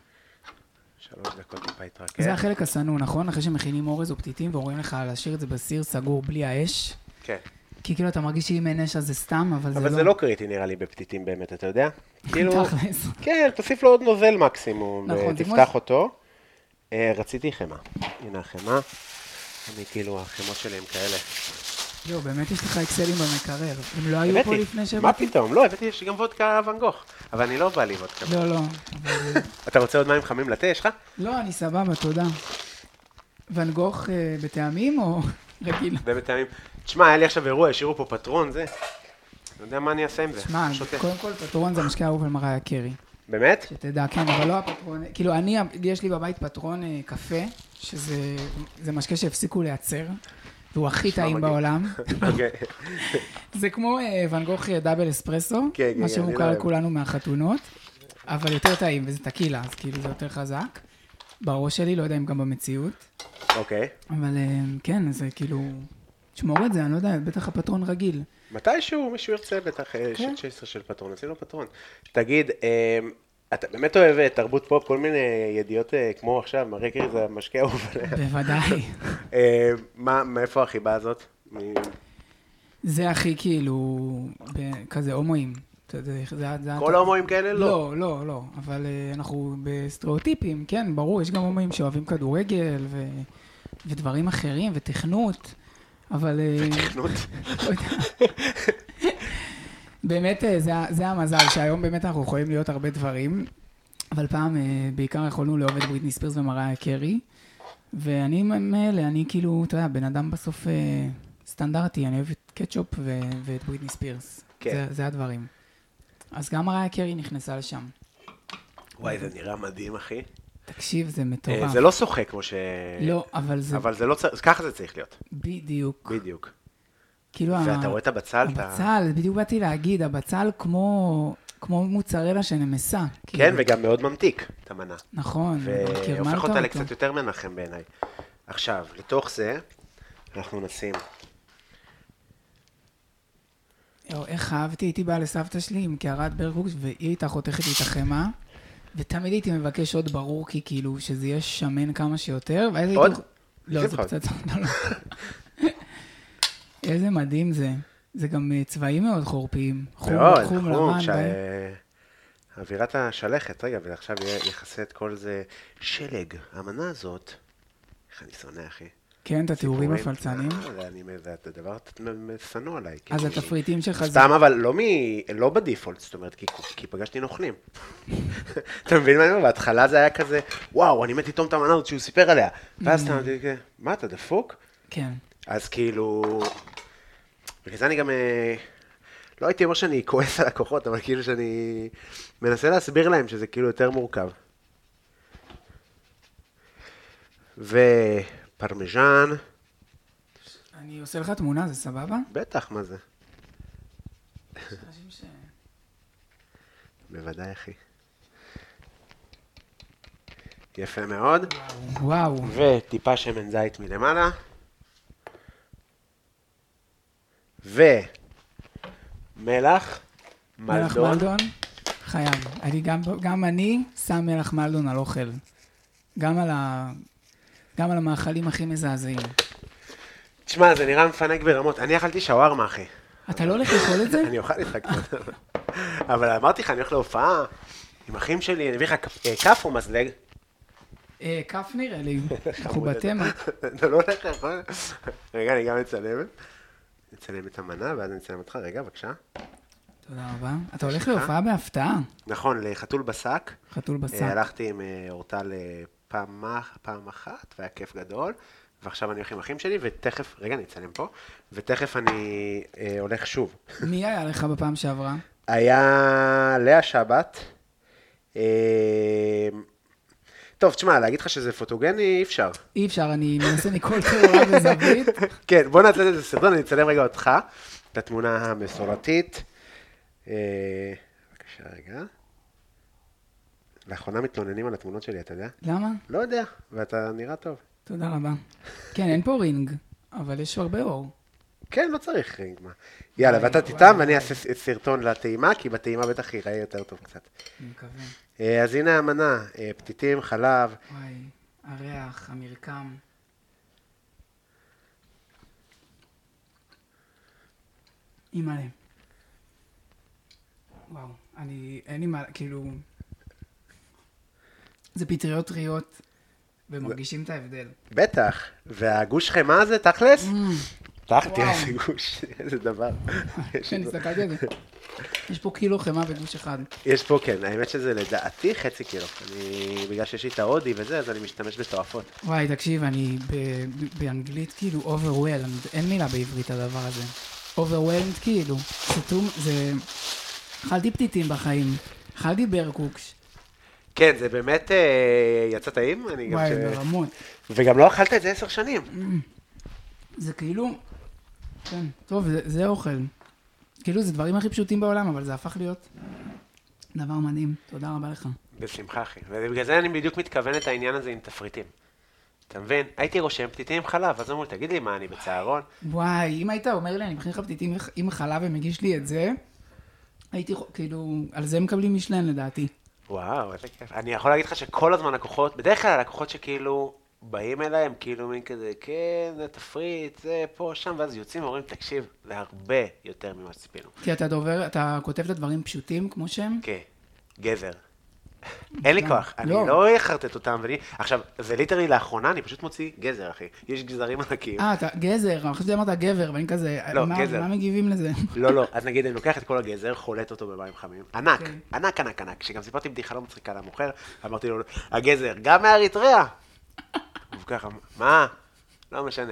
3 דקות טיפה יתרכז. זה החלק הסנוע, נכון? אחרי שמכינים אורז או פתיתים ואומרים לך להשאיר את זה בסיר סגור בלי האש. כן. כי כאילו אתה מרגיש שאם אין אש אז זה סתם, אבל זה לא... אבל זה לא קריטי נראה לי בפתיתים באמת, אתה יודע? כאילו... תכלס. כן, תוסיף לו עוד נוזל מקסימום, תפתח אותו. רציתי חמה. הנה החמה. אני כאילו, החמות שלי הם כאלה. יו, באמת יש לך אקסלים במקרר. אם לא היו פה לפני שבאתי? מה פתאום? לא, הבאתי, יש גם וודקה ואן גוך. אבל אני לא בא לי וודקה. לא. אתה רוצה עוד מים חמים לתה, יש לך? לא, אני סבבה, תודה. ואן גוך בטעמים או רגיל? בטעמים. תשמע, היה לי עכשיו אירוע, השאירו פה פטרון, זה. לא יודע מה אני אעשה עם זה. שמע, קודם כל, פטרון זה משקה אהוב על מריה קרי. באמת? שתדע, כן, אבל לא הפטרון, כאילו, יש לי בבית פטרון קפה, שזה משקה שהפסיקו לייצר, והוא הכי טעים בעולם. אוקיי. זה כמו ואן גוך דאבל אספרסו, מה שמוכר לכולנו מהחתונות, אבל יותר טעים, וזה טקילה, אז כאילו זה יותר חזק. בראש שלי, לא יודע אם גם במציאות. אוקיי. אבל כן, זה כאילו, תשמור את זה, אני לא יודע, בטח הפטרון רגיל. מתישהו מישהו ירצה בטח 16 של פטרון, עשינו פטרון. תגיד, אתה באמת אוהב תרבות פופ, כל מיני ידיעות כמו עכשיו, מריה קרי זה משקה אהוב עליה. בוודאי. מאיפה החיבה הזאת? זה הכי כאילו, כזה הומואים. כל ההומואים כאלה? לא. לא, אבל אנחנו בסטריאוטיפים, כן, ברור, יש גם הומואים שאוהבים כדורגל ודברים אחרים, ותכנות, אבל... ותכנות? לא יודע. באמת, זה המזל, שהיום באמת אנחנו יכולים להיות הרבה דברים, אבל פעם בעיקר יכולנו לאהוב את בריטני ספירס ומריה קרי, ואני מאלה, אני כאילו, אתה יודע, בן אדם בסוף סטנדרטי, אני אוהב את קטשופ ואת בריטני ספירס. זה הדברים. אז גם מריה קרי נכנסה לשם. וואי, זה נראה מדהים, אחי. תקשיב, זה מטורף. זה לא שוחק כמו ש... לא, אבל זה... אבל זה לא צריך, ככה זה צריך להיות. בדיוק. בדיוק. כאילו... ואתה רואה את הבצל? הבצל, בדיוק באתי להגיד, הבצל כמו מוצרלה שנמסה. כן, וגם מאוד ממתיק את המנה. נכון, והופך אותה לקצת יותר מנחם בעיניי. עכשיו, לתוך זה, אנחנו נשים... איך אהבתי, הייתי באה לסבתא שלי עם קערת ברקוקס, והיא הייתה חותכת לי את החמה, ותמיד הייתי מבקש עוד ברור, כי כאילו שזה יהיה שמן כמה שיותר, ואז עוד? הייתי... לא, זה קצת... איזה מדהים זה. זה גם צבעים מאוד חורפיים. מאוד, חום לבן. אווירת השלכת, רגע, ועכשיו יחסה את כל זה שלג. המנה הזאת, איך אני שונא, אחי. כן, את התיאורים הפלצנים. זה דבר שנוא עליי. אז התפריטים שלך זה... סתם, אבל לא בדיפולט, זאת אומרת, כי פגשתי נוכלים. אתה מבין מה אני אומר? בהתחלה זה היה כזה, וואו, אני מת לטעום את המנה הזאת שהוא סיפר עליה. ואז אתה אמרתי, מה, אתה דפוק? כן. אז כאילו... בגלל זה אני גם... לא הייתי אומר שאני כועס על הכוחות, אבל כאילו שאני מנסה להסביר להם שזה כאילו יותר מורכב. ופרמיז'ן. אני עושה לך תמונה, זה סבבה? בטח, מה זה? בוודאי, אחי. יפה מאוד. וואו. וטיפה שמן זית מלמעלה. ומלח מלדון. מלח מלדון? חייב. גם אני שם מלח מלדון על אוכל. גם על המאכלים הכי מזעזעים. תשמע, זה נראה מפנק ברמות. אני אכלתי שווארמה, אחי. אתה לא הולך לאכול את זה? אני אוכל איתך קצת. אבל אמרתי לך, אני הולך להופעה עם אחים שלי, אני אביא לך כף או מזלג? כף נראה לי. אנחנו בתמה. אתה לא הולך לאכול? רגע, אני גם אצלם את המנה, ואז אני אצלם אותך. רגע, בבקשה. תודה רבה. אתה הולך להופעה בהפתעה. נכון, לחתול בשק. חתול בשק. הלכתי עם אורטל פעם אחת, והיה כיף גדול. ועכשיו אני הולך עם אחים שלי, ותכף, רגע, אני אצלם פה, ותכף אני הולך שוב. מי היה לך בפעם שעברה? היה לאה שבת. טוב, תשמע, להגיד לך שזה פוטוגני, אי אפשר. אי אפשר, אני מנסה מכל תאורה וזווית. כן, בוא נעשה את זה סרטון, אני אצלם רגע אותך, את התמונה המסורתית. בבקשה, רגע. לאחרונה מתלוננים על התמונות שלי, אתה יודע? למה? לא יודע, ואתה נראה טוב. תודה רבה. כן, אין פה רינג, אבל יש הרבה אור. כן, לא צריך רינג, מה. יאללה, ואתה תטעם, ואני אעשה סרטון לטעימה, כי בטעימה בטח ייראה יותר טוב קצת. אני מקווה. אז הנה המנה, פתיתים, חלב. וואי, הריח, המרקם. אימא'לה. וואו, אין לי מה, כאילו... זה פטריות טריות, ומרגישים את ההבדל. בטח, והגוש חמה הזה, תכלס? תראה איזה גוש, איזה דבר. כן, הסתכלתי על זה. יש פה קילו חמה בגוש אחד. יש פה, כן, האמת שזה לדעתי חצי קילו. בגלל שיש לי את ההודי וזה, אז אני משתמש בתועפות. וואי, תקשיב, אני באנגלית כאילו overwhelmed, אין מילה בעברית הדבר הזה. overwhelmed כאילו. סתום, זה... אכלתי פתיתים בחיים. אכלתי ברקוקש. כן, זה באמת יצא טעים. וואי, ברמות. וגם לא אכלת את זה 10 שנים. זה כאילו... כן, טוב, זה אוכל. כאילו, זה דברים הכי פשוטים בעולם, אבל זה הפך להיות דבר מדהים. תודה רבה לך. בשמחה, אחי. ובגלל זה אני בדיוק מתכוון את העניין הזה עם תפריטים. אתה מבין? הייתי רושם פתיתים עם חלב, אז אמרו, תגיד לי מה, אני בצהרון? וואי, אם היית אומר לי, אני מכין לך פתיתים עם חלב ומגיש לי את זה, הייתי, כאילו, על זה מקבלים משלן לדעתי. וואו, איזה כיף. אני יכול להגיד לך שכל הזמן לקוחות, בדרך כלל הלקוחות שכאילו באים אליי, הם כאילו מין כזה, כן, זה תפריט, זה פה, שם, ואז יוצאים ואומרים, תקשיב, זה הרבה יותר ממה שציפינו. כי אתה כותב את הדברים פשוטים כמו שהם? כן, גזר. אין לי כוח, אני לא אחרטט אותם, עכשיו, זה ליטרלי לאחרונה, אני פשוט מוציא גזר, אחי. יש גזרים ענקים. אתה גזר, אני חושבת שאמרת גבר, ואני כזה, מה מגיבים לזה? לא, אז נגיד, אני לוקח את כל הגזר, חולט אותו במים חמים, ענק, ענק, ענק, ענק, כשגם סיפרתי בדיחה לא מצחיקה למוכר, אמרתי לו, הגזר, גם מאריתריאה. וככה, מה? לא משנה.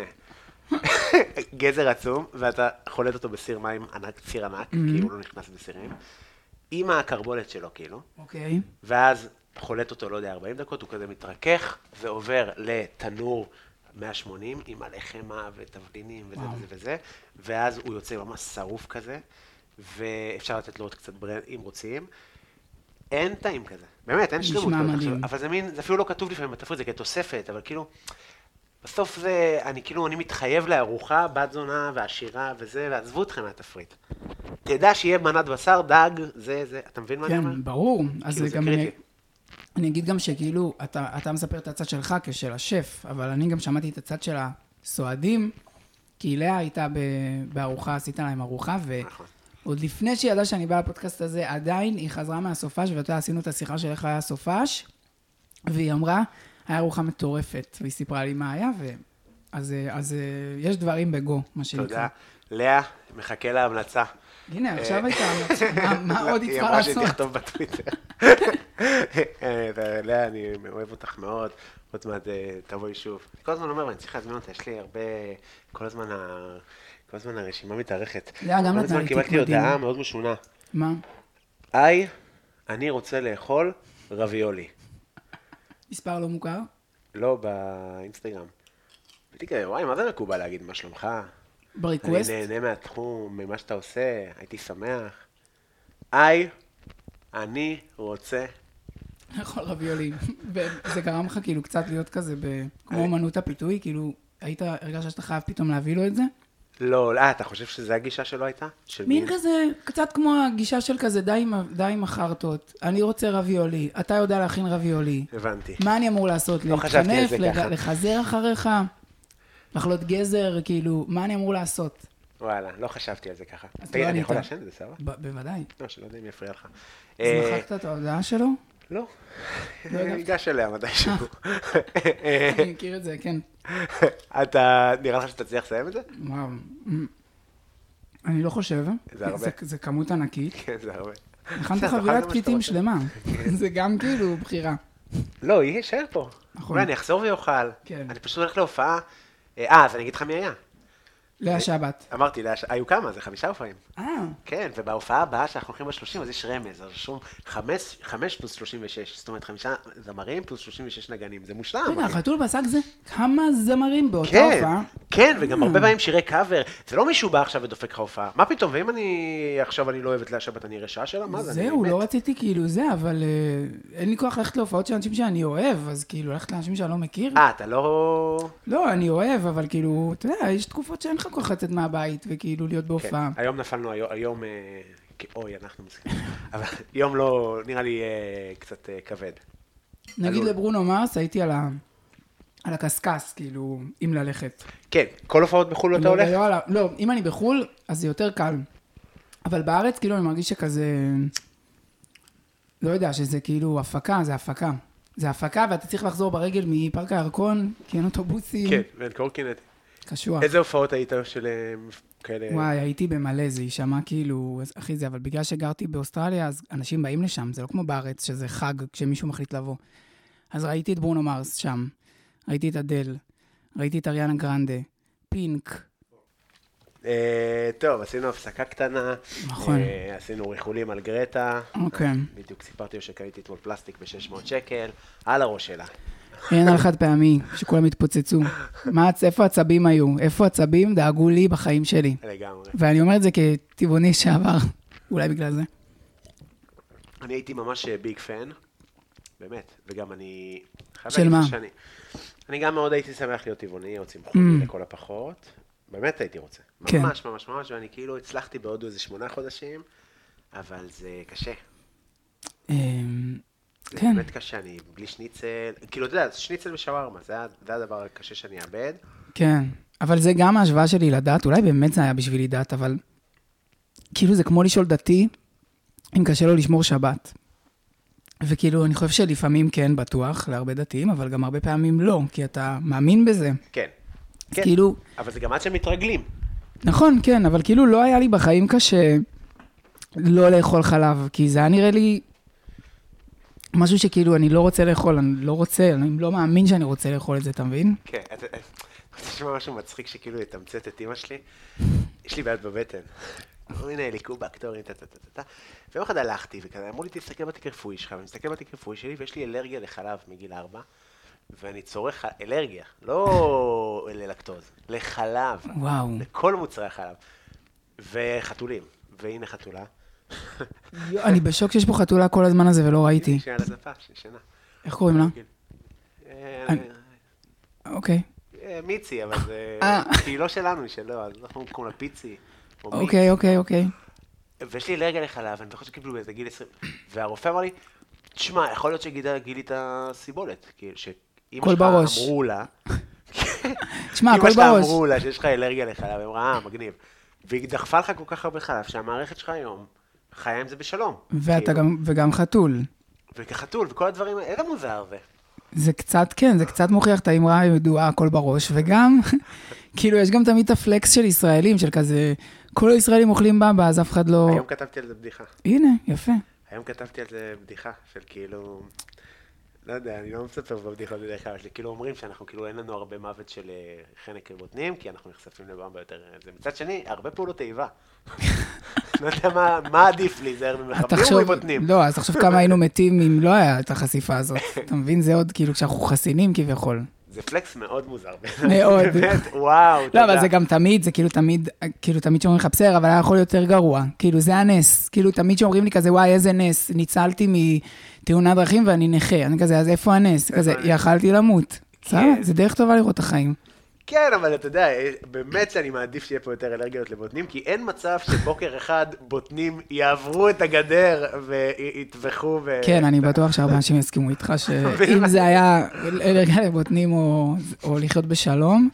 גזר עצום, ואתה חולט אותו בסיר מים ענק, סיר ענק, כי הוא לא נכנס בסירים. עם הקרבולת שלו, כאילו. אוקיי. ואז חולט אותו, לא יודע, 40 דקות, הוא כזה מתרכך, ועובר לתנור 180, עם מלא חמאה ותבלינים וזה וזה וזה, ואז הוא יוצא ממש שרוף כזה, ואפשר לתת לו עוד קצת ברנד, אם רוצים. אין טעים כזה, באמת, אין שלמות. נשמע מדהים. אבל זה מין, זה אפילו לא כתוב לפעמים בתפריט, זה כתוספת, אבל כאילו, בסוף זה, אני מתחייב לארוחה, בת זונה ועשירה וזה, ועזבו אתכם מהתפריט. תדע שיהיה מנת בשר, דג, זה, אתה מבין מה אני אומר? כן, ברור. אז כאילו, זה גם אני אגיד גם שכאילו, אתה מספר את הצד שלך כשל השף, אבל אני גם שמעתי את הצד של הסועדים, כי לאה הייתה בארוחה, עשית להם ארוחה, ועוד לפני שהיא ידעה שאני באה לפודקאסט הזה, עדיין היא חזרה מהסופש, ואתה עשינו את השיחה של איך היה הסופש, והיא אמרה, היה ארוחה מטורפת, והיא סיפרה לי מה היה, אז יש דברים בגו, מה שנקרא. תודה. לאה, מחכה להמלצה. הנה, עכשיו הייתה המלצה, מה עוד היא צריכה לעשות? היא אמרה שתכתוב בטוויטר. לאה, אני אוהב אותך מאוד, עוד מעט תבואי שוב. אני כל הזמן אומר, אני צריך להזמין אותה, יש לי הרבה, כל הזמן הרשימה מתארכת. לאה, גם כל הזמן קיבלתי הודעה מאוד משונה. מה? אני רוצה לאכול רביולי. מספר לא מוכר? לא, באינסטגרם. הייתי כזה, וואי, מה זה מקובל להגיד, מה שלומך? בריקווסט? אני נהנה מהתחום, ממה שאתה עושה, הייתי שמח. אני רוצה... לאכול רביולי. וזה גרם לך כאילו קצת להיות כזה, כמו אמנות הפיתוי, כאילו, הרגשת שאתה חייב פתאום להביא לו את זה? לא, אתה חושב שזה הגישה שלו הייתה? מין כזה, קצת כמו הגישה של כזה, די עם החרטות. אני רוצה רביולי, אתה יודע להכין רביולי. הבנתי. מה אני אמור לעשות? לא חשבתי על זה ככה. לחזר אחריך? לחלות גזר, כאילו, מה אני אמור לעשות? וואלה, לא חשבתי על זה ככה. אז לא אני יכול לעשן את זה, סבבה? בוודאי. לא, שלא יודע אם יפריע לך. אז מחקת את ההודעה שלו? לא. ניגש אליה מתישהו. אני מכיר את זה, כן. אתה, נראה לך שתצליח לסיים את זה? וואו. אני לא חושב. זה הרבה. זה כמות ענקית. כן, זה הרבה. הכנת חבילת פתיתים שלמה. זה גם כאילו בחירה. לא, היא יישאר פה. נכון. אולי אני אחזור ויאכל. כן. אני פשוט הולך להופעה. אז אני אגיד לך מי היה. לאה שבת. אמרתי, היו כמה, זה 5 הופעים. כן, ובהופעה הבאה שאנחנו הולכים ב-30, אז יש רמז, אז רשום 5 פלוס 36, זאת אומרת 5 זמרים פלוס 36 נגנים, זה מושלם. רגע, חתול בשק זה כמה זמרים באותה כן, הופעה? כן, וגם הרבה פעמים שירי קאבר, זה לא מישהו בא עכשיו ודופק לך הופעה, מה פתאום, ואם עכשיו אני לא אוהבת לאה שבת, אני אראה שעה שלה, מה זה? זהו, לא רציתי כאילו זה, אבל אין לי כוח ללכת להופעות של אנשים שאני אוהב, אז כאילו ללכת לאנשים שאני לא מכיר. אתה לא... לא, אני אוהב, אבל כאילו, אתה יודע, יש תקופות שאין לך כוח לצאת מהבית וכאילו להיות בהופעה. היום נפלנו, היום, אוי, אנחנו מסכימים, אבל יום לא, נראה לי קצת כבד. נגיד לברונו מרס, הייתי על הקסקס, כאילו, אם ללכת. כן, כל הופעות בחו"ל אתה הולך? לא, אם אני בחו"ל, אז זה יותר קל. אבל בארץ, כאילו, אני מרגיש שכזה, לא יודע, שזה כאילו הפקה, זה הפקה. זה הפקה, ואתה צריך לחזור ברגל מפארק הירקון, כי אין אוטובוסים. כן, ואין קורקינט. קשוח. איזה הופעות היית של כאלה? וואי, הייתי במלא, זה יישמע כאילו, אחי זה, אבל בגלל שגרתי באוסטרליה, אז אנשים באים לשם, זה לא כמו בארץ, שזה חג כשמישהו מחליט לבוא. אז ראיתי את ברונו מרס שם, ראיתי את אדל, ראיתי את אריאנה גרנדה, פינק, טוב, עשינו הפסקה קטנה. נכון. עשינו ריחולים על גרטה. אוקיי. בדיוק סיפרתי לו שקניתי אתמול פלסטיק ב-600 שקל, על הראש שלה. אין על חד פעמי, שכולם התפוצצו. איפה הצבים היו? איפה הצבים דאגו לי בחיים שלי? לגמרי. ואני אומר את זה כטבעוני שעבר, אולי בגלל זה. אני הייתי ממש ביג פן, באמת, וגם אני... של מה? אני גם מאוד הייתי שמח להיות טבעוני, או צמחוני לכל הפחות. באמת הייתי רוצה. כן. ממש, ממש, ממש, ואני כאילו הצלחתי בעוד איזה 8 חודשים, אבל זה קשה. זה כן. באמת קשה, אני בלי שניצל, כאילו, אתה יודע, שניצל ושווארמה, זה הדבר הקשה שאני אאבד. כן, אבל זה גם ההשוואה שלי לדת, אולי באמת זה היה בשבילי דת, אבל כאילו זה כמו לשאול דתי, אם קשה לו לשמור שבת. וכאילו, אני חושב שלפעמים כן בטוח להרבה דתיים, אבל גם הרבה פעמים לא, כי אתה מאמין בזה. כן. כן, כאילו... אבל זה גם עד שהם מתרגלים. נכון, כן, אבל כאילו לא היה לי בחיים קשה לא לאכול חלב, כי זה היה נראה לי משהו שכאילו אני לא רוצה לאכול, אני לא מאמין שאני רוצה לאכול את זה, אתה מבין? כן, אתה תשמע משהו מצחיק שכאילו יתמצת את אמא שלי, יש לי בעיות בבטן. הנה, ליקובק, תורים, ויום אחד הלכתי, וכזה, אמרו לי, תסתכל בתיק רפואי שלך, ואני מסתכל בתיק רפואי שלי, ויש לי אלרגיה לחלב מגיל 4, ואני צורך אלרגיה, לא ללקטוז, לחלב. וואו. לכל מוצרי החלב. וחתולים, והנה חתולה. אני בשוק שיש פה חתולה כל הזמן הזה ולא ראיתי. היא על הזפה, שישנה. איך קוראים לה? אוקיי. מיצי, אבל זה... כי היא לא שלנו, היא שלו, אז אנחנו קוראים לה פיצי. אוקיי. ויש לי אלרגיה לחלב, אני חושב שקיבלו באיזה גיל 20, והרופא אמר לי, תשמע, יכול להיות שגילי את הסיבולת, שאמא שלך אמרו לה, תשמע, הכל אמא שלך בראש. אמרו לה שיש לך אלרגיה לחלב, היא אמרה, מגניב, והיא דחפה לך כל כך הרבה חלב, שהמערכת שלך היום חיה עם זה בשלום. וגם חתול. וכחתול, וכל הדברים, איזה מוזר זה. זה קצת, כן, זה קצת מוכיח את האמרה הידועה, הכל בראש, וגם, כאילו, יש גם תמיד את הפלקס של ישראלים, של כזה, כל הישראלים אוכלים בבא, אז אף אחד לא... היום כתבתי על זה בדיחה. הנה, יפה. היום כתבתי על זה בדיחה, של כאילו, לא יודע, אני לא מספר בבדיחות בדרך כלל, כאילו אומרים שאנחנו, כאילו, אין לנו הרבה מוות של חנק בוטנים, כי אנחנו נחשפים לבמבה יותר... זה מצד שני, הרבה פעולות איבה. לא יודע מה עדיף לי, זה מחבלים או מבוטנים? לא, אז תחשוב כמה היינו מתים אם לא היה את החשיפה הזאת. אתה מבין? זה עוד כאילו כשאנחנו חסינים כביכול. זה פלקס מאוד מוזר. מאוד. באמת, וואו, תודה. לא, אבל זה גם תמיד, זה כאילו תמיד שאומרים לך בסדר, אבל היה יכול יותר גרוע. כאילו זה הנס. כאילו תמיד שאומרים לי כזה, וואי, איזה נס. ניצלתי מתאונת דרכים ואני נכה. אני כזה, אז איפה הנס? כזה, יכלתי למות. זה דרך טובה לראות את החיים. כן, אבל אתה יודע, באמת שאני מעדיף שיהיה פה יותר אלרגיות לבוטנים, כי אין מצב שבוקר אחד בוטנים יעברו את הגדר ויתווכו ו... כן, אני בטוח שהרבה אנשים יסכימו איתך שאם זה היה אלרגיה לבוטנים או לחיות בשלום,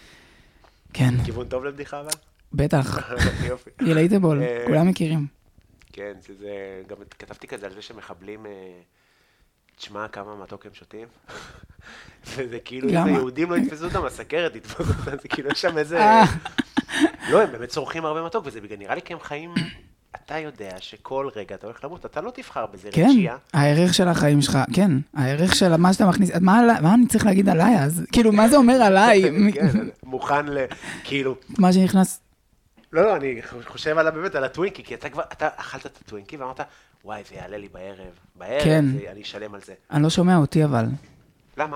כן. כיוון טוב לבדיחה אבל? בטח. יופי. ילייטבול, כולם מכירים. כן, גם כתבתי כזה על זה שמחבלים... תשמע כמה מתוק הם שותים, וזה כאילו, אם היהודים לא יתפסו אותם, הסכרת יתפוס אותם, זה כאילו יש שם איזה... לא, הם באמת צורכים הרבה מתוק, וזה בגלל, נראה לי כי הם חיים, אתה יודע שכל רגע אתה הולך למות, אתה לא תבחר בזה רג'יה. כן, הערך של החיים שלך, כן, הערך של מה שאתה מכניס, מה אני צריך להגיד עליי אז? כאילו, מה זה אומר עליי? כן, מוכן כאילו... מה שנכנס... לא, אני חושב באמת על הטווינקי, כי אתה אכלת את הטווינקי ואמרת, וואי, זה יעלה לי בערב, אני אשלם על זה. אני לא שומע אותי אבל. למה?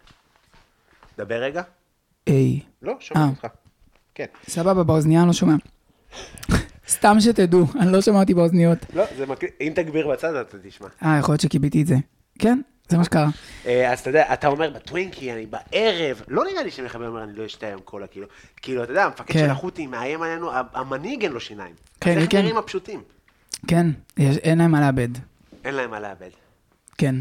דבר רגע. איי. לא, שומע אותך. כן. סבבה, באוזנייה אני לא שומע. סתם שתדעו, אני לא שומע אותי באוזניות. לא, זה מקליט, אם תגביר בצד אתה תשמע. יכול להיות שקיביתי את זה. כן, זה מה שקרה. אז אתה יודע, אתה אומר בטווינקי, אני בערב, לא נראה לי שמחבר אומר, אני לא אשתה היום קולה, כאילו, אתה יודע, המפקד של החוטי מאיים עלינו, המנהיג אין לו שיניים. אז איך נראים הפשוטים? כן, אין להם מה לאבד. אין להם מה לאבד. כן.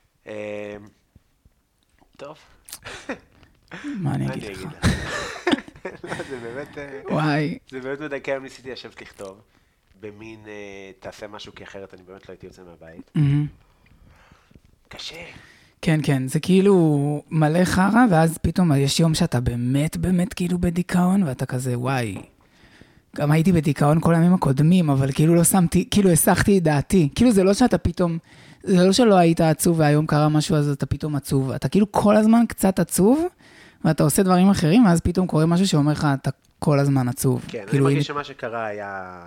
טוב. מה אני אגיד לך? זה באמת... וואי. זה באמת מדכא, היום ניסיתי לשבת לכתוב, במין תעשה משהו, כי אחרת אני באמת לא הייתי יוצא מהבית. קשה. כן, כן, זה כאילו מלא חרה, ואז פתאום יש יום שאתה באמת כאילו בדיכאון, ואתה כזה, וואי. גם הייתי בדיכאון כל הימים הקודמים, אבל כאילו לא שמתי, כאילו הסחתי את דעתי. כאילו זה לא שאתה פתאום, זה לא שלא היית עצוב, והיום קרה משהו, אז אתה פתאום עצוב. אתה כאילו כל הזמן קצת עצוב, ואתה עושה דברים אחרים, ואז פתאום קורה משהו שאומר לך, כל הזמן עצוב. כן, אני כאילו, מרגיש שמה שקרה היה...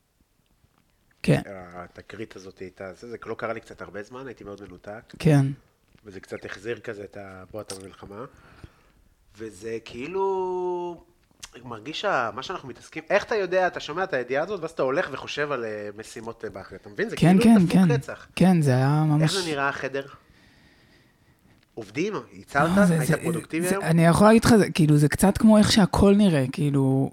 כן, התקרית הזאת הייתה, זה לא קרה לי קצת הרבה זמן, הייתי מאוד מנותק, כן. וזה קצת החזיר כזה את הבועת המלחמה, וזה כאילו... מרגיש מה שאנחנו מתעסקים, איך אתה יודע, אתה שומע את הידיעה הזאת, ואז אתה הולך וחושב על משימות באחרי, אתה מבין? זה כן, כאילו כן, דפוק כן. רצח. כן, זה היה ממש... איך זה נראה החדר? עובדים? ייצרת? היית פרודוקטיבי היום? אני יכול להגיד לך, כאילו, זה קצת כמו איך שהכל נראה, כאילו,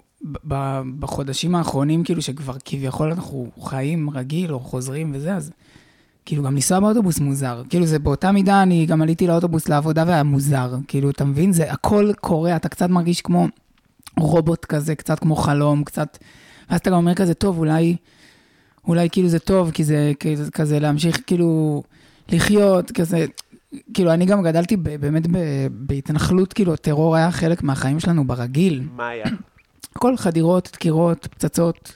בחודשים האחרונים, כאילו, שכבר כביכול אנחנו חיים רגיל או חוזרים וזה, אז כאילו, גם לנסוע באוטובוס מוזר. כאילו, זה באותה מידה, אני גם עליתי לאוטובוס לעבודה והיה מוזר. כאילו, אתה מבין? זה הכל קורה, אתה קצת מרגיש כמו רובוט כזה, קצת כמו חלום, קצת... ואז אתה גם אומר כזה, טוב, אולי כאילו זה טוב, כי זה כזה להמשיך כאילו לחיות, כזה... כאילו, אני גם גדלתי באמת בהתנחלות, כאילו, הטרור היה חלק מהחיים שלנו ברגיל. מה היה? הכל חדירות, דקירות, פצצות,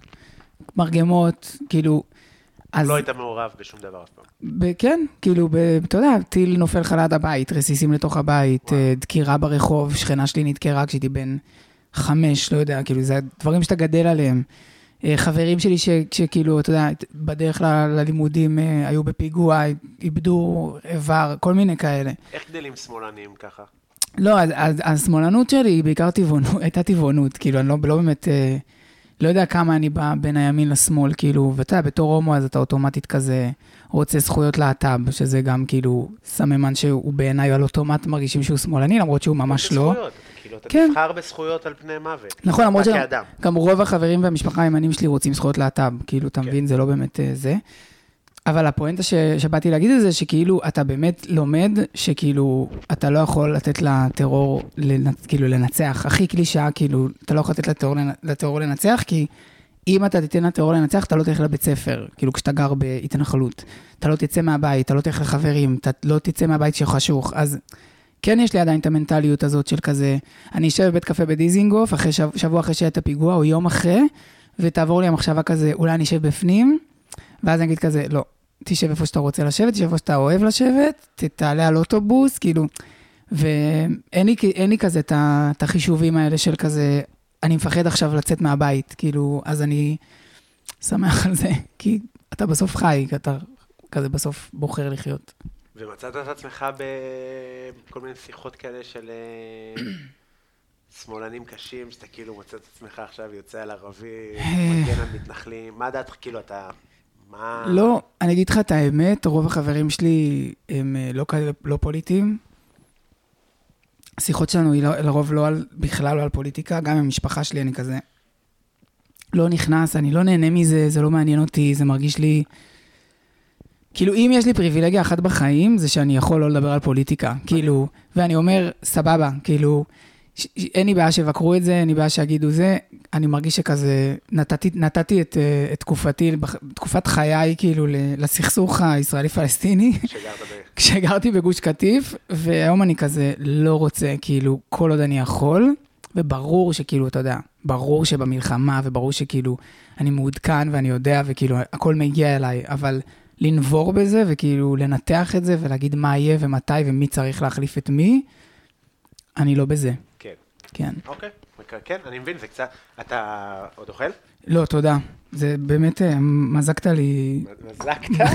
מרגמות, כאילו... לא היית מעורב בשום דבר אף פעם. כן, כאילו, אתה יודע, טיל נופל לך ליד הבית, רסיסים לתוך הבית, דקירה ברחוב, שכנה שלי נדקרה כשהייתי בן 5, לא יודע, כאילו, זה דברים שאתה גדל עליהם. חברים שלי שכאילו, אתה יודע, בדרך ללימודים היו בפיגוע, איבדו איבר, כל מיני כאלה. איך גדלים שמאלנים ככה? לא, אז השמאלנות שלי היא בעיקר טבעונות, הייתה טבעונות, כאילו, אני לא באמת, לא יודע כמה אני בא בין הימין לשמאל, כאילו, ואתה, בתור הומו, אז אתה אוטומטית כזה רוצה זכויות להט"ב, שזה גם כאילו סממן שהוא בעיניי על אוטומט מרגישים שהוא שמאלני, למרות שהוא ממש לא. כאילו, אתה תבחר בזכויות על פני מוות. נכון, למרות שגם רוב החברים והמשפחה הימנים שלי רוצים זכויות להט"ב, כאילו, אתה מבין, זה לא באמת זה. אבל הפואנטה שבאתי להגיד את זה, שכאילו, אתה באמת לומד, שכאילו, אתה לא יכול לתת לטרור, כאילו, לנצח. הכי קלישה, כאילו, אתה לא יכול לתת לטרור לנצח, כי אם אתה תיתן לטרור לנצח, אתה לא תלך לבית ספר, כאילו, כשאתה גר בהתנחלות. אתה לא תצא מהבית, אתה לא תלך לחברים, אתה לא תצא מהבית שחשוך. אז כן, יש לי עדיין את המנטליות הזאת של כזה, אני אשב בבית קפה בדיזינגוף, שבוע אחרי שהיה את הפיגוע, או יום אחרי, ותעבור לי המחשבה כזה, אולי אני אשב בפנים, ואז אני אגיד כזה, לא, תשב איפה שאתה רוצה לשבת, תשב איפה שאתה אוהב לשבת, תעלה על אוטובוס, כאילו, ואין לי כזה את החישובים האלה של כזה, אני מפחד עכשיו לצאת מהבית, כאילו, אז אני שמח על זה, כי אתה בסוף חי, אתה כזה בסוף בוחר לחיות. ומצאת את עצמך בכל מיני שיחות כאלה של שמאלנים קשים, שאתה כאילו מוצא את עצמך עכשיו יוצא על ערבי, מגן על מתנחלים, מה דעתך, כאילו אתה... לא, אני אגיד לך את האמת, רוב החברים שלי הם לא פוליטיים. השיחות שלנו היא לרוב בכלל לא על פוליטיקה, גם עם המשפחה שלי אני כזה לא נכנס, אני לא נהנה מזה, זה לא מעניין אותי, זה מרגיש לי... כאילו, אם יש לי פריבילגיה אחת בחיים, זה שאני יכול לא לדבר על פוליטיקה, כאילו, ואני אומר, סבבה, כאילו, אין לי בעיה שבקרו את זה, אין לי בעיה שיגידו זה, אני מרגיש שכזה, נתתי את תקופתי, תקופת חיי, כאילו, לסכסוך הישראלי-פלסטיני, כשגרתי בגוש קטיף, והיום אני כזה לא רוצה, כאילו, כל עוד אני יכול, וברור שכאילו, אתה יודע, ברור שבמלחמה, וברור שכאילו, אני מעודכן ואני יודע, וכאילו, הכל מגיע אליי, אבל לנבור בזה, וכאילו, לנתח את זה, ולהגיד מה יהיה ומתי, ומי צריך להחליף את מי, אני לא בזה. כן. כן. אוקיי, כן, אני מבין, זה קצת, אתה עוד אוכל? לא, תודה. זה באמת, מזקת לי... מזקת?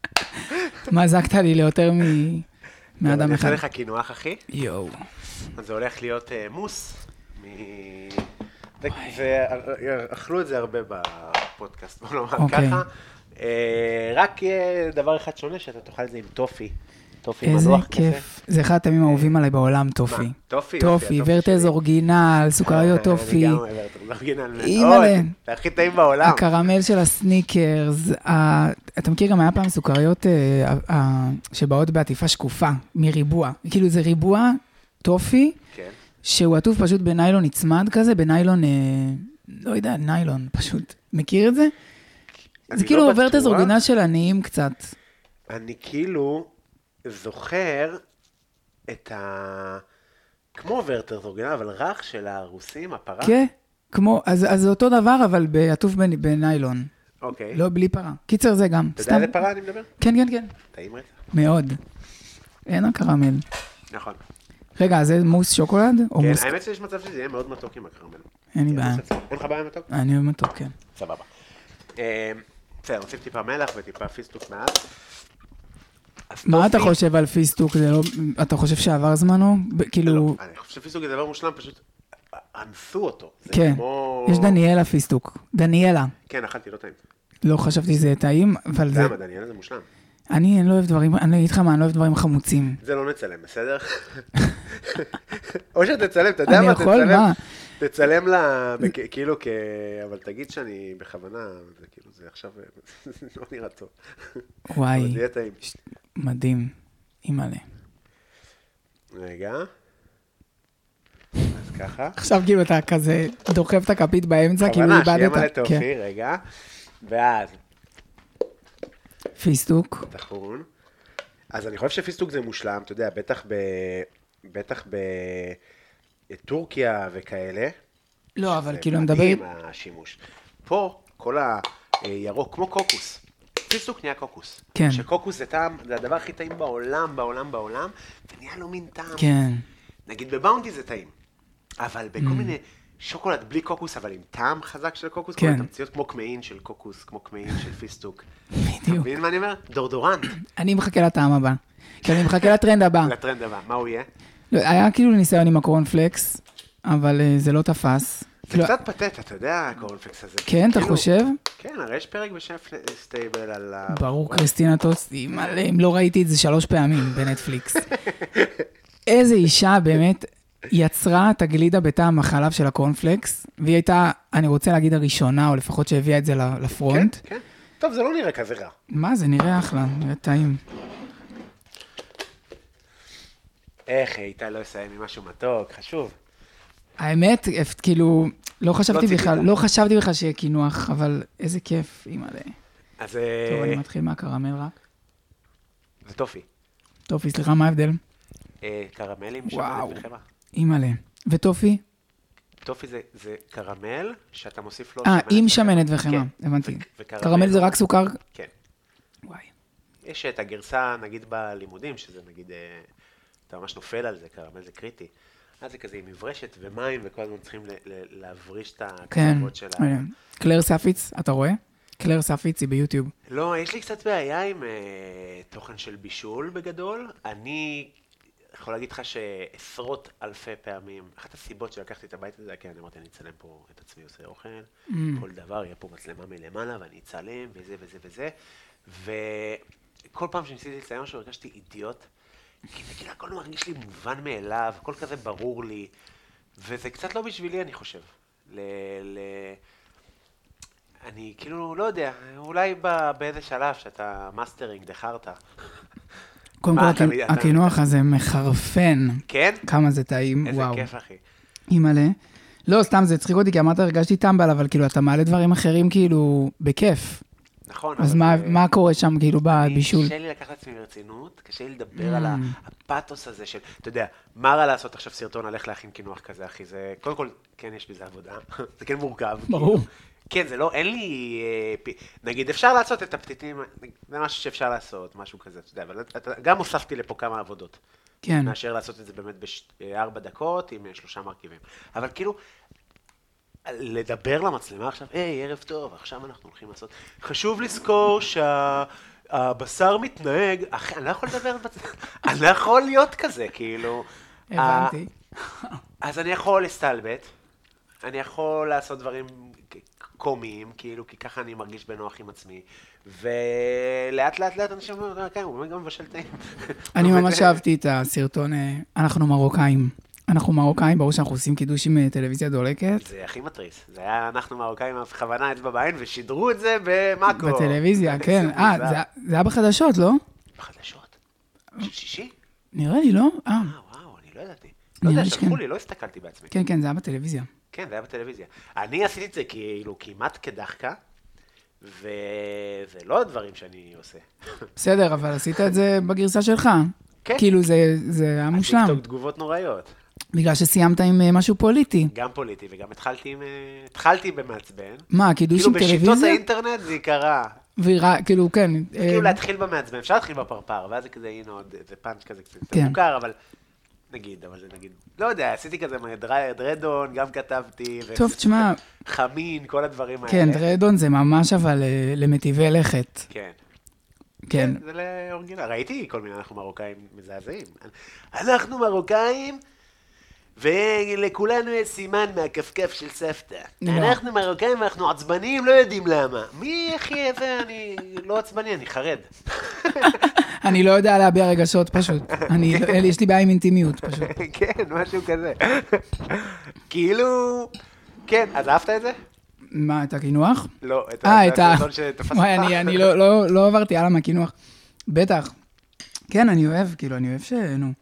מזקת לי ליותר מאדם אחד. אני אצא לך כינוח, אחי. יואו. אז זה הולך להיות מוס. ואכלו את זה הרבה בפודקאסט, בוא נאמר ככה. רק דבר אחד שונה, שאתה תאכל את זה עם טופי. איזה כיף. זה אחד התמים האהובים עליי בעולם, טופי. טופי? טופי, ורטז אורגינל, סוכריות טופי. אני גם ורטז אורגינל. אימא'לה. זה הכי טעים בעולם. הקרמל של הסניקרס. אתה מכיר, גם היה פעם סוכריות שבאות בעטיפה שקופה, מריבוע. כאילו זה ריבוע טופי, שהוא עטוף פשוט בניילון נצמד כזה, בניילון, לא יודע, ניילון פשוט. מכיר את זה? זה כאילו ורטז אורגינל של עניים קצת. אני כאילו... זוכר את כמו ורטר אורגינל, אבל רך של הרוסים, הפרה? כן, כמו, אז זה אותו דבר, אבל בעטוף בניילון. אוקיי. לא, בלי פרה. קיצר זה גם. אתה יודע על פרה אני מדבר? כן, כן, כן. טעים רצח? מאוד. אין הקרמל. נכון. רגע, זה מוס שוקולד? כן, האמת שיש מצב שזה יהיה מאוד מתוק עם הקרמל. אין לי בעיה. אין לך בעיה מתוק? אני אוהב מתוק, כן. סבבה. בסדר, נוסיף טיפה מלח וטיפה פיסטוק מעט. מה אתה חושב על פיסטוק? אתה חושב שעבר זמנו? כאילו... אני חושב שפיסטוק זה דבר מושלם, פשוט אנסו אותו. כן, יש דניאלה פיסטוק. דניאלה. כן, אכלתי, לא טעים. לא חשבתי שזה טעים, אבל זה... למה, דניאלה זה מושלם. אני לא אוהב דברים, אני אגיד לך מה, אני לא אוהב דברים חמוצים. זה לא נצלם, בסדר? או שתצלם, אתה יודע מה, תצלם? אני יכול, מה? תצלם לה, כאילו, אבל תגיד שאני בכוונה, זה כאילו, זה עכשיו לא נראה טוב. וואי, אבל זה יהיה טעים. מדהים, אימא'לה. רגע. אז ככה. עכשיו כאילו אתה כזה דוחף את הכפית באמצע, כאילו איבדת. שיהיה מלא טופי, רגע. ואז. פיסטוק. נכון. אז אני חושב שפיסטוק זה מושלם, אתה יודע, בטח בטורקיה וכאלה. לא, אבל כאילו אני מדבר... השימוש. פה, כל הירוק, כמו קוקוס. פיסטוק נהיה קוקוס. כן. שקוקוס זה טעם, זה הדבר הכי טעים בעולם, ונהיה לו מין טעם. כן. נגיד בבאונטי זה טעים. אבל בכל מיני שוקולד בלי קוקוס, אבל עם טעם חזק של קוקוס, כן. כמו תמציות כמו קמעין של קוקוס, כמו קמעין של פיסטוק. בדיוק. אתה מבין מה אני אומר? דורדורנט. אני מחכה לטעם הבא. כי אני מחכה לטרנד הבא. לטרנד הבא, מה הוא יהיה? לא, היה כאילו ניסיון עם הקורנפלקס, אבל זה לא תפס. זה קצת פתט, אתה יודע, הקורנפלקס הזה. כן, אתה חושב? כן, הרי יש פרק בשף סטייבל על ה... ברור, קריסטינה טוסטי, מלא, אם לא ראיתי את זה 3 פעמים בנטפליקס. איזה אישה באמת יצרה את הגלידה בטעם החלב של הקורנפלקס, והיא הייתה, אני רוצה להגיד הראשונה, או לפחות שהביאה את זה לפרונט. כן, כן. טוב, זה לא נראה כזה רע. מה, זה נראה אחלה, נראה טעים. איך, איתי לא יסיים עם משהו מתוק, חשוב. האמת, כאילו, לא חשבתי בכלל שיהיה קינוח, אבל איזה כיף, אימא'לה. אז... טוב, אני מתחיל מהקרמל רק. זה טופי. טופי, סליחה, מה ההבדל? קרמלים, וואו. שמנת וחמאה. אימא'לה. וטופי? טופי זה קרמל, שאתה מוסיף לו... עם שמנת וחמאה, הבנתי. קרמל זה רק סוכר? כן. וואי. יש את הגרסה, נגיד בלימודים, שזה נגיד, אתה ממש נופל על זה, קרמל זה קריטי. אז זה כזה עם מברשת ומים, וכל הזמן צריכים להבריש את הקצוות של ה... קלר ספיץ, אתה רואה? קלר ספיץ היא ביוטיוב. לא, יש לי קצת בעיה עם תוכן של בישול בגדול. אני יכול להגיד לך שעשרות אלפי פעמים, אחת הסיבות שלקחתי את הבית הזה, כי אני אמרתי, אני אצלם פה את עצמי עושה אוכל, כל דבר, יהיה פה מצלמה מלמעלה, ואני אצלם, וזה וזה וזה. וכל פעם שניסיתי לצלם משהו, הרגשתי אידיוט, כי כאילו הכל מרגיש לי מובן מאליו, הכל כזה ברור לי, וזה קצת לא בשבילי, אני חושב. אני כאילו לא יודע, אולי באיזה שלב שאתה מאסטרינג, דחרת. קודם כל, הקינוח הזה מחרפן. כן? כמה זה טעים, וואו. איזה כיף, אחי. אימא'לה. לא, סתם, זה הצחיק אותי, כי אמרת, הרגשתי טמבל, אבל כאילו, אתה מעלה דברים אחרים, כאילו, בכיף. נכון. אז מה קורה שם, כאילו, בבישול? קשה לי לקחת עצמי ברצינות, קשה לי לדבר על הפאתוס הזה של, אתה יודע, מה רע לעשות עכשיו סרטון על איך להכין קינוח כזה, אחי? זה, קודם כל, כן, יש בזה עבודה. זה כן מורכב. ברור. כן, זה לא, אין לי, נגיד, אפשר לעשות את הפתיתים, זה משהו שאפשר לעשות, משהו כזה, אתה יודע, אבל גם הוספתי לפה כמה עבודות. כן. מאשר לעשות את זה באמת ב4 דקות עם 3 מרכיבים. אבל כאילו, לדבר למצלמה עכשיו, היי, ערב טוב, עכשיו אנחנו הולכים לעשות. חשוב לזכור שהבשר מתנהג, אחי, אני לא יכול לדבר, אני לא יכול להיות כזה, כאילו. הבנתי. אז אני יכול להסתלבט, אני יכול לעשות דברים קומיים, כאילו, כי ככה אני מרגיש בנוח עם עצמי, ולאט לאט לאט אנשים אומרים, כן, הוא באמת גם מבשל טעים. אני ממש אהבתי את הסרטון, אנחנו מרוקאים. אנחנו מרוקאים, ברור שאנחנו עושים קידוש עם טלוויזיה דולקת. זה הכי מטריס. זה היה אנחנו מרוקאים עם בכוונה אצבע בעין, ושידרו את זה במאקו. בטלוויזיה, כן. זה היה בחדשות, לא? בחדשות? של שישי? נראה לי, לא? וואו, אני לא ידעתי. לא יודע, שלחו לי, לא הסתכלתי בעצמי. כן, כן, זה היה בטלוויזיה. כן, זה היה בטלוויזיה. אני עשיתי את זה כאילו כמעט כדחקה, וזה לא הדברים שאני עושה. בסדר, אבל עשית את זה בגרסה שלך. כן. כאילו זה היה מושלם. אז לכתוב תגובות נוראיות. בגלל שסיימת עם משהו פוליטי. גם פוליטי, וגם התחלתי במעצבן. מה, קידוש עם טלוויזיה? כאילו בשיטות האינטרנט זה יקרה. כאילו, כן. כאילו להתחיל במעצבן, אפשר להתחיל בפרפר, ואז זה כזה, הנה עוד, זה פאנץ' כזה קצת מוכר, אבל נגיד, אבל זה נגיד, לא יודע, עשיתי כזה דרדון, גם כתבתי, טוב, תשמע, חמין, כל הדברים האלה. כן, דרדון זה ממש אבל למטיבי לכת. כן. כן. זה לאורגינל. ראיתי כל מיני, אנחנו מרוקאים מזעזעים. אנחנו מרוקאים, ולכולנו יש סימן מהכפכף של סבתא. אנחנו מרוקאים ואנחנו עצבניים, לא יודעים למה. מי, אחי, איזה, אני לא עצבני, אני חרד. אני לא יודע להביע רגשות פשוט. יש לי בעיה עם אינטימיות פשוט. כן, משהו כזה. כאילו, כן, אז אהבת את זה? מה, את הקינוח? לא, את הסרטון שתפסת. וואי, אני לא עברתי הלאה מהקינוח. בטח. כן, אני אוהב, כאילו, אני אוהב נו.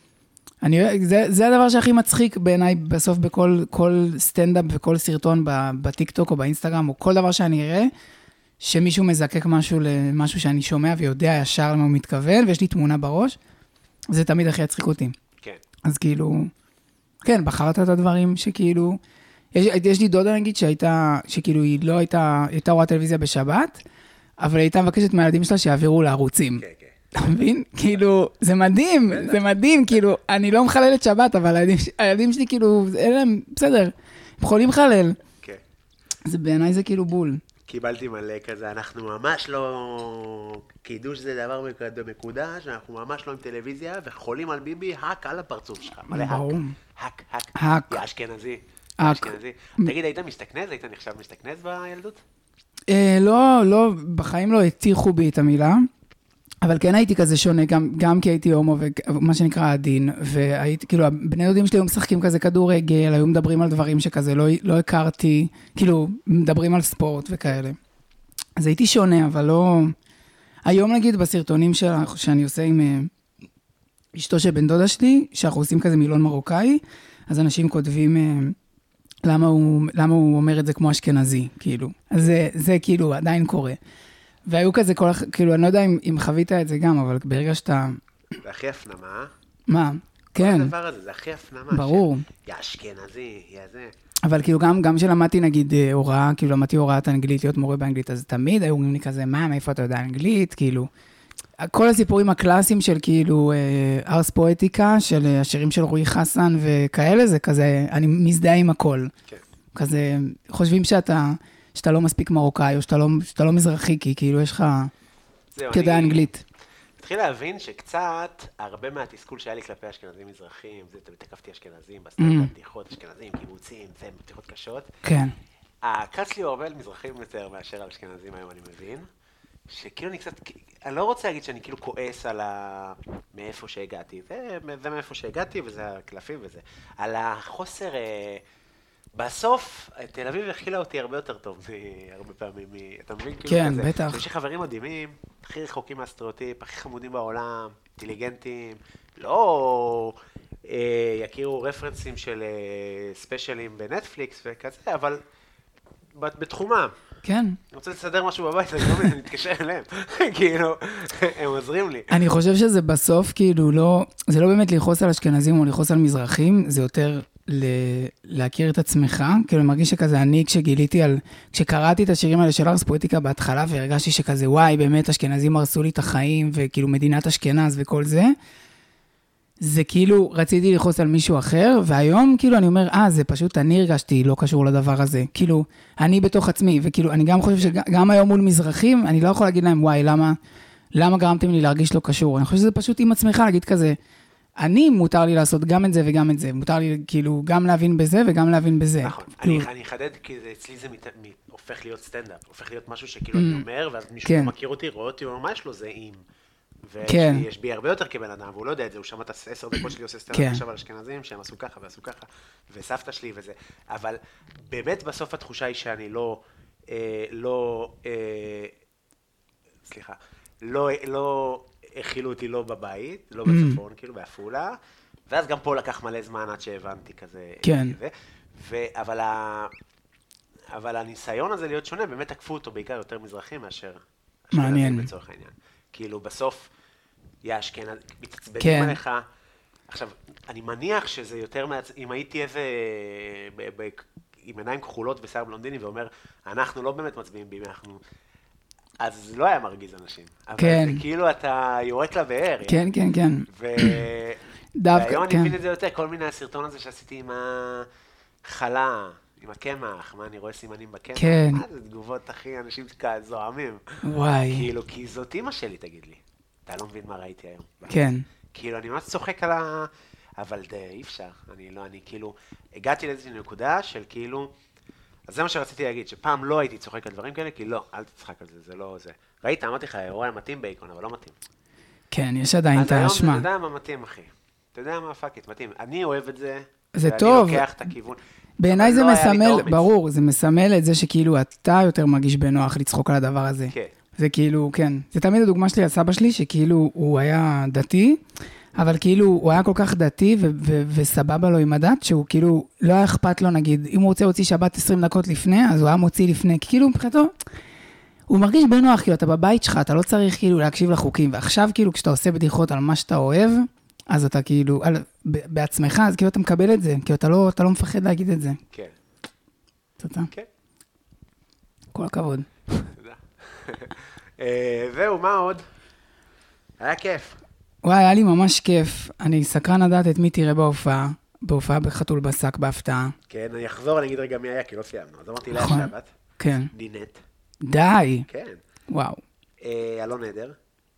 זה הדבר שהכי מצחיק בעיניי בסוף בכל סטנדאפ וכל סרטון בטיקטוק או באינסטגרם, או כל דבר שאני אראה, שמישהו מזקק משהו למשהו שאני שומע ויודע ישר למה הוא מתכוון, ויש לי תמונה בראש, זה תמיד הכי יצחיק אותי. כן. אז כאילו, כן, בחרת את הדברים שכאילו, יש לי דודה נגיד שכאילו היא לא הייתה רואה טלוויזיה בשבת, אבל היא הייתה מבקשת מהילדים שלה שיעבירו לערוצים. כן, כן. אתה מבין? כאילו, זה מדהים, כאילו, אני לא מחללת שבת, אבל הילדים שלי כאילו, אלה הם, בסדר, הם יכולים לחלל. כן. בעיניי זה כאילו בול. קיבלתי מלא כזה, אנחנו ממש לא... קידוש זה דבר מקודש, אנחנו ממש לא עם טלוויזיה, וחולים על ביבי, האק על הפרצוף שלך, מלא האק. האק. יא אשכנזי. תגיד, היית משתכנז? היית נחשב משתכנז בילדות? לא, בחיים לא הטיחו בי את המילה. אבל כן הייתי כזה שונה, גם כי הייתי הומו, ומה שנקרא עדין, והייתי, כאילו, בני דודים שלי היו משחקים כזה כדורגל, היו מדברים על דברים שכזה לא הכרתי, כאילו, מדברים על ספורט וכאלה. אז הייתי שונה, אבל לא... היום נגיד בסרטונים שאני עושה עם אשתו של בן דודה שלי, שאנחנו עושים כזה מילון מרוקאי, אז אנשים כותבים למה הוא אומר את זה כמו אשכנזי, כאילו. אז זה כאילו עדיין קורה. והיו כזה כאילו, אני לא יודע אם חווית את זה גם, אבל ברגע שאתה... זה הכי הפנמה. מה? כן. כל הדבר הזה, זה הכי הפנמה. ברור. יא אשכנזי, יא זה. אבל כאילו גם שלמדתי נגיד הוראה, כאילו למדתי הוראת אנגלית, להיות מורה באנגלית, אז תמיד היו אומרים לי כזה, מאיפה אתה יודע אנגלית? כאילו, כל הסיפורים הקלאסיים של כאילו ארס פואטיקה, של השירים של רועי חסן וכאלה, זה כזה, אני מזדהה עם הכל. כן. כזה, חושבים שאתה לא מספיק מרוקאי, או שאתה לא מזרחי, כי כאילו יש לך כדאי אנגלית. התחיל להבין שקצת, הרבה מהתסכול שהיה לי כלפי אשכנזים מזרחים, זה תקפתי אשכנזים, בסטנדאפ, בדיחות אשכנזים, קיבוצים, זה בדיחות קשות. כן. הקץ לי הוא הרבה על מזרחים יותר מאשר על אשכנזים היום, אני מבין. שכאילו אני קצת, אני לא רוצה להגיד שאני כאילו כועס על מאיפה שהגעתי. זה מאיפה שהגעתי, וזה הקלפים וזה. על החוסר... בסוף, תל אביב הכילה אותי הרבה יותר טוב, הרבה פעמים, אתה מבין? כן, בטח. יש לי חברים מדהימים, הכי רחוקים מהסטריאוטיפ, הכי חמודים בעולם, אינטליגנטים, לא יכירו רפרנסים של ספיישלים בנטפליקס וכזה, אבל בתחומם. כן. אני רוצה לסדר משהו בבית, אני מתקשר אליהם, כאילו, הם עוזרים לי. אני חושב שזה בסוף, כאילו, זה לא באמת לכעוס על אשכנזים או לכעוס על מזרחים, זה יותר להכיר את עצמך, כאילו, אני מרגיש שכזה, אני כשקראתי את השירים האלה של ארס פואטיקה בהתחלה, והרגשתי שכזה, וואי, באמת, אשכנזים הרסו לי את החיים, וכאילו, מדינת אשכנז וכל זה, זה כאילו, רציתי לכעוס על מישהו אחר, והיום, כאילו, אני אומר, זה פשוט, אני הרגשתי לא קשור לדבר הזה. כאילו, אני בתוך עצמי, וכאילו, אני גם חושב שגם היום מול מזרחים, אני לא יכול להגיד להם, וואי, למה גרמתם לי להרגיש לא קשור? אני חושב שזה פשוט עם עצמך להגיד כזה, מותר לי לעשות גם את זה וגם את זה. מותר לי, כאילו, גם להבין בזה וגם להבין בזה. נכון. אני אחדד, כי אצלי זה הופך להיות סטנדאפ, הופך להיות משהו שכאילו אני אומר, ואז מישהו מכיר אותי, רואה אותי, מה יש לו זה עם. ויש בי הרבה יותר כבן אדם, והוא לא יודע את זה, הוא שמע את 10 דקות שלי עושה סטנדאפ עכשיו על אשכנזים, שהם עשו ככה ועשו ככה, וסבתא שלי וזה. אבל באמת בסוף התחושה היא שאני לא הכילו אותי לא בבית, לא בצפון, כאילו בעפולה, ואז גם פה לקח מלא זמן עד שהבנתי כזה. כן. אבל הניסיון הזה להיות שונה, באמת תקפו אותו בעיקר יותר מזרחים מאשר מעניין. בצורך העניין. כאילו בסוף, אשכנז, מתעצבנים עליך. עכשיו, אני מניח שזה יותר אם הייתי איזה, עם עיניים כחולות ושיער בלונדיני, ואומר, אנחנו לא באמת מצביעים בי, אז לא היה מרגיז אנשים. אבל זה כאילו אתה יורק לבאר. כן, כן, כן. דווקא, והיום אני כן. מבין את זה יותר, כל מיני הסרטון הזה שעשיתי עם החלה, עם הקמח, מה, אני רואה סימנים בקמח? כן. מה זה תגובות, אחי, אנשים זוהמים. וואי. כאילו, כי זאת אמא שלי, תגיד לי. אתה לא מבין מה ראיתי היום. כן. כאילו, אני ממש צוחק על אבל אי אפשר. אני כאילו, הגעתי לאיזושהי נקודה של כאילו, אז זה מה שרציתי להגיד, שפעם לא הייתי צוחק על דברים כאלה, כי לא, אל תצחק על זה, זה לא זה. ראית, אמרתי לך, אירוע מתאים בייקון, אבל לא מתאים. כן, יש עדיין את האשמה. אתה יודע מה מתאים, אחי. אתה יודע מה פאקית, מתאים. אני אוהב את זה. זה טוב. ואני לוקח את הכיוון. בעיניי זה מסמל, ברור, זה מסמל את זה שכאילו אתה יותר מרגיש בנוח לצחוק על הדבר הזה. כן. זה כאילו, כן. זה תמיד הדוגמה שלי על סבא שלי, שכאילו הוא היה דתי, אבל כאילו הוא היה כל כך דתי וסבבה לו עם הדת, שהוא כאילו לא היה אכפת לו, נגיד, אם הוא רוצה להוציא שבת 20 דקות לפני, אז הוא היה מוציא לפני, כי כאילו מבחינתו, הוא מרגיש בנוח, כאילו אתה בבית שלך, אתה לא צריך כאילו להקשיב לחוקים, ועכשיו כאילו כשאתה עושה בדיחות על מה שאתה אוהב, אז אתה כאילו, בעצמך, אז כאילו אתה מקבל את זה, כאילו אתה לא מפחד להגיד את זה. כן. תודה. כן. כל הכבוד. תודה. זהו, מה עוד? היה כיף. וואי, היה לי ממש כיף. אני סקרן לדעת את מי תראה בהופעה בחתול בשק בהפתעה. כן, אני אחזור, אני אגיד רגע מי היה, כי לא סיימנו. אז אמרתי לה נכון. שבת. כן. נינט. די. כן. וואו. אלון עדר.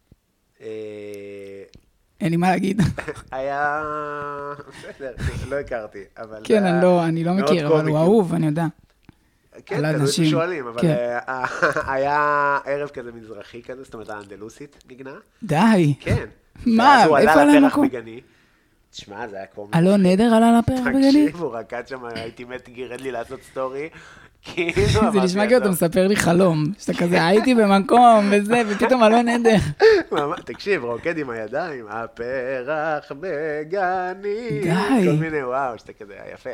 אין לי מה להגיד. היה... בסדר, לא הכרתי, אבל... כן, אני לא מכיר, אבל הוא אהוב, אני יודע. כן, תלוי שואלים, אבל היה ערב כזה מזרחי כזה, זאת אומרת, האנדלוסית נגנה. די. כן. מה? איפה עלה לפרח מקום? בגני. תשמע, זה היה קומי. אלון נדר עלה לפרח בגני? תקשיב, הוא רקד שם, הייתי מת, גירד לי לעשות סטורי. זה נשמע כאילו אתה מספר לי חלום, שאתה כזה, הייתי במקום וזה, ופתאום אלון נדר. תקשיב, רוקד עם הידיים, הפרח בגני. די. כל מיני, וואו, שאתה כזה, יפה.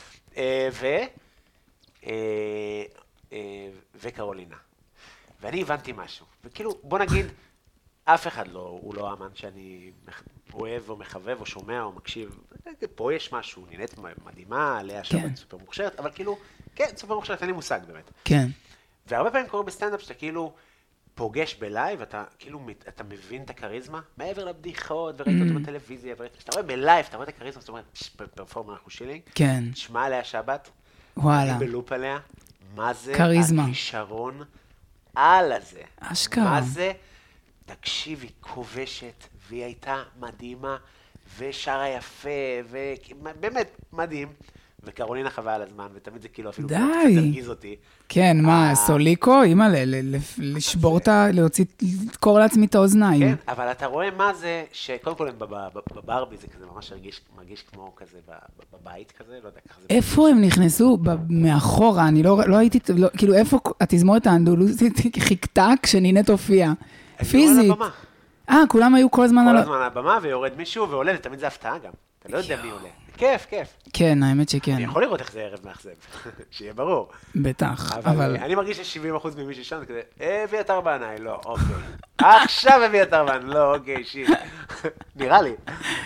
וקרולינה. ואני הבנתי משהו. וכאילו, בוא נגיד, אף אחד לא, הוא לא האמן שאני אוהב או מחבב או שומע או מקשיב. פה יש משהו, נינט מדהימה, עליה שבת סופר מוכשרת, אבל כאילו, כן, סופר מוכשרת, אין לי מושג באמת. כן. והרבה פעמים קורה בסטנדאפ שאתה כאילו פוגש בלייב, אתה כאילו, אתה מבין את הקריזמה, מעבר לבדיחות, וראית אותו בטלוויזיה, כשאתה רואה בלייב, אתה רואה את הקריזמה, זאת אומרת, פרפורמה אנחנו שילינג, כן. תשמע עליה שבת, וואלה. אני בלופ עליה, מה זה קריזמה. הכישרון על הזה. אשכרה. מה זה, תקשיב, היא כובשת, והיא הייתה מדהימה, ושרה יפה, ובאמת מדהים. וקרולינה חווה על הזמן, ותמיד זה כאילו אפילו קצת תרגיז אותי. כן, מה, סוליקו? אימא, לשבור אותה, להוציא, לתקור לעצמי את האוזניים. כן, אבל אתה רואה מה זה, שקודם כל בברבי זה כזה ממש מרגיש כמו כזה בבית כזה, לא יודע, ככה זה... איפה הם נכנסו? מאחורה, אני לא הייתי, כאילו איפה התזמורת האנדלוסית חיכתה כשנינט הופיע? פיזית. כולם היו כל הזמן על... כל הזמן על הבמה, ויורד מישהו ועולה, תמיד זה הפתעה גם. אתה לא יודע מי עולה. כיף, כיף. כן, האמת שכן. אני יכול לראות איך זה ערב מאכזב, שיהיה ברור. בטח, אבל... אני מרגיש ש70% ממי ששם, זה כזה, אביתר בנאי, לא, אוקיי. עכשיו אביתר בנאי, לא, אוקיי, שיט. נראה לי.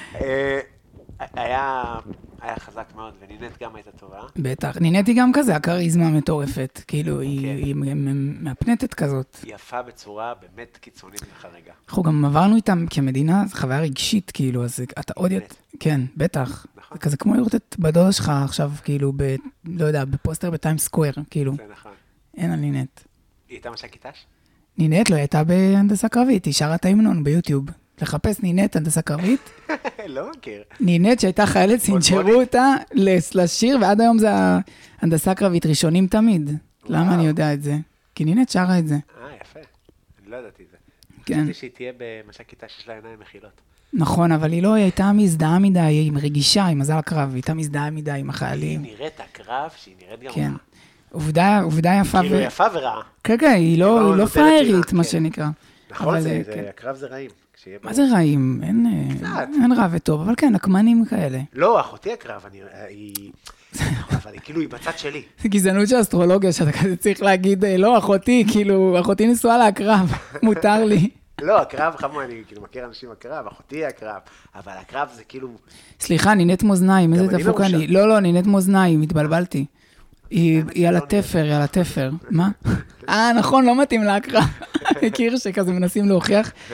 היה חזק מאוד, ונינט גם הייתה טובה. בטח, נינט היא גם כזה, הקריזמה מטורפת, כאילו, היא מהפנטת כזאת. היא יפה בצורה באמת קיצונית מחרגע. אנחנו גם עברנו איתם כמדינה, זו חוויה רגשית, כאילו, אז אתה עוד... כן, בטח. זה כזה כמו לראות את בדודה שלך עכשיו, כאילו, לא יודע, בפוסטר בטיים סקוואר, כאילו. זה נכון. אין על נינט. היא הייתה מש"קית"ש? נינט לא, היא הייתה בהנדסה קרבית, היא שרה את ההמנון ביוטיוב. לחפש נינט הנדסה קרבית. לא מכיר. נינט שהייתה חיילת, סינג'רו אותה לשיר, ועד היום זה הנדסה קרבית ראשונים תמיד. למה אני יודע את זה? כי נינט שרה את זה. יפה. אני לא ידעתי את זה. כן. חשבתי שהיא תהיה במש"קית"ש שיש לה עיניים מכילות. נכון, אבל היא לא, היא הייתה מזדהה מדי, היא רגישה, עם מזל הקרב, היא הייתה מזדהה מדי עם החיילים. היא נראית הקרב, שהיא נראית גם... כן. עובדה יפה כאילו יפה ורעה. כן, כן, היא לא פריירית, מה שנקרא. נכון, הקרב זה רעים. מה זה רעים? אין רע וטוב, אבל כן, נקמנים כאלה. לא, אחותי הקרב, אבל כאילו היא בצד שלי. זה גזענות של אסטרולוגיה, שאתה כזה צריך להגיד, לא, אחותי, כאילו, אחותי נשואה להקרב, מותר לי. לא, הקרב, חמו, אני כאילו מכיר אנשים הקרב, אחותי הקרב, אבל הקרב זה כאילו... סליחה, נינט מאזניים, איזה דפוק אני. לא, נינט מאזניים, התבלבלתי. היא על התפר, היא על התפר. מה? נכון, לא מתאים להקרב. מכיר שכזה מנסים להוכיח.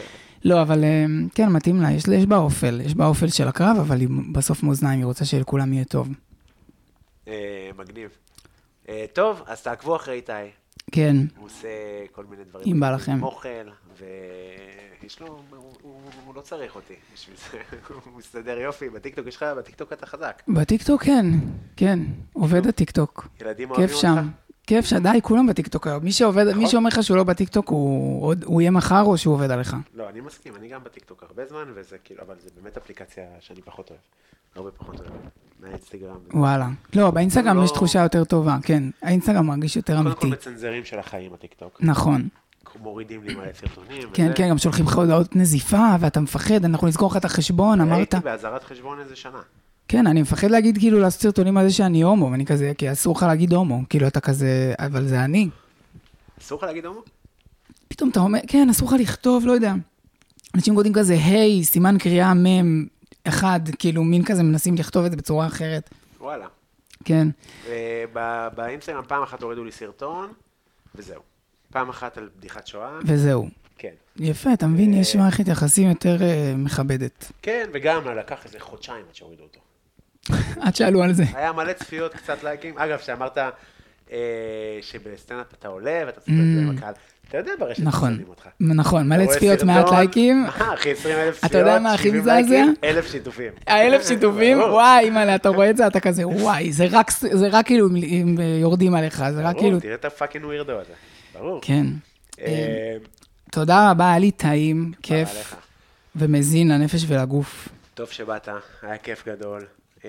לא, אבל כן, מתאים לה, יש בה אופל, יש בה אופל של הקרב, אבל היא בסוף מאזניים, היא רוצה שלכולם יהיה טוב. מגניב. טוב, אז תעקבו אחרי איתי. כן. הוא עושה כל מיני דברים. אם בא לכם. אוכל, ויש לו, הוא לא צריך אותי בשביל זה, הוא מסתדר יופי. בטיקטוק יש לך, בטיקטוק אתה חזק. בטיקטוק כן, כן, עובד הטיקטוק. ילדים אוהבים כיף אותך? שם. כיף שדי, כולם בטיקטוק היום. מי שאומר לך שהוא לא בטיקטוק, הוא יהיה מחר או שהוא עובד עליך? לא, אני מסכים, אני גם בטיקטוק הרבה זמן, וזה כאילו, אבל זה באמת אפליקציה שאני פחות אוהב. הרבה פחות אוהב. מהאינסטגרם. וואלה. לא, באינסטגרם יש תחושה יותר טובה, כן. האינסטגרם מרגיש יותר אמיתי. קודם כל בצנזרים של החיים, הטיקטוק. נכון. מורידים לי מלא סרטונים. כן, כן, גם שולחים לך הודעות נזיפה, ואתה מפחד, אנחנו נסגור לך את החשבון, אמרת. הייתי בהזרת חשבון איזה שנה. כן, אני מפחד להגיד כאילו לעשות סרטונים על זה שאני הומו, ואני כזה, כי אסור לך להגיד הומו, כאילו אתה כזה, אבל זה אני. אסור לך להגיד הומו? פתאום אתה אומר, כן, אסור לך לכתוב, לא יודע. אנשים קודם כזה, היי, סימן קריאה מם, אחד, כאילו מין כזה מנסים לכתוב את זה בצורה אחרת. וואלה. כן. באינסטגרם פעם אחת הורידו לי סרטון, וזהו. פעם אחת על בדיחת שואה. וזהו. כן. יפה, אתה מבין, יש מערכת יחסים יותר מכבדת. כן, וגם לקח איזה חודשיים עד שהורידו אותו. עד שאלו על זה. היה מלא צפיות, קצת לייקים. אגב, שאמרת שבסטנדאפ אתה עולה ואתה צודק עם הקהל. אתה יודע ברשת שומעים אותך. נכון, מלא צפיות, מעט לייקים. אחי, 20,000 צפיות, אתה יודע מה הכי 70 לייקים, מזעזע? 1,000 שיתופים. 1,000 שיתופים? וואי, אימא'לה, אתה רואה את זה, אתה כזה, וואי, זה רק כאילו אם יורדים עליך, זה רק כאילו... ברור, תראה את הפאקינג ווירדו הזה. ברור. כן. תודה רבה, היה לי טעים, כיף, ומזין לנפש ולגוף. טוב שבאת, היה כיף גדול.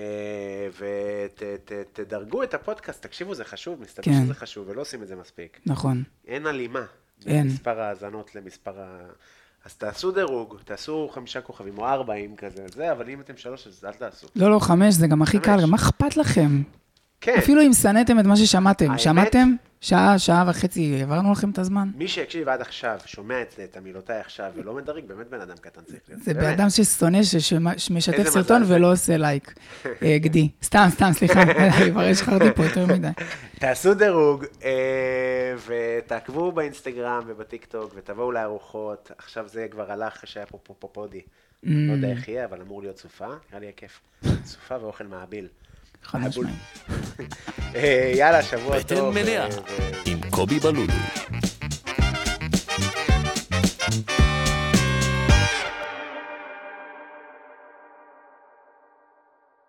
ותדרגו את הפודקאסט, תקשיבו, זה חשוב, מסתבר שזה חשוב, ולא עושים את זה מספיק. נכון. אין הלימה. אין. מספר האזנות למספר אז תעשו דירוג, תעשו 5 כוכבים או 4 כזה, אבל אם אתם 3, אז אל תעשו. לא, 5, זה גם הכי קל, גם מה אכפת לכם? כן. אפילו אם שנאתם את מה ששמעתם. שמעתם? שעה וחצי, העברנו לכם את הזמן. מי שהקשיב עד עכשיו, שומע את המילותיי עכשיו, ולא מדרג, באמת בן אדם קטן צריך להיות. זה בן אדם ששונא, שמשתף סרטון ולא עושה לייק. גדי. סתם, סליחה. כבר שחררתי פה יותר מדי. תעשו דירוג, ותעקבו באינסטגרם ובטיקטוק, ותבואו לארוחות. עכשיו זה כבר הלך שהיה פה פודי. לא יודע איך יהיה, אבל אמור להיות סופה. נראה לי הכיף. סופה ואוכל מעביל. חד משמעית. יאללה, שבוע טוב. בטן מלאה עם קובי בלולו.